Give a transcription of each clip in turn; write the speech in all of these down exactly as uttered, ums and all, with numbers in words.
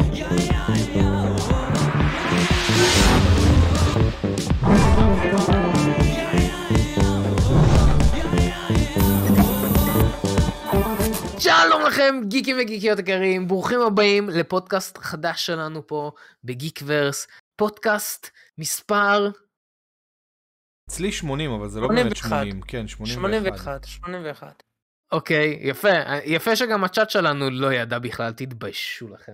שלום לכם גיקים וגיקיות יקרים, ברוכים הבאים לפודקאסט חדש שלנו פה בגיקוורס, פודקאסט מספר אצלי שמונים, אבל זה לא באמת שמונים, כן, שמונים ואחת. שמונים ואחת. אוקיי, יפה, יפה שגם הצ'אט שלנו לא ידע בכלל, תתביישו לכם.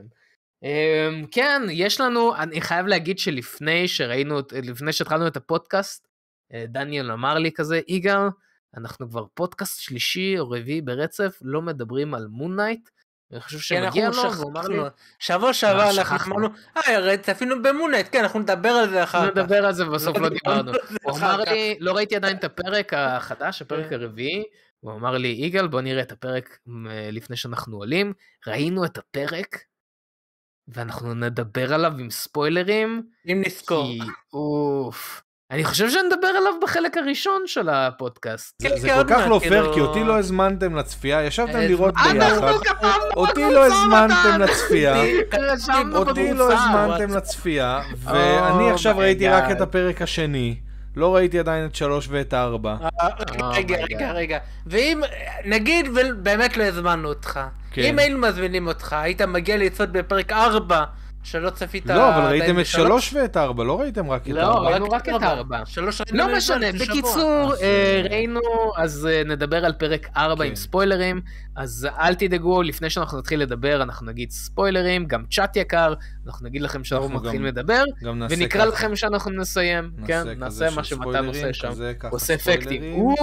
כן, יש לנו, אני חייב להגיד שלפני שראינו, לפני שהתחלנו את הפודקאסט, דניאל אמר לי כזה, יגאל, אנחנו כבר פודקאסט שלישי או רביעי ברצף, לא מדברים על מון נייט, אני חושב שמגיע לו, והוא אמר לי... שבוע שעבר אנחנו אמרנו, אה, ראית, אפילו במון נייט, כן, אנחנו נדבר על זה אחר כך. נדבר על זה, ובסוף לא דיברנו. הוא אמר לי, לא ראיתי עדיין את הפרק החדש, הפרק הרביעי, הוא אמר לי, יגאל, בוא נראה את הפרק לפני שאנחנו עולים, ראינו את הפרק, ואנחנו נדבר עליו עם ספוילרים. אם נזכור. כי, אוף... אני חושב שנדבר עליו בחלק הראשון של הפודקאסט. זה כל כך לא פייר, כי אותי לא הזמנתם לצפייה, ישבתם לראות ביחד, אותי לא הזמנתם לצפייה, אותי לא הזמנתם לצפייה, ואני עכשיו ראיתי רק את הפרק השני, לא ראיתי עדיין את שלוש ואת ארבע. רגע, רגע, רגע, ואם, נגיד ובאמת לא הזמנו אותך, אם היינו מזמינים אותך, היית מגיע לצפות בפרק ארבע, שלא צפית... לא, אבל ראיתם את שלוש ואת ארבע, לא ראיתם רק את ארבע. לא, ראינו רק את ארבע. לא משנה, בקיצור, ראינו, אז נדבר על פרק ארבע עם ספוילרים, אז אל תדאגו, לפני שאנחנו נתחיל לדבר, אנחנו נגיד ספוילרים, גם צ'אט יקר, אנחנו נגיד לכם שאנחנו מתחילים לדבר, ונקרא לכם שאנחנו נסיים, כן, נעשה מה שמתן עושה שם, עושה אפקטים.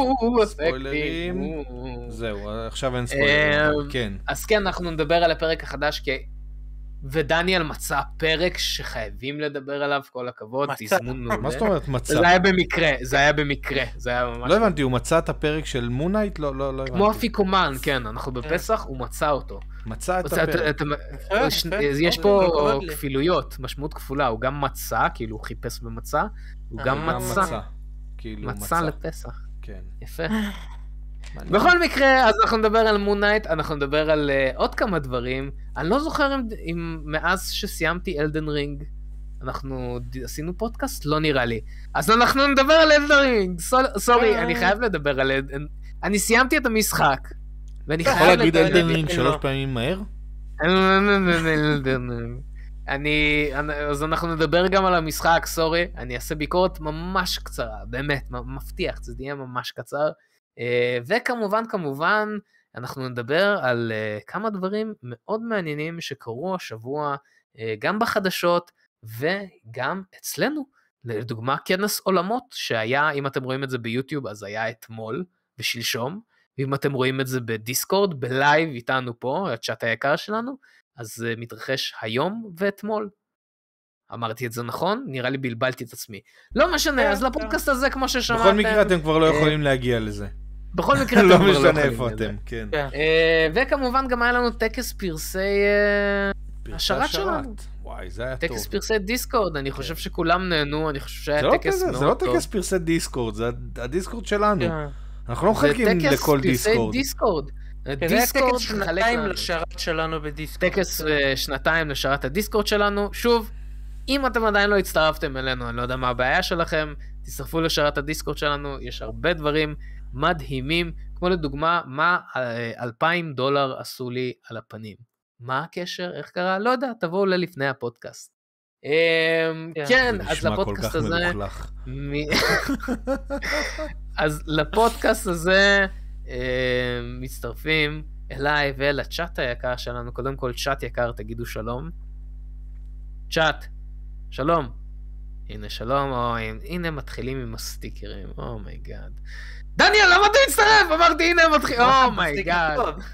ספוילרים, זהו, עכשיו אין ספוילרים, כן. אז כן, אנחנו נדבר על הפרק החדש, כי... ודניאל מצא פרק שחייבים לדבר עליו, כל הכבוד, תזמון מעולה. מה זאת אומרת מצא? זה היה במקרה, זה היה במקרה, זה היה ממש... לא הבנתי, הוא מצא את הפרק של מון נייט? לא, לא, לא הבנתי. כמו אפיקומן, כן, אנחנו בפסח, הוא מצא אותו. מצא את הפרק. יש פה כפילויות, משמעות כפולה, הוא גם מצא, כאילו הוא חיפש במצא, הוא גם מצא. מצא לפסח. כן. יפה. בכל מקרה, אז אנחנו נדבר על מון נייט, אנחנו נדבר על uh, עוד כמה דברים. אני לא זוכר אם, אם מאז שסיימתי אלדן רינג, אנחנו עשינו פודקאסט? לא נראה לי. אז אנחנו נדבר על אלדן רינג. סורי, אני חייב לדבר על אלדן... אני סיימתי את המשחק, ואני חייב לדבר... יכול להגיד אלדן רינג שלוש פעמים מהר? אני... אז אנחנו נדבר גם על המשחק, סורי. אני אעשה ביקורת ממש קצרה, באמת, מבטיח, זה יהיה ממש קצר. וכמובן, כמובן, אנחנו נדבר על כמה דברים מאוד מעניינים שקרו השבוע, גם בחדשות וגם אצלנו. לדוגמה, כנס עולמות שהיה, אם אתם רואים את זה ביוטיוב, אז היה אתמול ושלשום, ואם אתם רואים את זה בדיסקורד, בלייב איתנו פה, הצ'אט היקר שלנו, אז מתרחש היום ואתמול. אמרתי את זה נכון? נראה לי בלבלתי את עצמי. לא משנה, אז לפודקאסט הזה, כמו ששמעתם... בכל מקרה אתם כבר לא יכולים להגיע לזה. בכל מקרה אתם לא כבר לא יכולים משנה איפה אתם, כן. וכמובן גם היה לנו טקס פרסי השרת שלנו. וואי, זה היה טוב. טקס פרסי דיסקורד, אני חושב שכולם נהנו, אני חושב שהיה טקס מאוד טוב. זה לא טקס פרסי דיסקורד, זה הדיסקורד שלנו. אנחנו לא מחכים לכל דיסקורד. זה טקס פרסי דיסקורד. זה טקס שנתיים לשרת שלנו בדיסקורד. טקס שנתיים לשרת הדיסקורד שלנו. שוב, אם אתם עדיין לא הצטרפתם אלינו, אני לא יודע מה הבעיה שלכם, תצטרפו לשרת הדיסקורד שלנו, יש הרבה דברים מדהימים, כמו לדוגמה, מה אלפיים דולר עשו לי על הפנים. מה הקשר? איך קרה? לא יודע, תבואו ללפני הפודקאסט. כן, אז לפודקאסט הזה... אז לפודקאסט הזה מצטרפים אליי ואל הצ'אט היקר שלנו, קודם כל צ'אט יקר, תגידו שלום. צ'אט, שלום. הנה שלום, או, הנה מתחילים עם הסטיקרים, אומייגאד. דניאל, למה אתה מצטרף? אמרתי, הנה מתחילים, אומייגאד.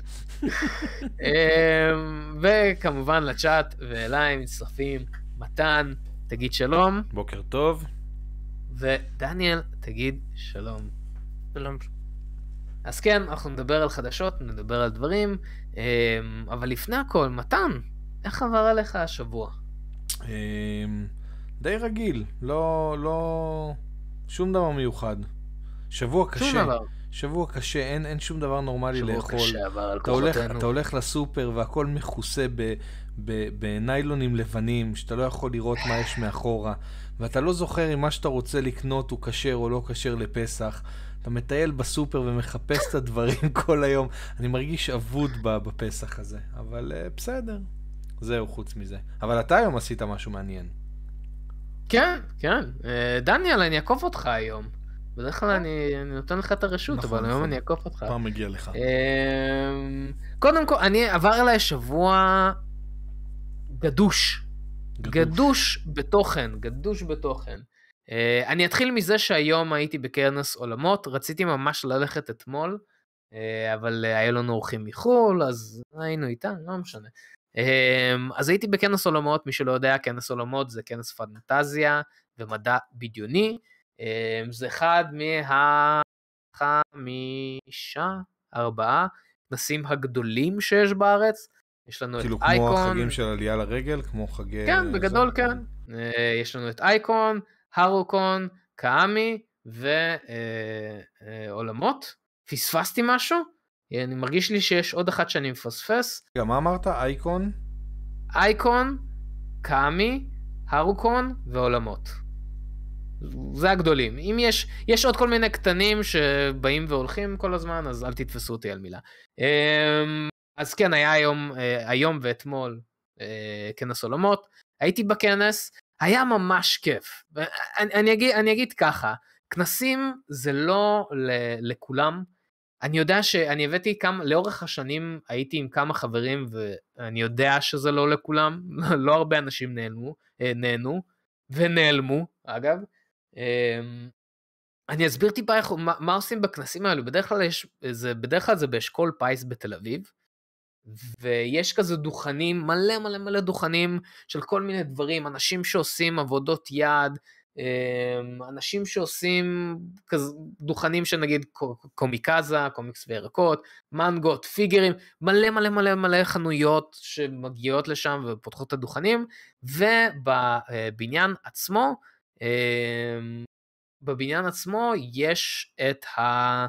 וכמובן לצ'אט ואליי מצטרפים, מתן, תגיד שלום. בוקר טוב. ודניאל, תגיד שלום. שלום. אז כן, אנחנו נדבר על חדשות, נדבר על דברים, אבל לפני הכל, מתן, איך עבר עליך השבוע? די רגיל, לא, לא, שום דבר מיוחד. שבוע קשה. שום דבר. שבוע קשה, אין, אין שום דבר נורמלי שבוע לאכול. קשה, אבל על אתה הולך, כוחותינו. אתה הולך לסופר והכל מכוסה ב, ב, בניילונים לבנים, שאתה לא יכול לראות מה יש מאחורה, ואתה לא זוכר אם מה שאתה רוצה לקנות הוא כשר או לא כשר לפסח. אתה מטייל בסופר ומחפש את הדברים כל היום. אני מרגיש אבוד בפסח הזה, אבל uh, בסדר. זהו חוץ מזה. אבל אתה היום עשית משהו מעניין. כן, כן. דניאל, אני אעקוף אותך היום. בדרך כלל אני, אני נותן לך את הרשות, נכון, אבל נכון. היום אני אעקוף אותך. פעם מגיע לך. קודם כל, אני עבר אליי שבוע גדוש. גדוש. גדוש בתוכן, גדוש בתוכן. אני אתחיל מזה שהיום הייתי בכנס עולמות, רציתי ממש ללכת אתמול, אבל היה לנו אורחים מחול, אז היינו איתם, לא משנה. אז הייתי בכנס עולמות, מי שלא יודע, כנס עולמות זה כנס פנטזיה ומדע בדיוני, זה אחד מהחמישה, ארבעה כנסים הגדולים שיש בארץ, יש לנו כאילו את אייקון. כמו החגים של עלייה לרגל, כמו חגי... כן, בגדול כן. יש לנו את אייקון, הרוקון, קאמי ועולמות. פספסתי משהו? אני מרגיש לי שיש עוד אחת שאני מפספס. רגע, מה אמרת? אייקון? אייקון, קאמי, הרוקון ועולמות. זה הגדולים. אם יש, יש עוד כל מיני קטנים שבאים והולכים כל הזמן, אז אל תתפסו אותי על מילה. אז כן, היה היום, היום ואתמול כנס עולמות. הייתי בכנס, היה ממש כיף. אני, אני, אגיד, אני אגיד ככה, כנסים זה לא לכולם. אני יודע שאני הבאתי כמה, לאורך השנים הייתי עם כמה חברים, ואני יודע שזה לא לכולם, לא הרבה אנשים נעלמו, נהנו, ונעלמו, אגב. אני אסביר טיפה איך, מה, מה עושים בכנסים האלו, בדרך כלל, יש, זה, בדרך כלל זה באשכול פייס בתל אביב, ויש כזה דוכנים, מלא מלא מלא דוכנים, של כל מיני דברים, אנשים שעושים עבודות יד, אנשים שעושים כזה, דוכנים שנגיד קומיקזה, קומיקס וירקות, מנגות, פיגרים, מלא מלא מלא מלא חנויות שמגיעות לשם ופותחות את הדוכנים, ובבניין עצמו, בבניין עצמו יש את ה...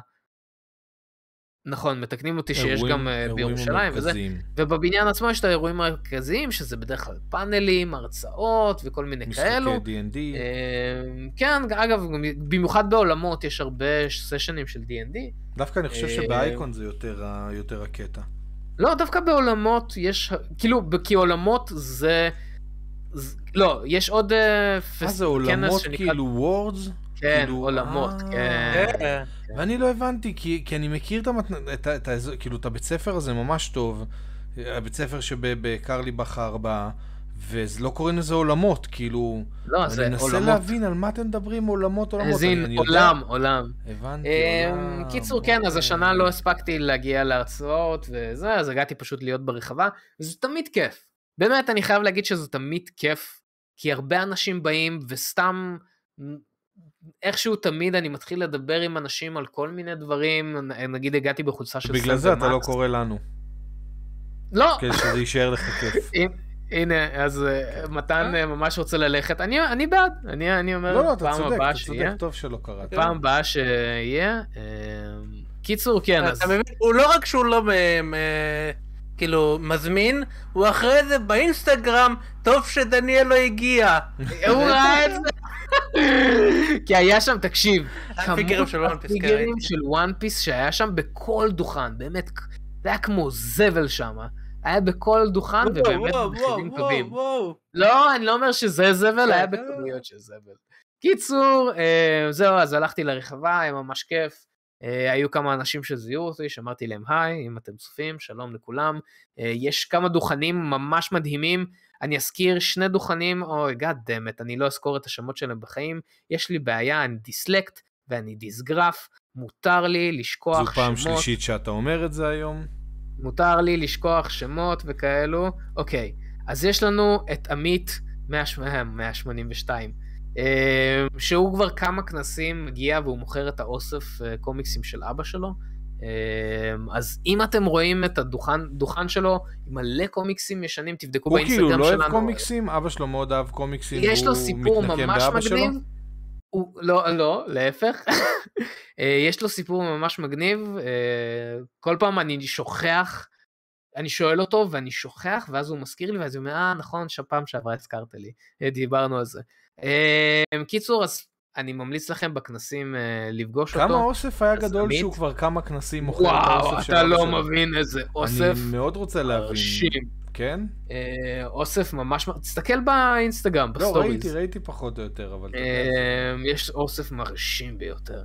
נכון, מתקנים אותי שיש אירועים, גם בירושלים, וזה, ובבניין עצמו יש את האירועים המרכזיים, שזה בדרך כלל פאנלים, הרצאות וכל מיני משחקי כאלו. משחקי די אנד די. כן, אגב, במיוחד בעולמות יש הרבה סשנים של די אנד די. דווקא אני חושב שבאייקון זה יותר, יותר הקטע. לא, דווקא בעולמות יש, כאילו, כי עולמות זה, לא, יש עוד... אה, זה עולמות כאילו וורדס? כן, עולמות, כן. ואני לא הבנתי, כי אני מכיר כאילו את הבית ספר הזה ממש טוב, הבית ספר שבקרליבך הארבעה, וזה לא קוראים לזה עולמות, כאילו, אני מנסה להבין על מה אתם מדברים, עולמות, עולמות. זין, עולם, עולם. הבנתי, עולם. קיצור, כן, אז השנה לא הספקתי להגיע להרצאות וזה, אז הגעתי פשוט להיות ברחבה, וזה תמיד כיף. באמת, אני חייב להגיד שזה תמיד כיף, כי הרבה אנשים באים וסתם... איכשהו תמיד אני מתחיל לדבר עם אנשים על כל מיני דברים, נגיד הגעתי בחולצה של סנטר מקס. בגלל זה אתה לא קורא לנו. לא. כדי שזה יישאר לך כיף. הנה, אז מתן ממש רוצה ללכת, אני בעד, אני אומר פעם הבאה שיהיה. אתה צודק, טוב שלא קראת. פעם הבאה שיהיה. קיצור, כן, אז... הוא לא רק שהוא לא... כאילו, מזמין, הוא אחרי זה באינסטגרם, טוב שדניאל לא הגיע. הוא ראה את זה. כי היה שם, תקשיב, הפיגרים של וואן פיס, הפיגרים של וואן פיס שהיה שם בכל דוכן, באמת, זה היה כמו זבל שם, היה בכל דוכן ובאמת במחירים טובים. לא, אני לא אומר שזה זבל, היה בכמויות של זבל. קיצור, זהו, אז הלכתי לרחבה, היה ממש כיף. היו כמה אנשים שזיהו אותי, שאמרתי להם היי, אם אתם צופים, שלום לכולם. יש כמה דוכנים ממש מדהימים, אני אזכיר שני דוכנים, אוי, God damn it, אני לא אזכור את השמות שלהם בחיים, יש לי בעיה, אני דיסלקט ואני דיסגרף, מותר לי לשכוח שמות. זו פעם שלישית שאתה אומר את זה היום? מותר לי לשכוח שמות וכאלו. אוקיי, אז יש לנו את עמית מאה שמונים ושתיים, שהוא כבר כמה כנסים מגיע והוא מוכר את האוסף קומיקסים של אבא שלו. אז אם אתם רואים את הדוכן דוכן שלו עם מלא קומיקסים ישנים, תבדקו באינסטגרם שלנו. הוא כאילו לא אוהב קומיקסים, אבא שלו מאוד אוהב קומיקסים, יש לו סיפור ממש מגניב. לא, לא, להפך. יש לו סיפור ממש מגניב, כל פעם אני שוכח, אני שואל אותו ואני שוכח, ואז הוא מזכיר לי, ואז הוא אומר, אה, נכון, שפעם שעברה הזכרת לי, דיברנו על זה. קיצור, אז אני ממליץ לכם בכנסים לפגוש אותו. כמה אוסף היה גדול שהוא כבר כמה כנסים מוכר? וואו, אתה לא מבין איזה אוסף. אני מאוד רוצה להבין. כן? אוסף ממש, תסתכל באינסטגרם, בסטוריז. לא, ראיתי, ראיתי פחות או יותר, אבל... יש אוסף מרשים ביותר.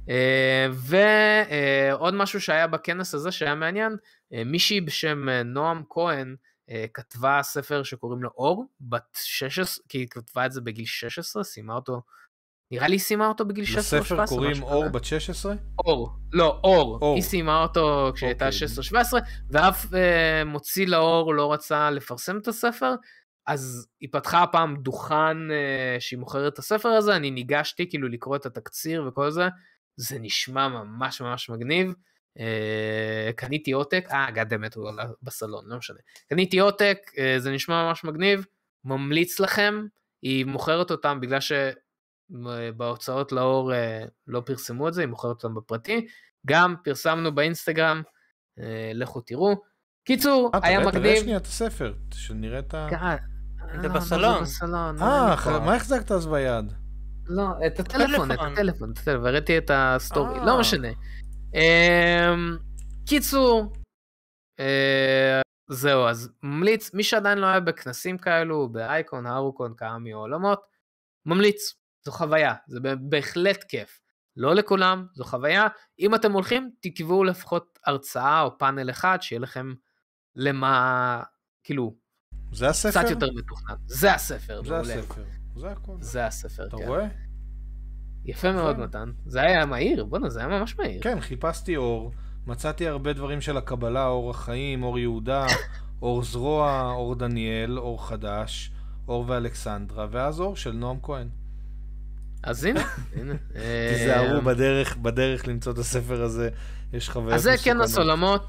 ועוד משהו שהיה בכנס הזה שהיה מעניין, מישהי בשם נועם כהן, כתבה ספר שקוראים לו אור, בת שש עשרה, כי היא כתבה את זה בגיל שש עשרה, סיימה אותו, נראה לי סיימה אותו בגיל שש עשרה או שבע עשרה. לספר קוראים אור בת שש עשרה? אור, לא, אור. אור. היא סיימה אותו כשהייתה שש עשרה שבע עשרה, ואף אה, מוציא לאור לא רצה לפרסם את הספר, אז היא פתחה הפעם דוכן אה, שהיא מוכרת את הספר הזה, אני ניגשתי כאילו לקרוא את התקציר וכל זה, זה נשמע ממש ממש מגניב, אה, קניתי עותק, אה, גדמת הוא בסלון, לא משנה, קניתי עותק, אה, זה נשמע ממש מגניב, ממליץ לכם, היא מוכרת אותם בגלל ש... בהוצאות לאור לא פרסמו את זה, היא מוכרת אותם בפרטי, גם פרסמנו באינסטגרם, לכו תראו. קיצור, היה מגניב. תראה שנייה את הספר, שנראה את ה... זה בסלון. אה, מה החזקת אז ביד? לא, את הטלפון, את הטלפון, וראיתי את הסטורי, לא משנה. קיצור, זהו, אז ממליץ, מי שעדיין לא היה בכנסים כאלו, באייקון, הרוקון, קאמי או עולמות, ממליץ. זו חוויה, זה בהחלט כיף. לא לכולם, זו חוויה. אם אתם הולכים, תקבעו לפחות הרצאה או פאנל אחד, שיהיה לכם למה, כאילו, זה הספר? קצת יותר מתוכנן. זה הספר. זה הספר. זה הכל. זה הספר, אתה כן. אתה רואה? יפה מאוד, מתן. זה היה מהיר, בוא'נה, זה היה ממש מהיר. כן, חיפשתי אור, מצאתי הרבה דברים של הקבלה, אור החיים, אור יהודה, אור זרוע, אור דניאל, אור חדש, אור ואלכסנדרה, ואז אור של נועם כהן. אז הנה, הנה. תיזהרו בדרך, בדרך למצוא את הספר הזה, יש חוויות מסוכנות. אז זה כנס עולמות,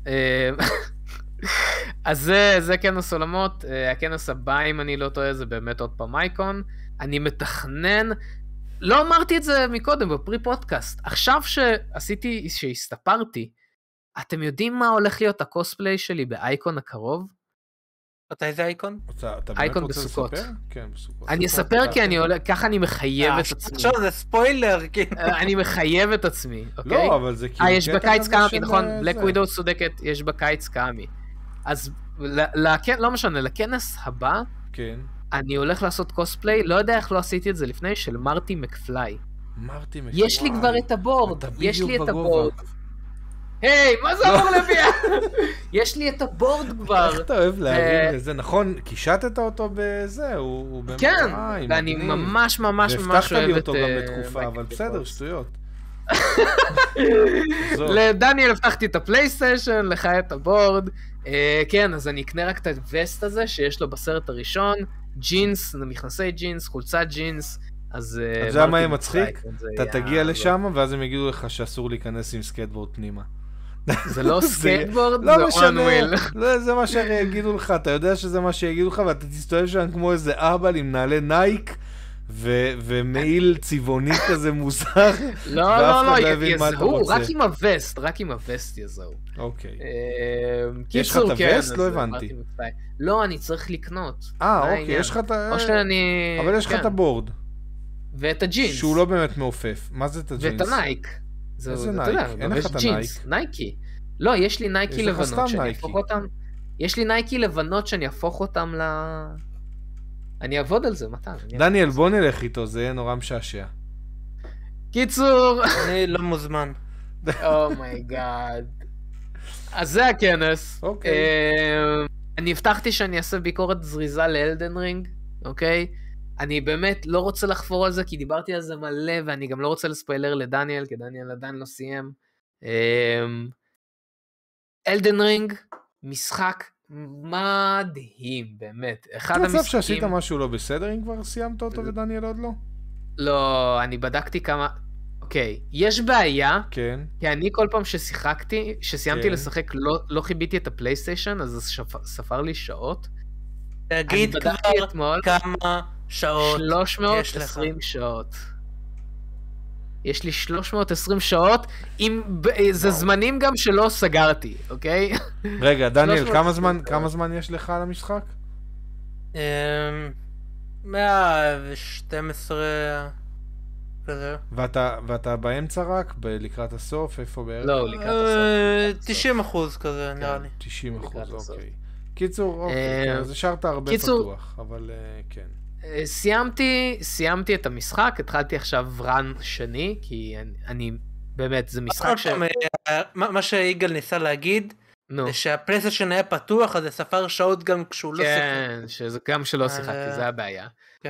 אז זה, זה כנס עולמות, הכנס הבא, אם אני לא טועה, זה באמת עוד פעם אייקון, אני מתכנן, לא אמרתי את זה מקודם בפרי פודקאסט, עכשיו שעשיתי, שהסתפרתי, אתם יודעים מה הולך להיות הקוספליי שלי באייקון הקרוב? מתי זה אייקון? אייקון בסוכות. כן, בסוכות. אני אספר כי אני הולך, ככה אני מחייב את עצמי. עכשיו זה ספוילר, אני מחייב את עצמי, אוקיי? לא, אבל זה כאילו... אה, יש בקיץ קאמי, נכון, בלק ווידאו צודקת, יש בקיץ קאמי. אז לא משנה, לכנס הבא, אני הולך לעשות קוספליי, לא יודע איך לא עשיתי את זה לפני, של מרטי מקפליי. מרטי מקפליי. יש לי כבר את הבורד, יש לי את הבורד. היי, מה זה אמור לביאה? יש לי את הבורד כבר. איך אתה אוהב להבין את זה? נכון, קישטת אותו בזה, הוא באמת... כן, ואני ממש ממש ממש אוהב את... והבטחת לי אותו גם לתקופה, אבל בסדר, שטויות. לדניאל הבטחתי את הפלייסטיישן, לך את הבורד. כן, אז אני אקנה רק את הווסט הזה, שיש לו בסרט הראשון, ג'ינס, מכנסי ג'ינס, חולצת ג'ינס, אז... אז זה מה יהיה מצחיק? אתה תגיע לשם, ואז הם יגידו לך שאסור להיכנס עם סקייטבורד פנימה. זה לא סקייטבורד, זה און וויל. זה מה שיגידו לך, אתה יודע שזה מה שיגידו לך, ואתה תסתובב שם כמו איזה אבא עם נעלי נייק, ומעיל צבעוני כזה מוזר, לא, לא, לא, יזהו, רק עם הווסט, רק עם הווסט יזהו. אוקיי. יש לך את הווסט? לא הבנתי. לא, אני צריך לקנות. אה, אוקיי, יש לך את ה... אבל יש לך את הבורד. ואת הג'ינס. שהוא לא באמת מעופף. מה זה את הג'ינס? ואת הנייק. איזה נייק? אין לך את הנייק? נייקי. לא, יש לי נייקי לבנות שאני אהפוך אותם. יש לי נייקי לבנות שאני אהפוך אותם ל... אני אעבוד על זה, מתן. דניאל, בוא נלך איתו, זה יהיה נורא משעשע. קיצור. אני לא מוזמן. אומייגאד. אז זה הכנס. אוקיי. אני הבטחתי שאני אעשה ביקורת זריזה לאלדן רינג, אוקיי? אני באמת לא רוצה לחפור על זה, כי דיברתי על זה מלא, ואני גם לא רוצה לספיילר לדניאל, כי דניאל עדיין לא סיים. אלדן רינג, משחק מדהים, באמת. אחד המשחקים... אתה חושב שעשית משהו לא בסדר, אם כבר סיימת אותו ודניאל עוד לא? לא, אני בדקתי כמה... אוקיי, יש בעיה, כן. כי אני כל פעם ששיחקתי, שסיימתי כן. לשחק, לא, לא חיביתי את הפלייסטיישן, אז זה ספר לי שעות. תגיד כבר אתמול, כמה שעות שלוש מאות ועשרים שעות. יש לי שלוש מאות ועשרים שעות, זה זמנים גם שלא סגרתי, אוקיי? רגע, דניאל, כמה זמן, כמה זמן יש לך על המשחק? מאה ושתים עשרה כזה. ואתה, ואתה באמצע רק, לקראת הסוף, איפה בערך? לא, לקראת הסוף. תשעים אחוז כזה, נראה לי. תשעים אחוז, אוקיי. קיצור, אוקיי, אז השארת הרבה פתוח, אבל כן. סיימתי, סיימתי את המשחק, התחלתי עכשיו רן שני, כי אני, באמת, זה משחק ש... מה שיגאל ניסה להגיד, זה שהפלייסטיישן היה פתוח, אז זה ספר שעות גם כשהוא לא שיחק. כן, שזה גם שלא שיחקתי, זה הבעיה.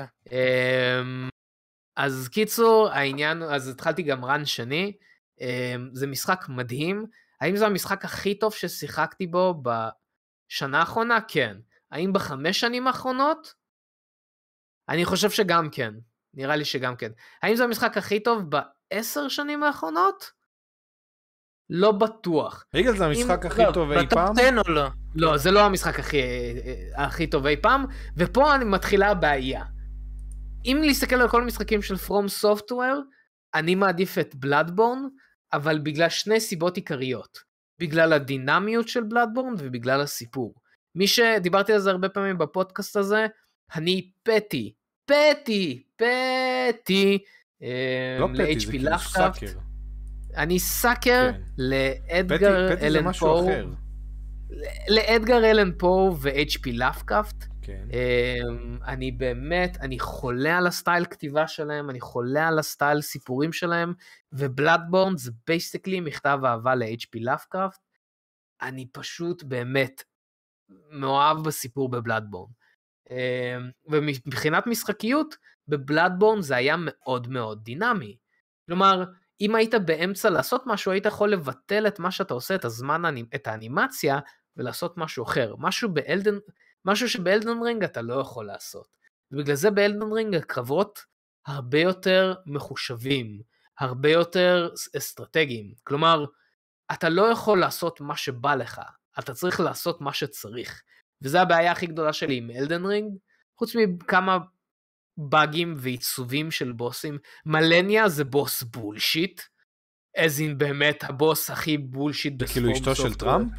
אז קיצור, העניין, אז התחלתי גם רן שני, זה משחק מדהים, האם זה המשחק הכי טוב ששיחקתי בו בשנה האחרונה? כן. האם בחמש שנים האחרונות? אני חושב שגם כן, נראה לי שגם כן. האם זה המשחק הכי טוב בעשר שנים האחרונות? לא בטוח. רגע, זה המשחק הכי טוב אי פעם? או לא? לא, זה לא המשחק הכי טוב אי פעם, ופה אני מתחילה הבעיה. אם להסתכל על כל המשחקים של From Software, אני מעדיף את Bloodborne, אבל בגלל שני סיבות עיקריות. בגלל הדינמיות של Bloodborne ובגלל הסיפור. מי שדיברתי על זה הרבה פעמים בפודקאסט הזה, אני פטי, פטי, פטי, ל-אייץ' פי Lovecraft. אני סאקר לאדגר אלן פו, לאדגר אלן פו ו-אייץ' פי Lovecraft. אני באמת, אני חולה על הסטייל כתיבה שלהם, אני חולה על הסטייל סיפורים שלהם, ובלאדבורן זה בייסיקלי מכתב אהבה ל-אייץ' פי Lovecraft. אני פשוט באמת מאוהב בסיפור בבלאדבורן. ומבחינת משחקיות, בבלאדבורן זה היה מאוד מאוד דינמי. כלומר, אם היית באמצע לעשות משהו, היית יכול לבטל את מה שאתה עושה, את הזמן, את האנימציה, ולעשות משהו אחר. משהו באלדן, משהו שבאלדן רינג אתה לא יכול לעשות. ובגלל זה באלדן רינג הקרבות הרבה יותר מחושבים, הרבה יותר אסטרטגיים. כלומר, אתה לא יכול לעשות מה שבא לך, אתה צריך לעשות מה שצריך. וזו הבעיה הכי גדולה שלי עם אלדן רינג, חוץ מכמה באגים ועיצובים של בוסים. מלניה זה בוס בולשיט, אז אם באמת הבוס הכי בולשיט בספורט. כאילו אשתו של טראמפ?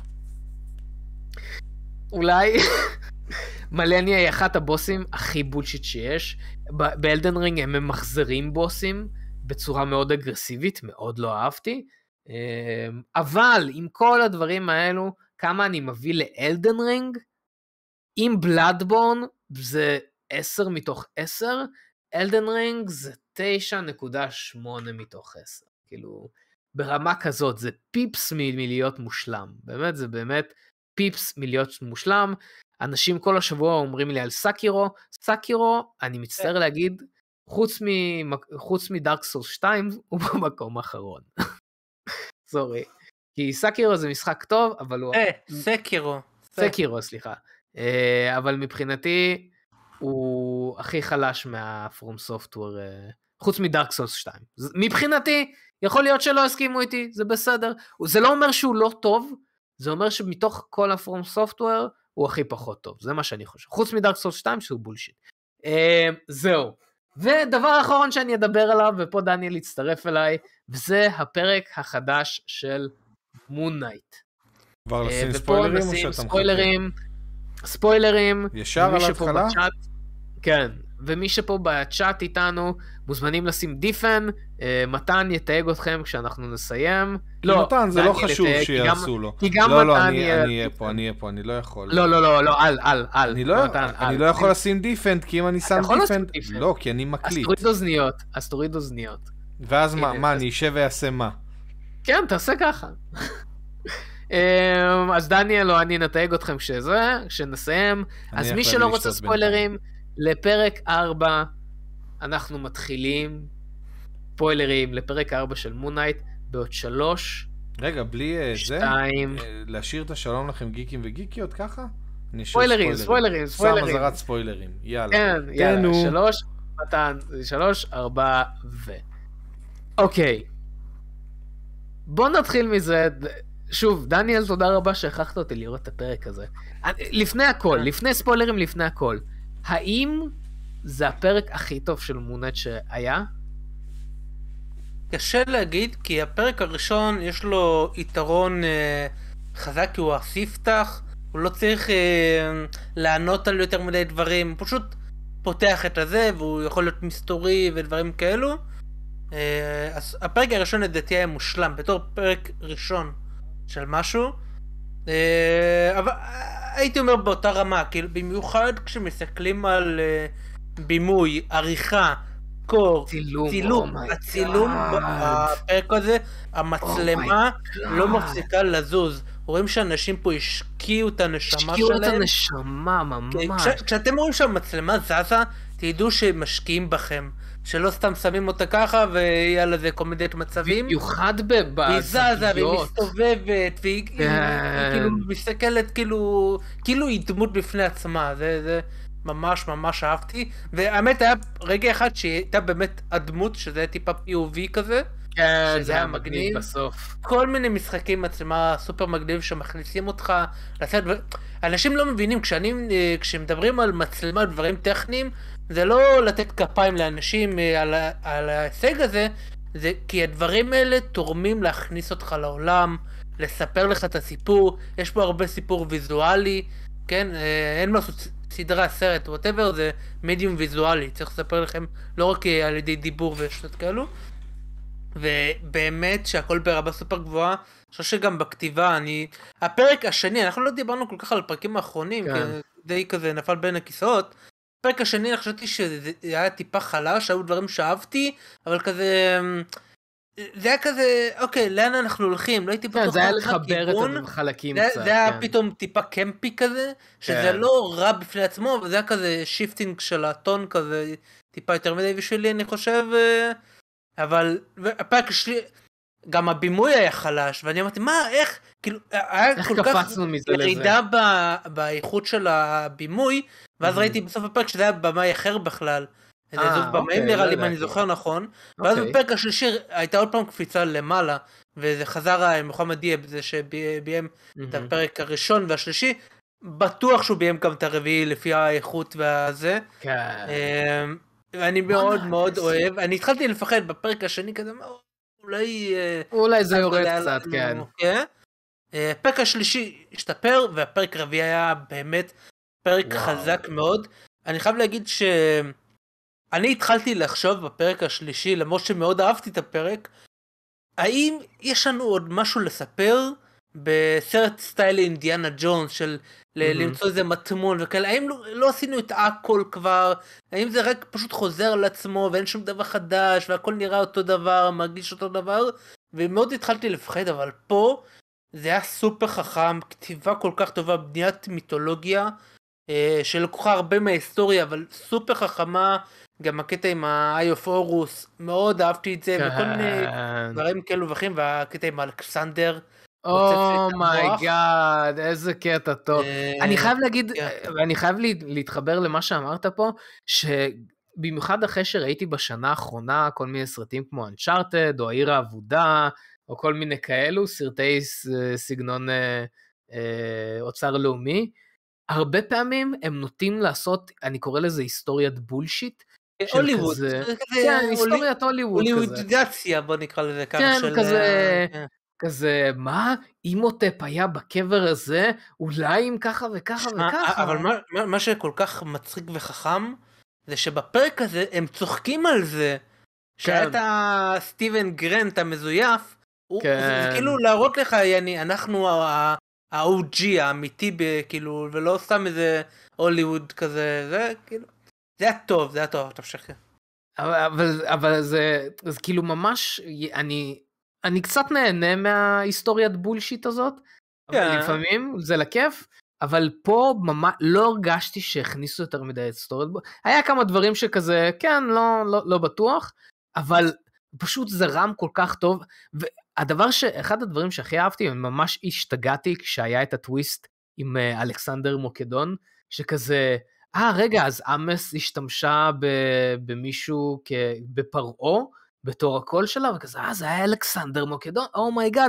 אולי. מלניה היא אחת הבוסים הכי בולשיט שיש. באלדן רינג הם ממחזרים בוסים בצורה מאוד אגרסיבית, מאוד לא אהבתי. אבל עם כל הדברים האלו, כמה אני מביא לאלדן רינג, עם בלאדבורן זה עשר מתוך עשר, אלדן רינג זה תשע נקודה שמונה מתוך עשר. כאילו, ברמה כזאת, זה פיפס מלהיות מושלם. באמת, זה באמת פיפס מלהיות מושלם. אנשים כל השבוע אומרים לי על סאקירו, סאקירו, אני מצטער להגיד, חוץ מ... חוץ מדארק סולס שתיים, הוא במקום האחרון. סורי. כי סאקירו זה משחק טוב, אבל הוא... אה, סאקירו. סאקירו, סליחה. אבל מבחינתי, הוא הכי חלש מה-From Software, חוץ מדארק סולס שתיים. מבחינתי, יכול להיות שלא הסכימו איתי, זה בסדר. זה לא אומר שהוא לא טוב, זה אומר שמתוך כל ה-From Software, הוא הכי פחות טוב. זה מה שאני חושב. חוץ מדארק סולס שתיים, שהוא בולשיט. זהו. ודבר אחרון שאני אדבר עליו, ופה דניאל יצטרף אליי, וזה הפרק החדש של מון נייט. כבר לשים ספוילרים או שאתה ספוילרים, ספוילרים. ישר על התחלה? כן, ומי שפה בצ'אט איתנו, מוזמנים לשים דיפן, מתן יתייג אתכם כשאנחנו נסיים. לא, מתן, זה לא חשוב שיעשו לו. לא, לא, אני אהיה פה, אני אהיה פה, אני לא יכול. לא, לא, לא, לא, אל, אל, אל. אני לא יכול לשים דיפנד, כי אם אני שם דיפנד, לא, כי אני מקליט. אז תוריד אוזניות, אז תוריד אוזניות. ואז מה, מה, אני אשב ויעשה מה? כן, תעשה ככה. אז דניאל או אני נתייג אתכם כשזה, כשנסיים. אז מי שלא רוצה ספוילרים, לפרק ארבע אנחנו מתחילים ספוילרים לפרק ארבע של מון נייט בעוד שלוש. רגע, בלי זה? להשאיר את השלום לכם גיקים וגיקיות ככה? ספוילרים, ספוילרים, ספוילרים. שם אזהרת ספוילרים, יאללה. כן, יאללה, שלוש, מתן, שלוש, ארבע ו... אוקיי. בוא נתחיל מזה. שוב, דניאל, תודה רבה שהכרחת אותי לראות את הפרק הזה. לפני הכל, לפני ספוילרים, לפני הכל. האם זה הפרק הכי טוב של מון נייט שהיה? קשה להגיד, כי הפרק הראשון יש לו יתרון אה, חזק, כי הוא הספתח, הוא לא צריך אה, לענות על יותר מדי דברים, הוא פשוט פותח את הזה, והוא יכול להיות מסתורי ודברים כאלו. אה, אז הפרק הראשון לדעתי היה מושלם, בתור פרק ראשון של משהו. אה, אבל הייתי אומר באותה רמה, כאילו במיוחד כשמסתכלים על אה, בימוי, עריכה, קור, צילום, צילום, oh הצילום בפרק הזה, המצלמה oh לא מפסיקה לזוז. רואים שאנשים פה השקיעו את הנשמה שלהם. השקיעו את הנשמה, ממש. כש, כשאתם רואים שהמצלמה זזה, תדעו שמשקיעים בכם. שלא סתם שמים אותה ככה, ויאללה זה קומדיית מצבים. במיוחד בזוויות. והיא זזה, והיא מסתובבת, והיא כאילו מסתכלת כאילו, כאילו היא דמות בפני עצמה. זה, זה ממש ממש אהבתי. והאמת היה רגע אחד שהיא הייתה באמת הדמות, שזה היה טיפה פי או וי כזה. כן, זה היה מגניב בסוף. כל מיני משחקים מצלמה סופר מגניב שמכניסים אותך לצד. אנשים לא מבינים, כשאני, כשמדברים על מצלמה דברים טכניים, זה לא לתת כפיים לאנשים על, על ההישג הזה, זה כי הדברים האלה תורמים להכניס אותך לעולם, לספר לך את הסיפור. יש פה הרבה סיפור ויזואלי, כן? אין מה לעשות, סדרה, סרט, whatever, זה מדיום ויזואלי. צריך לספר לכם לא רק על ידי דיבור ושטות כאלו. ובאמת שהכל ברמה סופר גבוהה. אני חושב שגם בכתיבה, אני... הפרק השני, אנחנו לא דיברנו כל כך על הפרקים האחרונים, כן. כי די כזה נפל בין הכיסאות. הפרק השני, אני חשבתי שזה היה טיפה חלש, היו דברים שאהבתי, אבל כזה... זה היה כזה, אוקיי, לאן אנחנו הולכים? לא הייתי בטוח... כן, זה היה לחבר את החלקים קצת. זה היה פתאום טיפה קמפי כזה, שזה לא רע בפני עצמו, אבל זה היה כזה שיפטינג של הטון כזה, טיפה יותר מדי בשבילי, אני חושב... אבל הפרק שלי, גם הבימוי היה חלש, ואני אמרתי, מה, איך, כאילו, היה כל כך ירידה באיכות של הבימוי, ואז ראיתי בסוף הפרק שזה היה במאי אחר בכלל, איזה זוג במאים נראה לי, אם אני זוכר נכון, ואז בפרק השלישי הייתה עוד פעם קפיצה למעלה, וזה חזר מוחמד דיאב, זה שביים את הפרק הראשון והשלישי, בטוח שהוא ביים גם את הרביעי לפי האיכות והזה, ואני מאוד מאוד אוהב, אני התחלתי לפחד בפרק השני כזה, אולי... אולי זה יורד קצת, כן. הפרק השלישי השתפר, והפרק הרביעי היה באמת פרק חזק מאוד. אני חייב להגיד שאני התחלתי לחשוב בפרק השלישי, למרות שמאוד אהבתי את הפרק, האם יש לנו עוד משהו לספר בסרט סטייל אינדיאנה ג'ונס של למצוא איזה מטמון וכאלה, האם לא עשינו את הכל כבר, האם זה רק פשוט חוזר על עצמו ואין שום דבר חדש והכל נראה אותו דבר, מרגיש אותו דבר, ומאוד התחלתי לפחד, אבל פה זה היה סופר חכם, כתיבה כל כך טובה, בניית מיתולוגיה שלקוחה הרבה מההיסטוריה, אבל סופר חכמה, גם הקטע עם ה-Eye of Horus, מאוד אהבתי את זה, וכל מיני דברים כאלו ואחרים, והקטע עם אלכסנדר, אומייגאד, איזה קטע טוב. אני חייב להגיד, ואני חייב להתחבר למה שאמרת פה, שבמיוחד אחרי שראיתי בשנה האחרונה כל מיני סרטים כמו Uncharted, או העיר האבודה, או כל מיני כאלו, סרטי סגנון אוצר לאומי, הרבה פעמים הם נוטים לעשות, אני קורא לזה היסטוריית בולשיט, הוליווד, כן, היסטוריית הוליווד כזה. הוליוודגציה, בוא נקרא לזה ככה. כן, כזה... כזה, מה? אימוטפ היה בקבר הזה, אולי אם ככה וככה וככה. אבל מה, מה שכל כך מצחיק וחכם, זה שבפרק הזה הם צוחקים על זה, שהיה את הסטיבן גרנט המזויף, זה כאילו להראות לך, יעני, אנחנו ה-או ג'י האמיתי, כאילו, ולא סתם איזה הוליווד כזה, זה כאילו, זה היה טוב, זה היה טוב, תמשיך. אבל, אבל זה, זה כאילו ממש, אני... אני קצת נהנה מההיסטוריית בולשיט הזאת, yeah. אבל לפעמים זה לכיף, אבל פה ממש לא הרגשתי שהכניסו יותר מדי היסטוריות, היה כמה דברים שכזה, כן, לא, לא, לא בטוח, אבל פשוט זרם כל כך טוב, והדבר ש... אחד הדברים שהכי אהבתי, ממש השתגעתי כשהיה את הטוויסט עם אלכסנדר מוקדון, שכזה, אה רגע, אז אמס השתמשה ב... במישהו כ... בפרעו, בתור הקול שלה, וכזה, אה, זה היה אלכסנדר מוקדון, אומייגאד,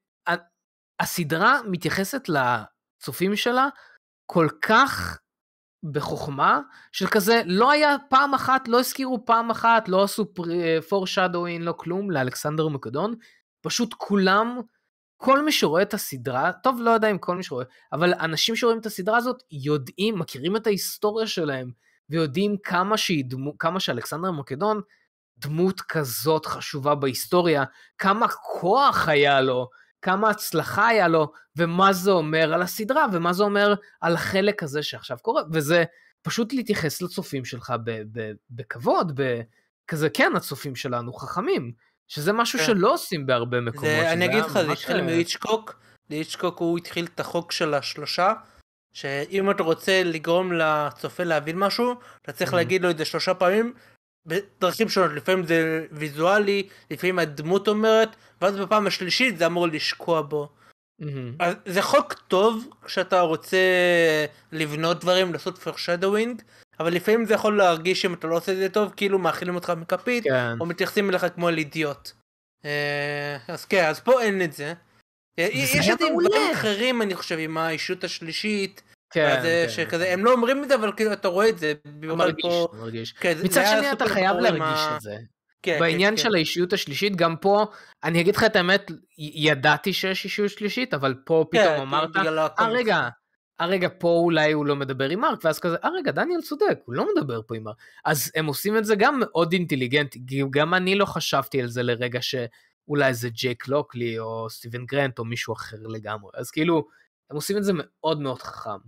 והסדרה מתייחסת לצופים שלה, כל כך בחוכמה, של כזה, לא היה פעם אחת, לא הזכירו פעם אחת, לא עשו foreshadowing, לא כלום, לאלכסנדר מקדון, פשוט כולם, כל מי שרואה את הסדרה, טוב, לא יודע אם כל מי שרואה, אבל אנשים שרואים את הסדרה הזאת, יודעים, מכירים את ההיסטוריה שלהם, ויודעים כמה שידמו, כמה שאלכסנדר מקדון, דמות כזאת חשובה בהיסטוריה, כמה כוח היה לו, כמה הצלחה היה לו, ומה זה אומר על הסדרה, ומה זה אומר על החלק הזה שעכשיו קורה, וזה פשוט להתייחס לצופים שלך ב- ב- בכבוד, כזה, כן, הצופים שלנו חכמים, שזה משהו שלא עושים בהרבה מקומות. אני אגיד לך, זה התחיל מהיצ'קוק, להיצ'קוק הוא התחיל את החוק של השלושה, שאם אתה רוצה לגרום לצופה להבין משהו, אתה צריך להגיד לו את זה שלושה פעמים, בדרכים שונות, לפעמים זה ויזואלי, לפעמים הדמות אומרת, ואז בפעם השלישית זה אמור לשקוע בו. אז זה חוק טוב כשאתה רוצה לבנות דברים, לעשות foreshadowing, אבל לפעמים זה יכול להרגיש אם אתה לא עושה את זה טוב, כאילו מאכילים אותך מכפית, או מתייחסים אליך כמו על אידיוט. אז כן, אז פה אין את זה. יש את דברים אחרים, אני חושב, עם האישות השלישית, שכזה, הם לא אומרים את זה, אבל אתה רואה את זה. מרגיש, מרגיש. מצד שני אתה חייב להרגיש את זה. בעניין של האישיות השלישית, גם פה, אני אגיד לך את האמת, ידעתי שיש אישיות שלישית, אבל פה פתאום אמרת, אה רגע, הרגע פה אולי הוא לא מדבר עם מרק, ואז כזה, אה רגע, דניאל צודק, הוא לא מדבר פה עם מרק. אז הם עושים את זה גם מאוד אינטליגנטי, גם אני לא חשבתי על זה לרגע שאולי זה ג'ייק לוקלי, או סטיבן גרנט, או מישהו אחר לגמרי. אז כאילו, הם עושים את זה מאוד מאוד חכם.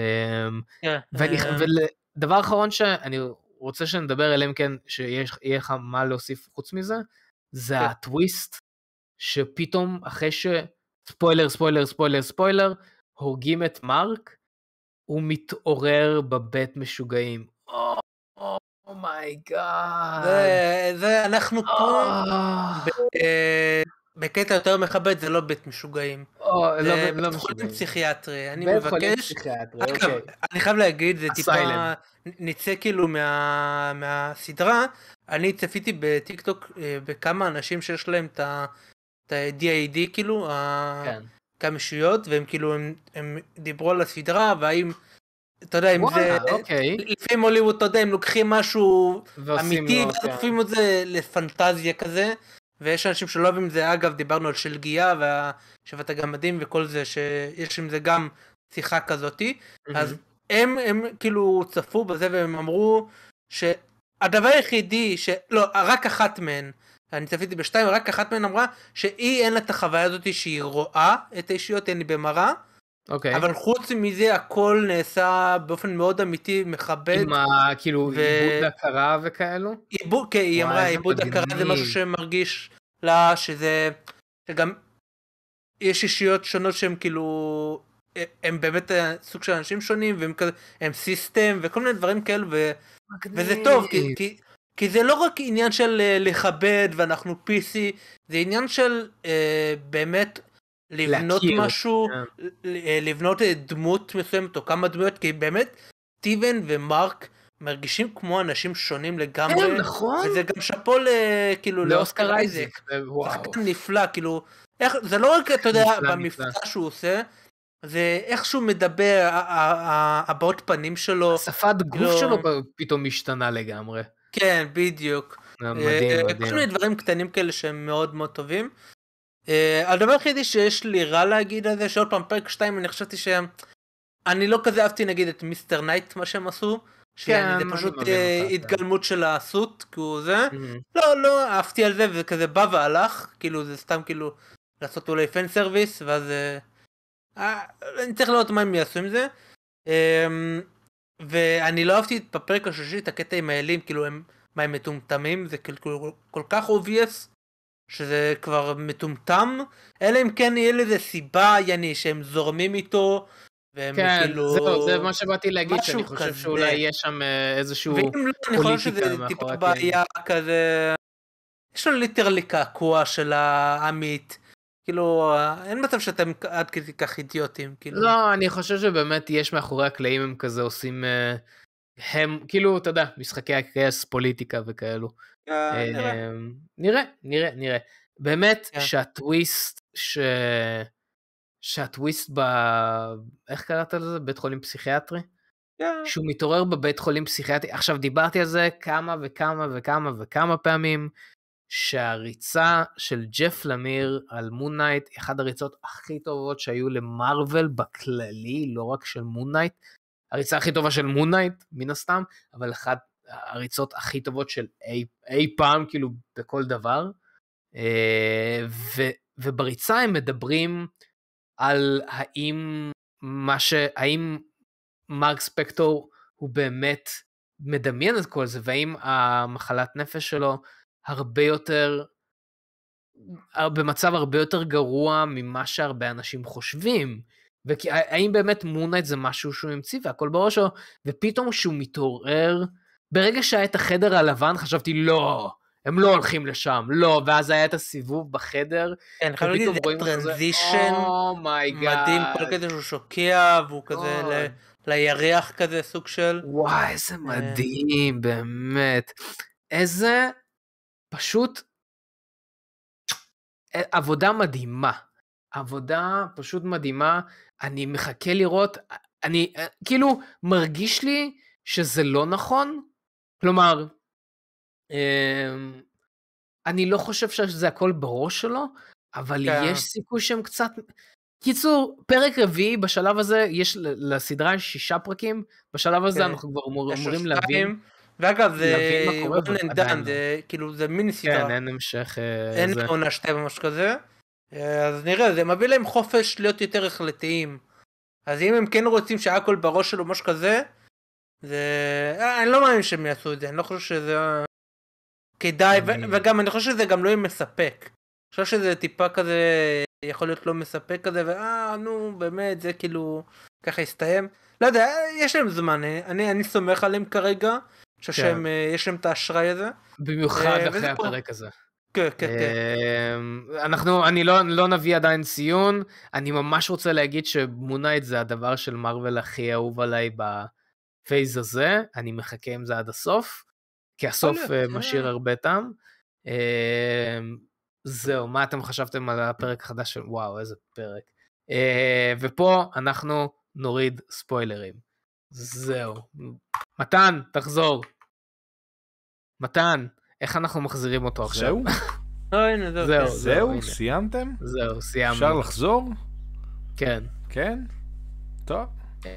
ודבר אחרון שאני רוצה שנדבר אליהם כן, שיהיה לך מה להוסיף חוץ מזה, זה הטוויסט, שפתאום אחרי ש... ספוילר, ספוילר, ספוילר, ספוילר, הורגים את מרק, הוא מתעורר בבית משוגעים. אומייגאד. זה אנחנו פה בקטע יותר מכבד, זה לא בית משוגעים. זה בית חולים פסיכיאטרי. אני מבקש, אני חייב להגיד, זה טיפה נצא כאילו מהסדרה, אני צפיתי בטיק טוק בכמה אנשים שיש להם את ה-די איי די כאילו, כמה אישיות, והם כאילו, הם דיברו על הסדרה, והאם, אתה יודע, אם זה, לפעמים הוליווד, אתה יודע, הם לוקחים משהו אמיתי, ועושים את זה לפנטזיה כזה, ויש אנשים שלא אוהבים זה, אגב, דיברנו על שלגיה, והשבט הגמדים וכל זה, שיש עם זה גם שיחה כזאתי, אז הם, הם כאילו צפו בזה, והם אמרו, שהדבר היחידי, לא, רק אחת מהן, אני צפיתי בשתיים, רק אחת מהן אמרה שהיא אין לה את החוויה הזאת שהיא רואה את האישיות, אין לי במראה, okay. אבל חוץ מזה הכל נעשה באופן מאוד אמיתי, מכבד. עם ה... כאילו ו... עיבוד הכרה וכאלו? עיבוד, כן, היא אמרה, עיבוד הכרה זה משהו שמרגיש לה, שזה, שגם יש אישיות שונות שהן כאילו, הם באמת סוג של אנשים שונים, והם כזה, הם סיסטם וכל מיני דברים כאלו, ו... וזה טוב, כי... כי... כי זה לא רק עניין של uh, לכבד ואנחנו פי סי, זה עניין של uh, באמת לבנות להכיר. משהו, yeah. לבנות דמות מסוימת או כמה דמויות, כי באמת סטיבן ומרק מרגישים כמו אנשים שונים לגמרי, כן, נכון. וזה גם שפו ל, כאילו, לאוסקר אייזק, זה נפלא, כאילו, איך, זה לא רק, אתה יודע, במבצע שהוא עושה, זה איך שהוא מדבר, הבעות פנים שלו, השפת גוף שלו פתאום משתנה לגמרי. כן, בדיוק. מדהים, מדהים. כל מיני דברים קטנים כאלה שהם מאוד מאוד טובים. הדבר היחידי שיש לי רע להגיד על זה, שעוד פעם פרק שתיים אני חשבתי שהם, אני לא כזה אהבתי נגיד את מיסטר נייט מה שהם עשו, זה פשוט התגלמות של הסוט, כאילו זה, לא, לא אהבתי על זה, וזה כזה בא והלך, כאילו זה סתם כאילו לעשות אולי פן סרוויס, ואז אני צריך לראות מה הם יעשו עם זה. ואני לא אהבתי בפרק השלישי את הקטע עם האלים, כאילו הם, מה הם מטומטמים, זה כאילו כל כך obvious, שזה כבר מטומטם, אלא אם כן יהיה לזה סיבה, יעני, שהם זורמים איתו, והם כן, כאילו... זהו, זה מה שבאתי להגיד, שאני חושב כזה. שאולי יש שם איזשהו פוליטיקה. ואם לא, אני חושב שזה טיפה בעיה כזה, יש לנו ליטרלי קעקוע של העמית, כאילו, אין מצב שאתם עד כדי כך אידיוטים, כאילו. לא, אני חושב שבאמת יש מאחורי הקלעים הם כזה עושים, הם, כאילו, אתה יודע, משחקי הקייס, פוליטיקה וכאלו. נראה, נראה, נראה. באמת שהטוויסט, שהטוויסט ב... איך קראת לזה? בית חולים פסיכיאטרי? שהוא מתעורר בבית חולים פסיכיאטרי. עכשיו דיברתי על זה כמה וכמה וכמה וכמה פעמים, שהריצה של ג'ף למיר על מון נייט, היא אחת הריצות הכי טובות שהיו למרוול בכללי, לא רק של מון נייט, הריצה הכי טובה של מון נייט, מן הסתם, אבל אחת הריצות הכי טובות של אי, אי פעם, כאילו בכל דבר, ו, ובריצה הם מדברים על האם מה ש... האם מרק ספקטור הוא באמת מדמיין את כל זה, והאם המחלת נפש שלו הרבה יותר, במצב הרבה יותר גרוע ממה שהרבה אנשים חושבים, והאם באמת מון נייט זה משהו שהוא המציא והכל בראש שלו, ופתאום שהוא מתעורר, ברגע שהיה את החדר הלבן חשבתי לא, הם לא הולכים לשם, לא, ואז היה את הסיבוב בחדר, כן, אני חייב להגיד, זה טרנזישן מדהים, כל כזה שהוא שוקע, והוא כזה לירח כזה, סוג של... וואי, איזה מדהים, באמת. איזה פשוט עבודה מדהימה. עבודה פשוט מדהימה. אני מחכה לראות, אני כאילו מרגיש לי שזה לא נכון, כלומר, אני לא חושב שזה הכל בראש שלו, אבל כן. יש סיכוי שהם קצת... קיצור, פרק רביעי בשלב הזה, יש לסדרה שישה פרקים, בשלב הזה כן. אנחנו כבר אמורים להבין. ואגב, זה one and done, זה כאילו, זה מיני סדרה. כן, אין המשך... אין עונה שתיים ממש כזה. אז נראה, זה מביא להם חופש להיות יותר החלטיים. אז אם הם כן רוצים שהכל בראש שלו משהו כזה, זה... אני לא מאמין שהם יעשו את זה, אני לא חושב שזה... כדאי, וגם אני חושב שזה גם לא יהיה מספק. אני חושב שזה טיפה כזה, יכול להיות לא מספק כזה, ואה, נו, באמת, זה כאילו, ככה יסתיים. לא יודע, יש להם זמן, אני, אני סומך עליהם כרגע, אני חושב שהם, יש להם את האשראי הזה. במיוחד אחרי הפרק הזה. כן, כן, כן. אנחנו, אני לא, לא נביא עדיין ציון, אני ממש רוצה להגיד שמון נייט זה הדבר של מרוול הכי אהוב עליי בפייז הזה, אני מחכה עם זה עד הסוף. כי הסוף משאיר הרבה טעם. זהו, מה אתם חשבתם על הפרק החדש של... וואו, איזה פרק. ופה אנחנו נוריד ספוילרים. זהו. מתן, תחזור. מתן, איך אנחנו מחזירים אותו עכשיו? זהו? זהו, זהו, סיימתם? זהו, סיימנו. אפשר לחזור? כן. כן? טוב.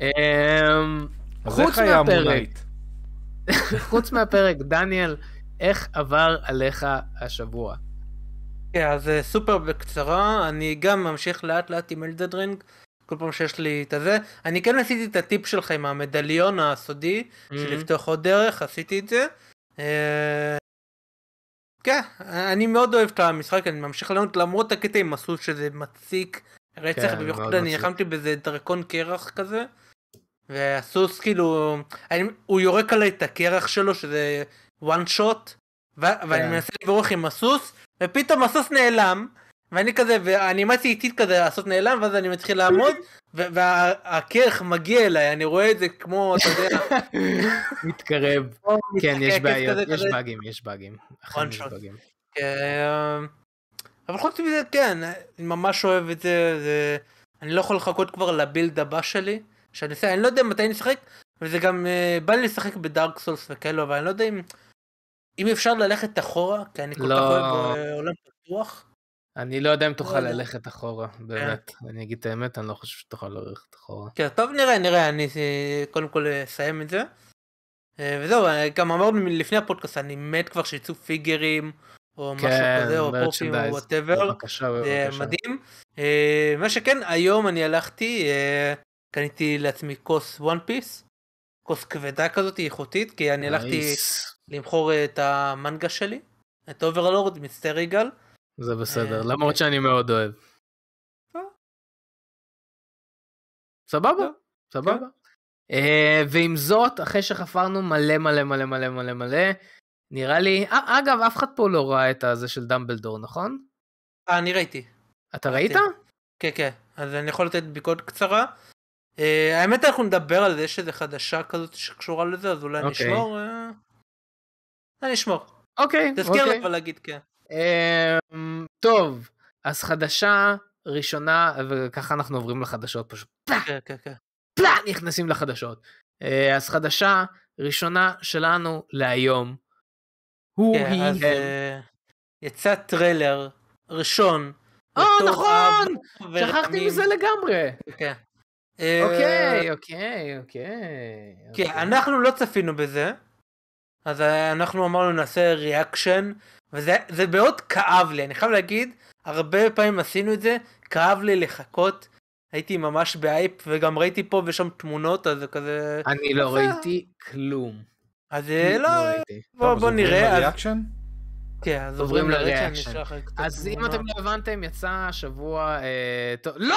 אז איך היה מון נייט? חוץ מהפרק, דניאל, איך עבר עליך השבוע? כן, אז סופר בקצרה, אני גם ממשיך לאט לאט עם אלדן רינג, כל פעם שיש לי את הזה. אני כן עשיתי את הטיפ שלך עם המדליון הסודי, של לפתוח עוד דרך, עשיתי את זה. כן, אני מאוד אוהב את המשחק, אני ממשיך לענות, למרות הקטע עם הסוס שזה מציק רצח, במיוחד אני נלחמתי בזה דרקון קרח כזה. והסוס כאילו, אני, הוא יורק עליי את הקרח שלו שזה one shot, ו- ואני מנסה לברוח עם הסוס, ופתאום הסוס נעלם, ואני כזה, והאנימציה איטית כזה, הסוס נעלם, ואז אני מתחיל לעמוד, ו- והקרח מגיע אליי, אני רואה את זה כמו, אתה יודע... מתקרב. כן, יש בעיות, יש באגים, יש באגים. one shot. אבל חוץ מזה, כן, אני ממש אוהב את זה, זה... אני לא יכול לחכות כבר לבילד הבא שלי, שאני עושה, אני לא יודע מתי נשחק, וזה גם uh, בא לי לשחק בדארק סולס וכאלו, אבל אני לא יודע אם, אם אפשר ללכת אחורה, כי אני כל לא. כך אוהב בעולם פתוח. אני לא יודע אם תוכל לא ללכת יודע. אחורה, באמת. כן. אני אגיד את האמת, אני לא חושב שתוכל ללכת אחורה. כן, טוב, נראה, נראה, אני קודם כל אסיים את זה. וזהו, גם אמרנו לפני הפודקאסט, אני מת כבר שיצאו פיגרים, או כן, משהו כזה, או פופים, או וואטאבר. בבקשה, זה בבקשה. מדהים. מה שכן, היום אני הלכתי... קניתי לעצמי כוס וואן פיס, כוס כבדה כזאת איכותית, כי אני הלכתי למכור את המנגה שלי, את אוברלורד מצטער יגאל. זה בסדר, למרות שאני מאוד אוהב. סבבה, סבבה. ועם זאת, אחרי שחפרנו מלא מלא מלא מלא מלא מלא, נראה לי, אגב, אף אחד פה לא ראה את הזה של דמבלדור, נכון? אה, אני ראיתי. אתה ראית? כן, כן, אז אני יכול לתת ביקורת קצרה. Uh, האמת אנחנו נדבר על זה, יש איזה חדשה כזאת שקשורה לזה, אז אולי okay. נשמור, uh... אני אשמור. אוקיי, okay, תזכיר okay. לך להגיד כן. Uh, טוב, אז חדשה ראשונה, וככה אנחנו עוברים לחדשות פשוט, פלא, כן, כן, כן. פלא, נכנסים לחדשות. אז חדשה ראשונה שלנו להיום. הוא כן, אז היא... אה, יצא טריילר ראשון. אה, לתור נכון! אב שכחתי ורחמים. מזה לגמרי. כן. אה, אוקיי, אוקיי, אוקיי. כן, אוקיי. אנחנו לא צפינו בזה. אז אה, אנחנו אמרנו נעשה ריאקשן. וזה זה מאוד כאב לי, אני חייב להגיד, הרבה פעמים עשינו את זה, כאב לי לחכות. הייתי ממש באייפ, וגם ראיתי פה ושם תמונות, אז זה כזה... אני לא ראיתי כלום. אז אה, לא, ראיתי. בוא בוא נראה. אז- ריאקשן? כן, אז עוברים עוברים לריאקשן. לריאקשן. נשלח רק את אז אם התמונות. אתם לא הבנתם, יצא השבוע... אה, טוב- לא!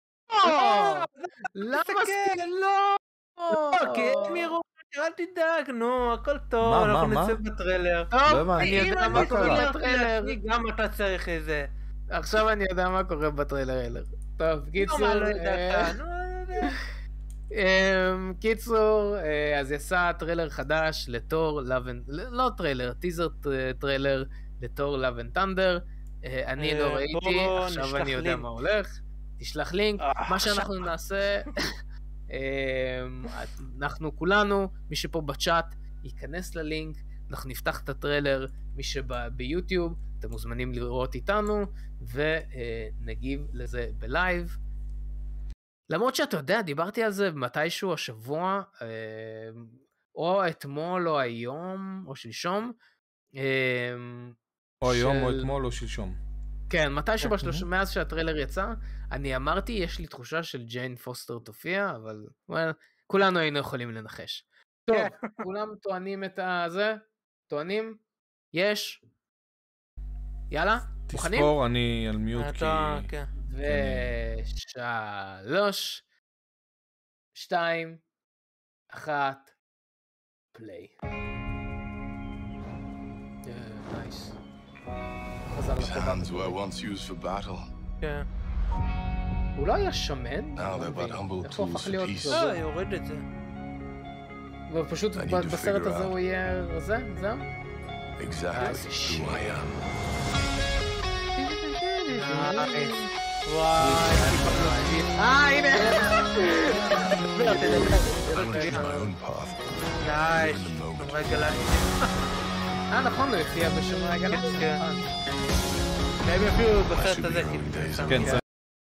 למה תסתכל. סטיק? לא! לא, כי הם יראו, אל תדאג, נו, הכל טוב, מה, אנחנו מה, נצא מה? בטריילר. לא טוב, הבנתי. אני יודע מה מה קורה קרה? בטריילר. גם אתה צריך איזה. עכשיו אני יודע מה קורה בטריילר. טוב, קיצור... לא, מה, לא אה, ידעת, נו, לא יודע. אמ, קיצור, אה, אז יצא טריילר חדש לתור לבן... לא טריילר, טיזר טריילר לתור לבן טנדר. אני אה, לא ראיתי, בוא עכשיו נשלח אני יודע לינק. מה הולך. תשלח לינק. אה, מה עכשיו. שאנחנו נעשה, אמ, אנחנו כולנו, מי שפה בצ'אט, ייכנס ללינק, אנחנו נפתח את הטריילר, מי שביוטיוב, אתם מוזמנים לראות איתנו, ונגיב לזה בלייב. למרות שאתה יודע, דיברתי על זה מתישהו השבוע, אה, או אתמול או היום, או שלשום. אה, או היום או של- אתמול או שלשום. כן, מתישהו כן. בשלוש... מאז שהטריילר יצא, אני אמרתי, יש לי תחושה של ג'יין פוסטר תופיע, אבל well, כולנו היינו יכולים לנחש. טוב, כולם טוענים את הזה? טוענים? יש? יאללה, מוכנים? תספור, אני על מיוט כי... אתה, כן. ושלוש, שתיים, אחת, פליי. נייס. חזר His לחובה. hands were once used for battle. כן. הוא לא היה שמן? Now לא they're but מבין. humble איך הוא tools הפך for להיות peace. כזה? לא, יורד את זה. ופשוט I need to בסרט figure הזה out. הוא יהיה... זה? זהו? Exactly Nice who I am. נייס. וואי. אה, הנה! I want to choose my own path. נייס. In the moment. שומרי גלקסיה. אה, נכון, הוא יופיע בשומרי הגלקסיה. כן. נכון. והם יביאו I בסרט should be הזה. going כאילו, days. שם. כן, כן. זה...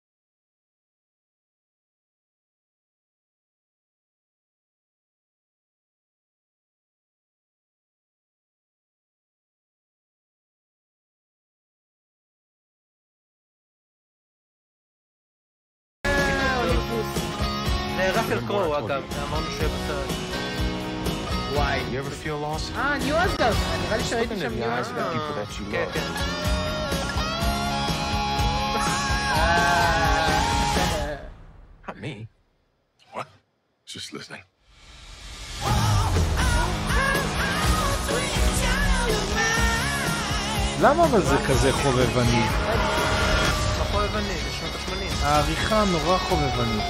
זה ראסל קרו אגב, אמרנו שיהיה בסרט. וואי. You ever feel lost? אה, ניו אסגרד. נראה לי שראיתי שם ניו eyes of אסגרד. people that you כן, love. כן. Not me. What? Just listening. למה אבל זה כזה חובבני? לא חובבני, זה שנות ה-שמונים. העריכה נורא חובבנית.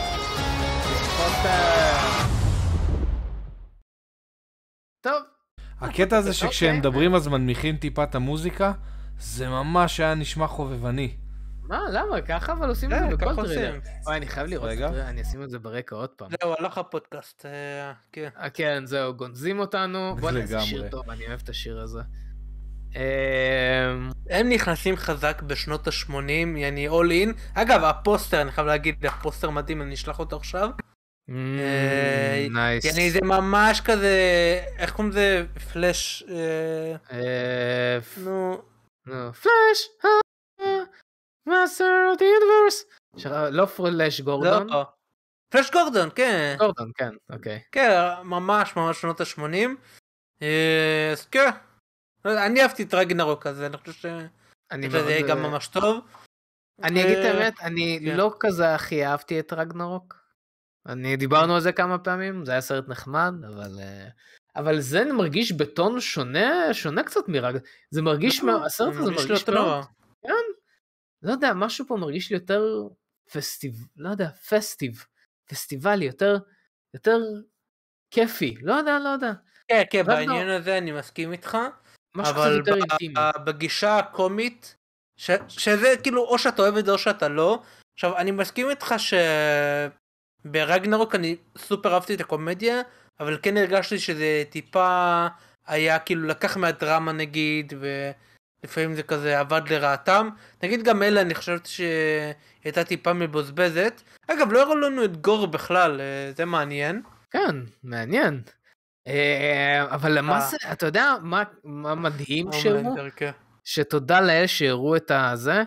טוב. הקטע הזה שכשהם אוקיי. מדברים אז מנמיכים טיפה את המוזיקה, זה ממש היה נשמע חובבני. מה, למה? ככה אבל עושים את כן, זה בכל ככה טריילר. עושים. וואי, אני חייב לראות את רגע. הטריילר, אני אשים את זה ברקע עוד פעם. זהו, הלך הפודקאסט. אה, כן. אה, כן, זהו, גונזים אותנו. בוא נעשה לגמרי. שיר טוב, אני אוהב את השיר הזה. אמ, הם נכנסים חזק בשנות ה-שמונים, יעני all in. אגב, הפוסטר, אני חייב להגיד, הפוסטר מדהים, אני אשלח אותו עכשיו. אה, נייס. יעני זה ממש כזה, איך קוראים לזה? פלאש, אה, אה, נו, נו, פלאש, מאסטר אוף דה יוניברס. לא פלאש גורדון. לא. פלאש גורדון, כן. גורדון, כן, אוקיי. כן, ממש ממש שנות ה-שמונים. אה, אז כן. אני אהבתי את רגנרוק הזה, אני חושב ש... אני זה יהיה מאוד- גם ממש טוב. אני אגיד את אה, האמת, אני כן. לא כזה הכי אהבתי את רגנרוק. אני דיברנו על זה כמה פעמים, זה היה סרט נחמד, אבל אה, אבל זה מרגיש בטון שונה, שונה קצת מרג... זה מרגיש, מה- הסרט הזה מרגיש מרגיש לא יותר מאוד, נורא. לא יודע, משהו פה מרגיש לי יותר פסטיב, לא יודע, פסטיב, פסטיבלי, יותר, יותר כיפי, לא יודע, לא יודע. כן, כן, רגנרוק. בעניין הזה אני מסכים איתך. משהו קצת אבל יותר ב- אינטימי. בגישה הקומית, ש- שזה כאילו או שאתה אוהב את זה או שאתה לא. עכשיו אני מסכים איתך שברגנרוק אני סופר אהבתי את הקומדיה, אבל כן הרגשתי שזה טיפה היה כאילו לקח מהדרמה נגיד, ולפעמים זה כזה עבד לרעתם. נגיד גם אלה אני חושבת שהייתה טיפה מבוזבזת. אגב, לא הראו לנו את גור בכלל, זה מעניין. כן, מעניין. אבל מה זה, אתה יודע מה מדהים שהראו? שתודה לאל שהראו את הזה,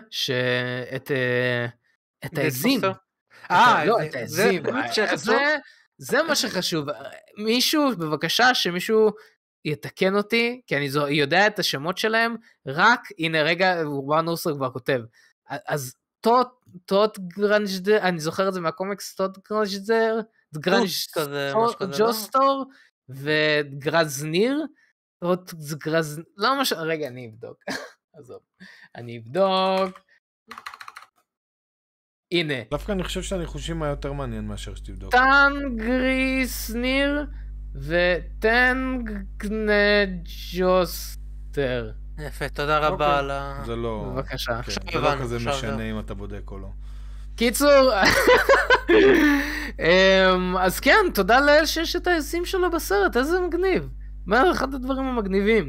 את העזים. אה, לא, את העזים. זה מה שחשוב. מישהו, בבקשה, שמישהו יתקן אותי, כי אני יודע את השמות שלהם, רק, הנה רגע, רובן נוסר כבר כותב. אז טוט גרנג'דר, אני זוכר את זה מהקומיקס, טוט גרנג'דר, ג'וסטור, וגרזניר, טוט גרזניר, לא משהו, רגע, אני אבדוק. עזוב, אני אבדוק. הנה. דווקא אני חושב שהניחושים היה יותר מעניין מאשר שתבדוק. טנגריסניר וטנגנג'וסטר. יפה, תודה רבה על ה... זה לא... בבקשה. זה לא כזה משנה אם אתה בודק או לא. קיצור, אז כן, תודה לאל שיש את העזים שלו בסרט, איזה מגניב. מה אחד הדברים המגניבים?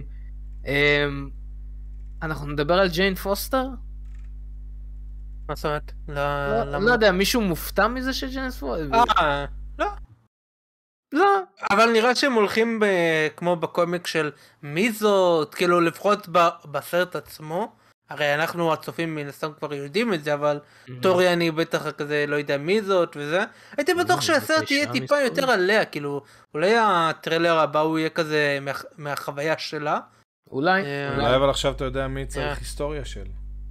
אנחנו נדבר על ג'יין פוסטר? מה זאת אומרת? לא יודע, מישהו מופתע מזה של ג'יין פוסטר? אה, לא. לא. אבל נראה שהם הולכים כמו בקומיק של מי זאת, כאילו לפחות בסרט עצמו, הרי אנחנו הצופים מן הסתם כבר יודעים את זה, אבל טורי אני בטח כזה לא יודע מי זאת וזה, הייתי בטוח שהסרט יהיה טיפה יותר עליה, כאילו אולי הטריילר הבא הוא יהיה כזה מהחוויה שלה. אולי. אולי אבל עכשיו אתה יודע מי צריך היסטוריה של.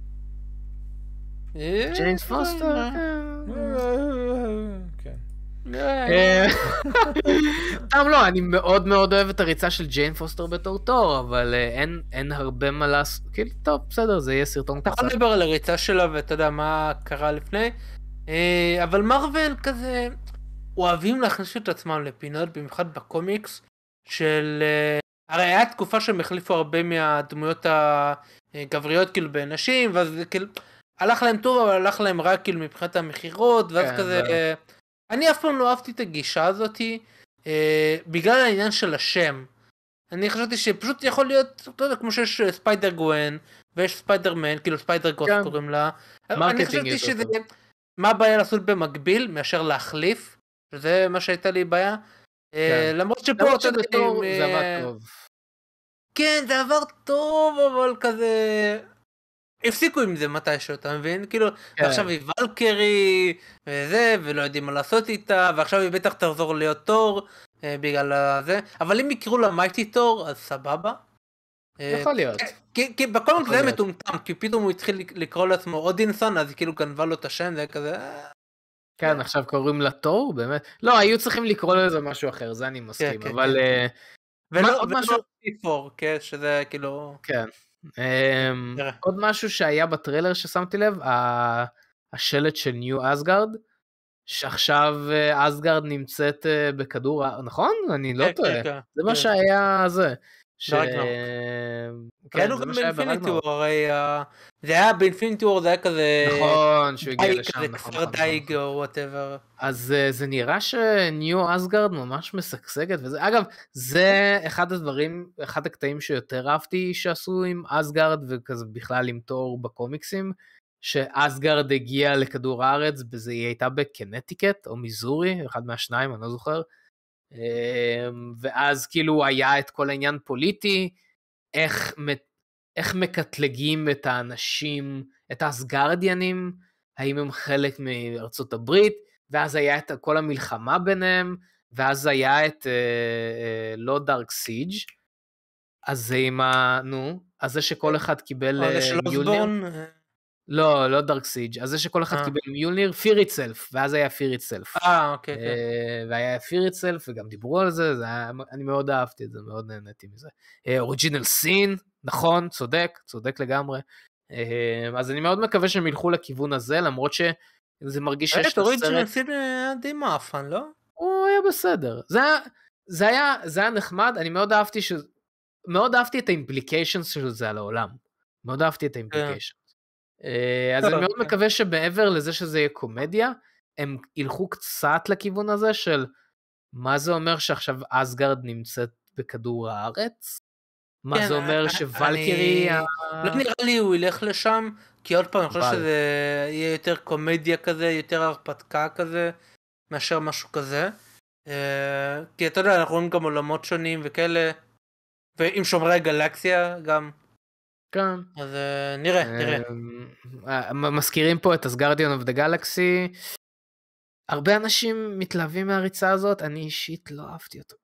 ג'יין פוסטר. כן. טוב לא, אני מאוד מאוד אוהב את הריצה של ג'יין פוסטר בתור תור, אבל אין הרבה מה לעשות, כאילו טוב בסדר, זה יהיה סרטון קצר. אתה יכול לדבר על הריצה שלה ואתה יודע מה קרה לפני, אבל מרוול כזה אוהבים להכניס את עצמם לפינות, במיוחד בקומיקס של, הרי היה תקופה שהם החליפו הרבה מהדמויות הגבריות כאילו בנשים, ואז כאילו הלך להם טוב אבל הלך להם רק כאילו מבחינת המחירות, ואז כזה אני אף פעם לא אהבתי את הגישה הזאת, אה, בגלל העניין של השם. אני חשבתי שפשוט יכול להיות, אתה יודע, כמו שיש ספיידר גוון, ויש ספיידר מן, כאילו ספיידר גוס קוראים לה. אני חשבתי שזה, מה הבעיה לעשות במקביל, מאשר להחליף, שזה מה שהייתה לי בעיה. אה, למרות שפה, למרות שבתור זה עבד טוב. כן, זה עבר טוב, אבל כזה... הפסיקו עם זה מתישהו, אתה מבין? כאילו, עכשיו היא ולקרי וזה, ולא יודעים מה לעשות איתה, ועכשיו היא בטח תחזור להיות תור בגלל זה, אבל אם יקראו לה מייטי תור, אז סבבה. יכול להיות. כי בקומיקס זה מטומטם, כי פתאום הוא התחיל לקרוא לעצמו אודינסון, אז כאילו גנבה לו את השם, זה כזה... כן, עכשיו קוראים לה תור, באמת? לא, היו צריכים לקרוא לזה משהו אחר, זה אני מסכים, אבל... ולא סיפור, שזה כאילו... כן. עוד משהו שהיה בטריילר ששמתי לב, השלט של ניו אסגרד, שעכשיו אסגרד נמצאת בכדור, נכון? אני לא טועה. זה מה שהיה זה. ראינו גם באינפיניטי וור, הרי זה היה באינפיניטי וור, זה היה כזה... נכון, שהוא הגיע לשם. כזה כפר דייג או whatever. אז זה נראה שניו אסגרד ממש משגשגת, וזה, אגב, זה אחד הדברים, אחד הקטעים שיותר אהבתי שעשו עם אסגרד, וכזה בכלל עם תור בקומיקסים, שאסגרד הגיע לכדור הארץ, וזה היא הייתה בקנטיקט, או מיזורי, אחד מהשניים, אני לא זוכר, ואז כאילו היה את כל העניין פוליטי, איך, איך מקטלגים את האנשים, את האסגרדיאנים, האם הם חלק מארצות הברית, ואז היה את כל המלחמה ביניהם, ואז היה את, אה, אה, לא דארק סיג', אז זה עם ה... נו, אז זה שכל אחד קיבל מיולניר. לא, לא דארק סיג', אז זה שכל אחד קיבל מיולניר, פיר איטסלף, ואז היה פיר איטסלף. אה, אוקיי. והיה פיר איטסלף, וגם דיברו על זה, אני מאוד אהבתי את זה, מאוד נהניתי מזה. אוריג'ינל סין, נכון, צודק, צודק לגמרי. אז אני מאוד מקווה שהם ילכו לכיוון הזה, למרות שזה מרגיש שיש את הסרט... אוריג'ינל סין היה די מאפן, לא? הוא היה בסדר. זה היה נחמד, אני מאוד אהבתי ש... מאוד אהבתי את האימפליקיישנס של זה על העולם. מאוד אהבתי את האימפליקיישנס. אז אני מאוד מקווה שמעבר לזה שזה יהיה קומדיה, הם ילכו קצת לכיוון הזה של מה זה אומר שעכשיו אסגרד נמצאת בכדור הארץ? מה כן, זה אומר אני- שוולקרי... אני- לא נראה לי הוא ילך לשם, כי עוד פעם אני חושב אבל. שזה יהיה יותר קומדיה כזה, יותר הרפתקה כזה, מאשר משהו כזה. אה, כי אתה יודע, אנחנו רואים גם עולמות שונים וכאלה, ועם שומרי הגלקסיה גם, כן. אז אה, נראה, נראה. אה, מ- מזכירים פה את אסגרדיון אוף דה גלקסי. הרבה אנשים מתלהבים מהריצה הזאת, אני אישית לא אהבתי אותו.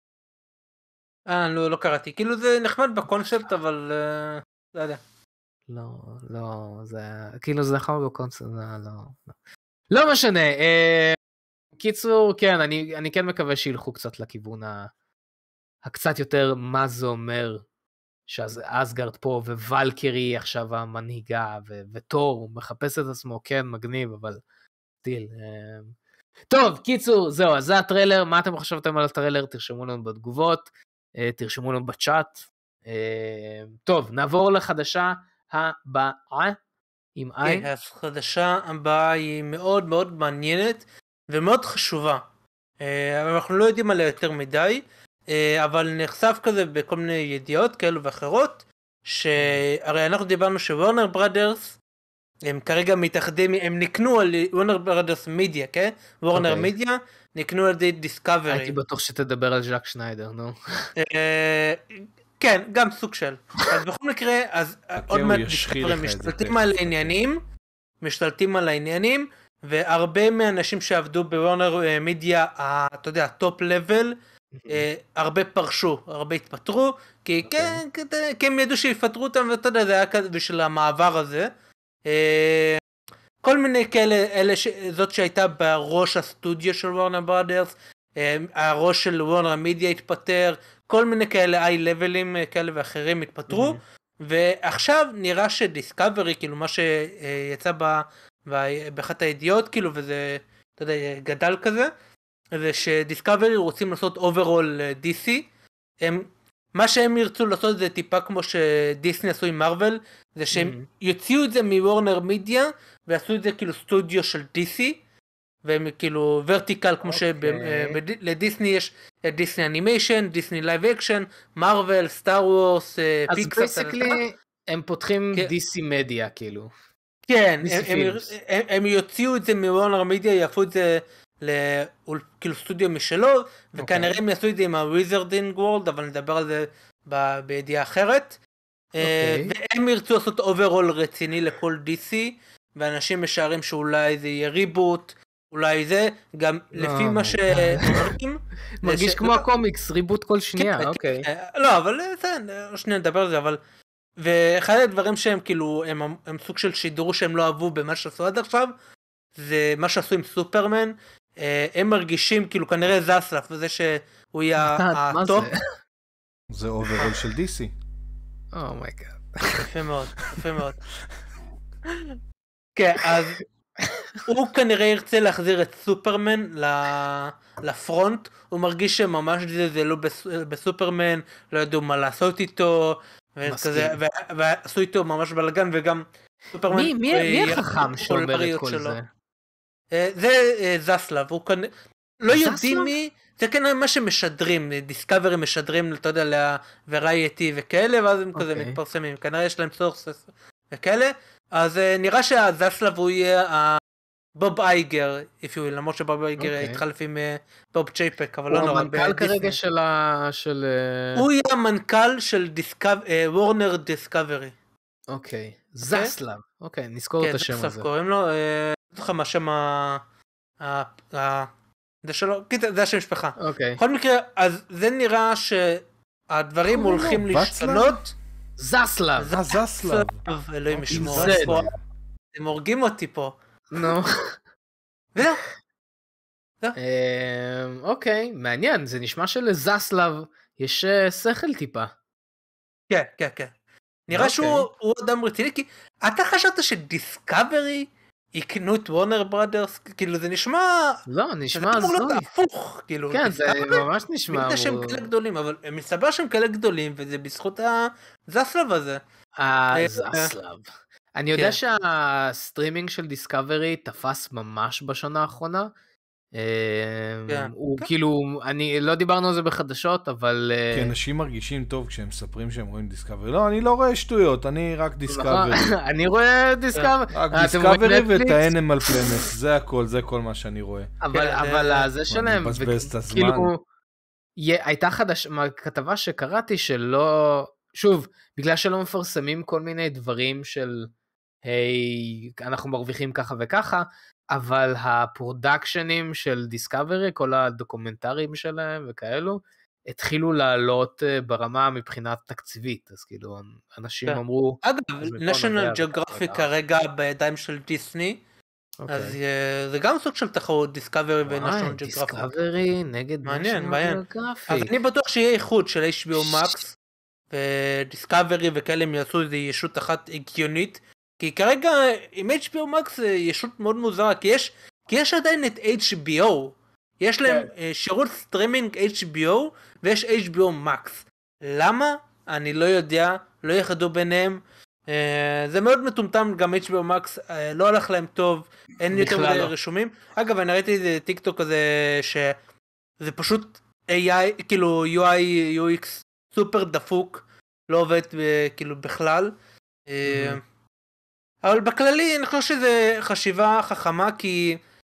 אה, לא, לא קראתי, כאילו זה נחמד בקונספט, אבל אה, לא יודע. לא, לא, זה, כאילו זה נכון בקונספט, זה לא, לא. לא משנה, אה, קיצור, כן, אני, אני כן מקווה שילכו קצת לכיוון ה, הקצת יותר מה זה אומר, שאז אסגרד פה, ווולקרי עכשיו המנהיגה, ו, וטור, הוא מחפש את עצמו, כן, מגניב, אבל טיל. אה... טוב, קיצור, זהו, אז זה הטריילר, מה אתם חשבתם על הטריילר? תרשמו לנו בתגובות, אה, תרשמו לנו בצ'אט. אה, טוב, נעבור לחדשה הבאה, עם עין. כן, החדשה הבאה היא מאוד מאוד מעניינת ומאוד חשובה. אה, אבל אנחנו לא יודעים עליה יותר מדי, אה, אבל נחשף כזה בכל מיני ידיעות כאלו ואחרות, שהרי אנחנו דיברנו שוורנר בראדרס, הם כרגע מתאחדים, הם נקנו על וורנר בראדרס מידיה, כן? וורנר אוקיי. מידיה, נקנו על ידי דיסקאברי. הייתי בטוח שתדבר על ז'אק שניידר, נו. אה, כן, גם סוג של. אז בכל מקרה, אז עוד הוא מעט ישחיל דיסקאברי לך את זה משתלטים תכף. על העניינים, משתלטים על העניינים, והרבה מהאנשים שעבדו בוורנר מידיה, אתה יודע, טופ לבל, הרבה פרשו, הרבה התפטרו, כי כן, כדי- כי הם ידעו שיפטרו אותם, ואתה יודע, זה היה כזה בשביל המעבר הזה. אה, כל מיני כאלה, אלה ש... זאת שהייתה בראש הסטודיו של וורנר ברודרס, הראש של וורנר מידיה התפטר, כל מיני כאלה איי-לבלים כאלה ואחרים התפטרו, ועכשיו נראה שדיסקאברי, כאילו מה שיצא ב... באחת הידיעות, כאילו, וזה, אתה יודע, גדל כזה, זה שדיסקאברי רוצים לעשות אוברול די סי, הם, מה שהם ירצו לעשות זה טיפה כמו שדיסני עשו עם מרוול, זה שהם יוציאו את זה מוורנר מידיה, ועשו את זה כאילו סטודיו של די סי, והם כאילו ורטיקל כמו שלדיסני יש דיסני אנימיישן, דיסני לייב אקשן, מרוול, סטאר וורס, אז פיקסאר. בייסקלי הם פותחים כן. די סי מדיה, כאילו. כן, דיסני הם, הם, פילמס. הם, הם יוציאו את זה מוורנר מידיה, יעפו את זה כאילו סטודיו משלו, וכנראה הם יעשו את זה עם הוויזרדינג וורלד, אבל נדבר על זה ב- בידיעה אחרת. אוקיי. והם ירצו לעשות אוברול רציני לכל די סי, ואנשים משערים שאולי זה יהיה ריבוט, אולי זה, גם לפי מה שאומרים. מרגיש כמו הקומיקס, ריבוט כל שנייה, אוקיי. לא, אבל זה, שנייה נדבר על זה, אבל... ואחד הדברים שהם כאילו, הם, הם סוג של שידור שהם לא אהבו במה שעשו עד עכשיו, זה מה שעשו עם סופרמן, הם מרגישים כאילו כנראה זסלף, וזה שהוא יהיה הטופ. זה אוברול של די סי. אומייגאד. יפה מאוד, יפה מאוד. כן, אז הוא כנראה ירצה להחזיר את סופרמן לפרונט, הוא מרגיש שממש זה, זה לא בסופרמן, לא ידעו מה לעשות איתו, וכזה, ועשו איתו ממש בלגן, וגם סופרמן... מי, מי, מי החכם שאומר את כל זה? זה זסלב, הוא כנראה... לא יודעים מי, זה כנראה מה שמשדרים, דיסקאברי משדרים, אתה יודע, לוורייטי וכאלה, ואז הם כזה מתפרסמים, כנראה יש להם סורס וכאלה, אז נראה שהזסלב הוא יהיה בוב אייגר, למרות שבוב אייגר התחלף עם בוב צ'ייפק, אבל לא נורא. הוא המנכ"ל כרגע של... הוא יהיה המנכ"ל של וורנר דיסקאברי. אוקיי, זסלב, אוקיי, נזכור את השם הזה. קוראים לו, לא זוכר מה השם ה... זה שלו, זה השם משפחה. אוקיי. בכל מקרה, אז זה נראה שהדברים הולכים להשתנות. זסלב. זסלב. אלוהים ישמור. הם הורגים אותי פה. נו. וזהו. אוקיי, מעניין, זה נשמע שלזסלב יש שכל טיפה. כן, כן, כן. נראה שהוא אדם רציני, כי אתה חשבת שדיסקאברי יקנו את וורנר ברודרס, כאילו זה נשמע... לא, נשמע הזוי. זה אמור להיות הפוך, כאילו. כן, זה ממש נשמע... בגלל שהם כאלה גדולים, אבל הם מסתבר שהם כאלה גדולים, וזה בזכות הזסלב הזה. הזסלב. אני יודע שהסטרימינג של דיסקאברי תפס ממש בשנה האחרונה, הוא כאילו, אני לא דיברנו על זה בחדשות, אבל... כי אנשים מרגישים טוב כשהם מספרים שהם רואים דיסקאברי. לא, אני לא רואה שטויות, אני רק דיסקאברי. אני רואה דיסקאברי. רק דיסקאברי ואת האנימל פלנט, זה הכל, זה כל מה שאני רואה. אבל זה שלהם, כאילו, הייתה כתבה שקראתי שלא, שוב, בגלל שלא מפרסמים כל מיני דברים של, היי, אנחנו מרוויחים ככה וככה, אבל הפרודקשנים של דיסקאברי, כל הדוקומנטרים שלהם וכאלו, התחילו לעלות ברמה מבחינת תקציבית, אז כאילו, אנשים אמרו... אגב, National Geographic כרגע בידיים של דיסני, אז זה גם סוג של תחרות דיסקאברי ו-National Geographic. דיסקאברי נגד National Geographic. אז אני בטוח שיהיה איחוד של אייץ' בי או Max, ודיסקאברי וכאלה הם יעשו איזו ישות אחת הגיונית, כי כרגע עם אייץ' בי או Max זה ישות מאוד מוזרה, כי יש, כי יש עדיין את אייץ' בי או, יש להם yeah. שירות סטרימינג אייץ' בי או ויש אייץ' בי או Max. למה? אני לא יודע, לא יחדו ביניהם. זה מאוד מטומטם, גם אייץ' בי או Max לא הלך להם טוב, אין יותר מדי לא. רשומים. אגב, אני ראיתי איזה טיק טוק כזה, שזה פשוט איי איי, כאילו יו איי יו אקס סופר דפוק, לא עובד כאילו בכלל. Mm-hmm. אבל בכללי אני חושב שזה חשיבה חכמה, כי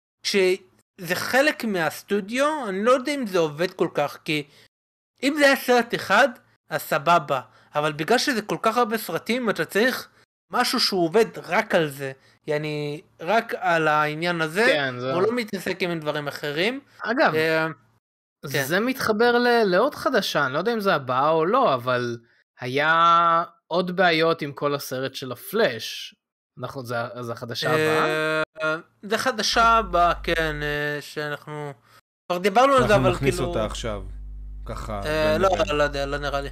כשזה חלק מהסטודיו, אני לא יודע אם זה עובד כל כך, כי אם זה היה סרט אחד, אז סבבה, אבל בגלל שזה כל כך הרבה סרטים, אתה צריך משהו שהוא עובד רק על זה, יעני, רק על העניין הזה, כן, הוא לא מתעסק עם דברים אחרים. אגב, uh, כן. זה מתחבר ל- לעוד חדשה, אני לא יודע אם זה הבאה או לא, אבל היה עוד בעיות עם כל הסרט של הפלאש, אנחנו, זה, זה החדשה הבאה? זה חדשה הבאה, כן, שאנחנו... כבר דיברנו על זה, אבל כאילו... אנחנו נכניס אותה עכשיו, ככה... לא, לא יודע, לא נראה לי.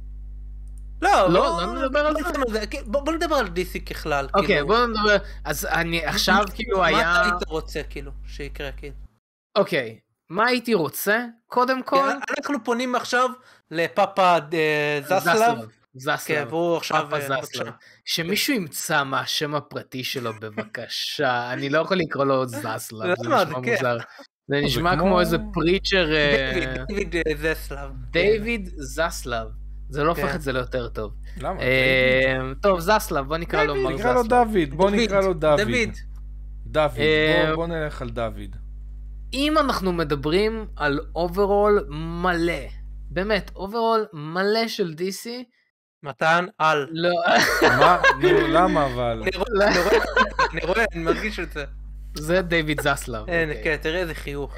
לא, לא נדבר על זה. בוא נדבר על די סי ככלל. אוקיי, בוא נדבר... אז אני עכשיו כאילו היה... מה היית רוצה, כאילו, שיקרה, כאילו? אוקיי, מה הייתי רוצה? קודם כל... אנחנו פונים עכשיו לפאפה זסלב. זסלב, פאפה זסלב, שמישהו ימצא מה השם הפרטי שלו בבקשה, אני לא יכול לקרוא לו זסלב, זה נשמע מוזר, זה נשמע כמו איזה פריצ'ר, דיוויד זסלב, דיוויד זסלב, זה לא הופך את זה ליותר טוב. למה? טוב, זסלב, בוא נקרא לו מר זסלב. נקרא לו דוד, בוא נקרא לו דוד. דוד, בוא נלך על דוד. אם אנחנו מדברים על אוברול מלא, באמת, אוברול מלא של די סי, מתן על. לא. מה? למה אבל? אני רואה, אני מרגיש את זה. זה דיוויד זסלב. כן, תראה איזה חיוך.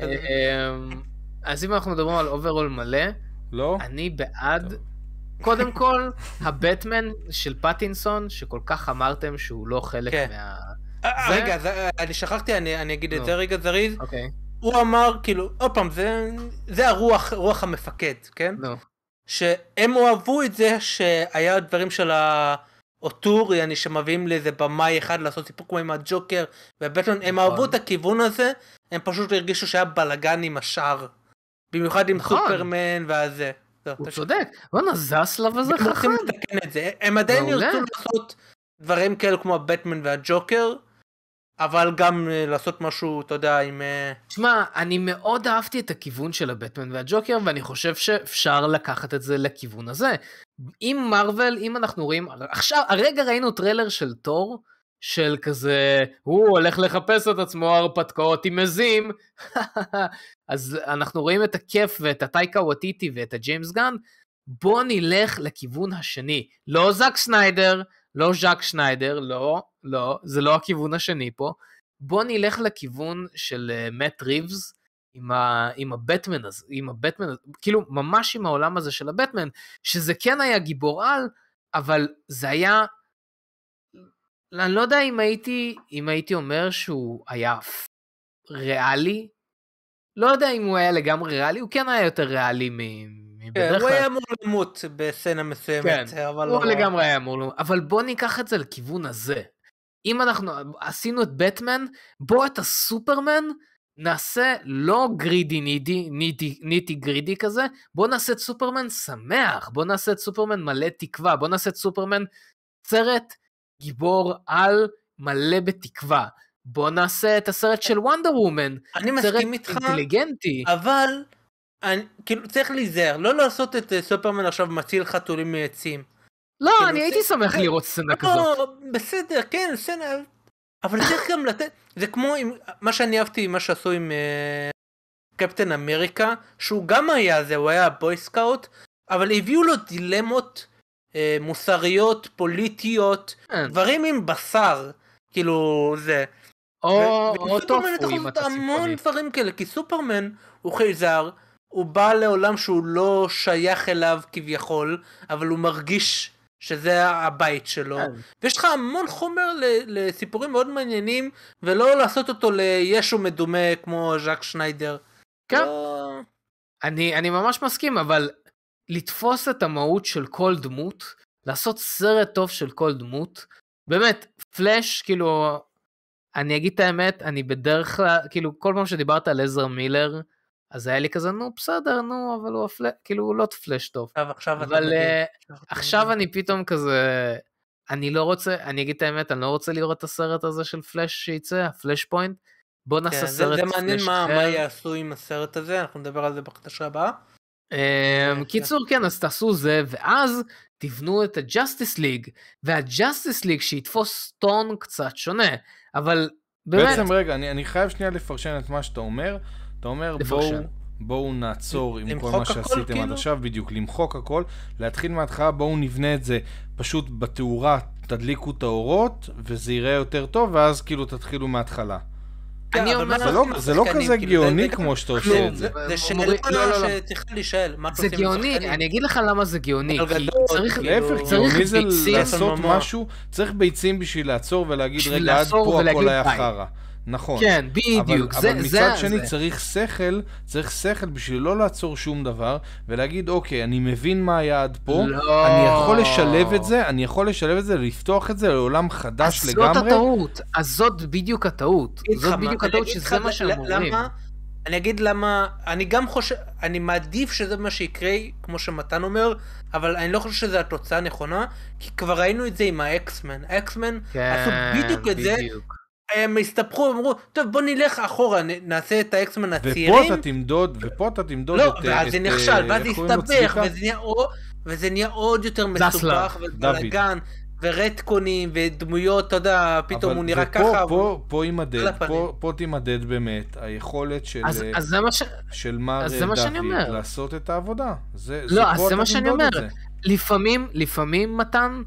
אז אם אנחנו מדברים על אוברול מלא, לא? אני בעד, קודם כל, הבטמן של פטינסון, שכל כך אמרתם שהוא לא חלק מה... רגע, אני שכחתי, אני אגיד את זה רגע זריז. הוא אמר, כאילו, עוד פעם, זה הרוח, רוח המפקד, כן? לא. שהם אוהבו את זה שהיה דברים של האוטור, יעני שמביאים לאיזה במאי אחד לעשות סיפור כמו עם הג'וקר ובטמן, הם אהבו את הכיוון הזה, הם פשוט הרגישו שהיה בלגן עם השאר, במיוחד עם סופרמן והזה. הוא צודק, בוא'נה, זסלב הזה חכם. הם רוצים לתקן את זה, הם עדיין ירצו לעשות דברים כאלה כמו הבטמן והג'וקר, אבל גם לעשות משהו, אתה יודע, עם... תשמע, אני מאוד אהבתי את הכיוון של הבטמן והג'וקר, ואני חושב שאפשר לקחת את זה לכיוון הזה. עם מרוול, אם אנחנו רואים... עכשיו, הרגע ראינו טריילר של תור, של כזה, הוא הולך לחפש את עצמו הרפתקאות עם מזים, אז אנחנו רואים את הכיף ואת הטייקה וטיטי ואת הג'יימס גן, בוא נלך לכיוון השני. לא זאק סניידר, לא ז'אק שניידר, לא, לא, זה לא הכיוון השני פה. בוא נלך לכיוון של מאט ריבס, עם, ה, עם הבטמן הזה, עם הבטמן, כאילו ממש עם העולם הזה של הבטמן, שזה כן היה גיבור על, אבל זה היה, אני לא יודע אם הייתי, אם הייתי אומר שהוא היה ריאלי, לא יודע אם הוא היה לגמרי ריאלי, הוא כן היה יותר ריאלי מ... כן, הוא היה אמור למות בסצנה מסוימת, אבל הוא לגמרי היה אמור למות, אבל בוא ניקח את זה לכיוון הזה. אם אנחנו עשינו את בטמן, בוא את הסופרמן נעשה לא גרידי נידי, נידי, ניטי גרידי כזה, בוא נעשה את סופרמן שמח, בוא נעשה את סופרמן מלא תקווה, בוא נעשה את סופרמן סרט גיבור על מלא בתקווה. בוא נעשה את הסרט של וונדר וומן. אני מסכים איתך, אינטליגנטי. אבל אני, כאילו צריך להיזהר, לא לעשות את סופרמן עכשיו מציל חתולים מעצים. לא, אני הייתי שמח לראות סצנה כזאת. בסדר, כן, סצנה, אבל צריך גם לתת, זה כמו מה שאני אהבתי, מה שעשו עם קפטן אמריקה, שהוא גם היה זה, הוא היה בוי סקאוט, אבל הביאו לו דילמות מוסריות, פוליטיות, דברים עם בשר, כאילו זה. או טופו אם אתה סיפורים. המון דברים כאלה, כי סופרמן הוא חייזר, הוא בא לעולם שהוא לא שייך אליו כביכול, אבל הוא מרגיש שזה הבית שלו. ויש לך המון חומר לסיפורים מאוד מעניינים, ולא לעשות אותו לישו מדומה כמו ז'אק שניידר. כן. אני, אני ממש מסכים, אבל לתפוס את המהות של כל דמות, לעשות סרט טוב של כל דמות, באמת, פלאש, כאילו, אני אגיד את האמת, אני בדרך כלל, כאילו, כל פעם שדיברת על עזר מילר, אז היה לי כזה, נו, בסדר, נו, אבל הוא הפלאש, כאילו, הוא לא פלאש טוב. עכשיו, אבל uh, עכשיו אני פתאום כזה, אני לא רוצה, אני אגיד את האמת, אני לא רוצה לראות את הסרט הזה של פלאש שייצא, הפלאש פוינט, בוא נעשה כן, סרט פלאש אחר. זה מעניין מה, מה יעשו עם הסרט הזה, אנחנו נדבר על זה בחדשה הבאה. Um, קיצור, כן, אז תעשו זה, ואז תבנו את ה-Justice League, וה-Justice League שיתפוס טון קצת שונה, אבל באמת... בעצם רגע, אני, אני חייב שנייה לפרשן את מה שאתה אומר, אתה אומר בואו, בואו נעצור עם כל מה שעשיתם כאילו? עד עכשיו, בדיוק, למחוק הכל, להתחיל מההתחלה, בואו נבנה את זה פשוט בתאורה, תדליקו את האורות, וזה יראה יותר טוב, ואז כאילו תתחילו מההתחלה. אני אומר, זה לא כזה גאוני כמו שאתה עושה את זה. זה שאלה שצריך להישאל. זה גאוני, אני אגיד לך למה זה גאוני. להפך, גאוני זה לעשות משהו, צריך ביצים בשביל לעצור ולהגיד רגע עד פה הכל היה חרא. נכון. כן, בדיוק. אבל מצד שני צריך שכל, צריך שכל בשביל לא לעצור שום דבר, ולהגיד אוקיי, אני מבין מה היה עד פה, אני יכול לשלב את זה, אני יכול לשלב את זה, לפתוח את זה לעולם חדש לגמרי. אז זאת הטעות, אז זאת בדיוק הטעות. זאת בדיוק הטעות שזה מה שהם אומרים. אני אגיד למה, אני גם חושב, אני מעדיף שזה מה שיקרה, כמו שמתן אומר, אבל אני לא חושב שזה התוצאה הנכונה, כי כבר ראינו את זה עם האקסמן. האקסמן עשו בדיוק את זה, הם הסתפחו, אמרו, טוב בוא נלך אחורה, נעשה את האקסמן הצעירים. ופה אתה תמדוד, ופה אתה תמדוד לא, את... לא, ואז זה נכשל, ואז זה הסתבך, וזה נהיה עוד יותר מסובך, ובלגן, ורטקונים, ודמויות, אתה יודע, פתאום הוא נראה ככה. פה יימדד, פה תימדד באמת, היכולת של מר דוד לעשות את העבודה. לא, אז זה מה שאני אומר. לפעמים, לפעמים מתן,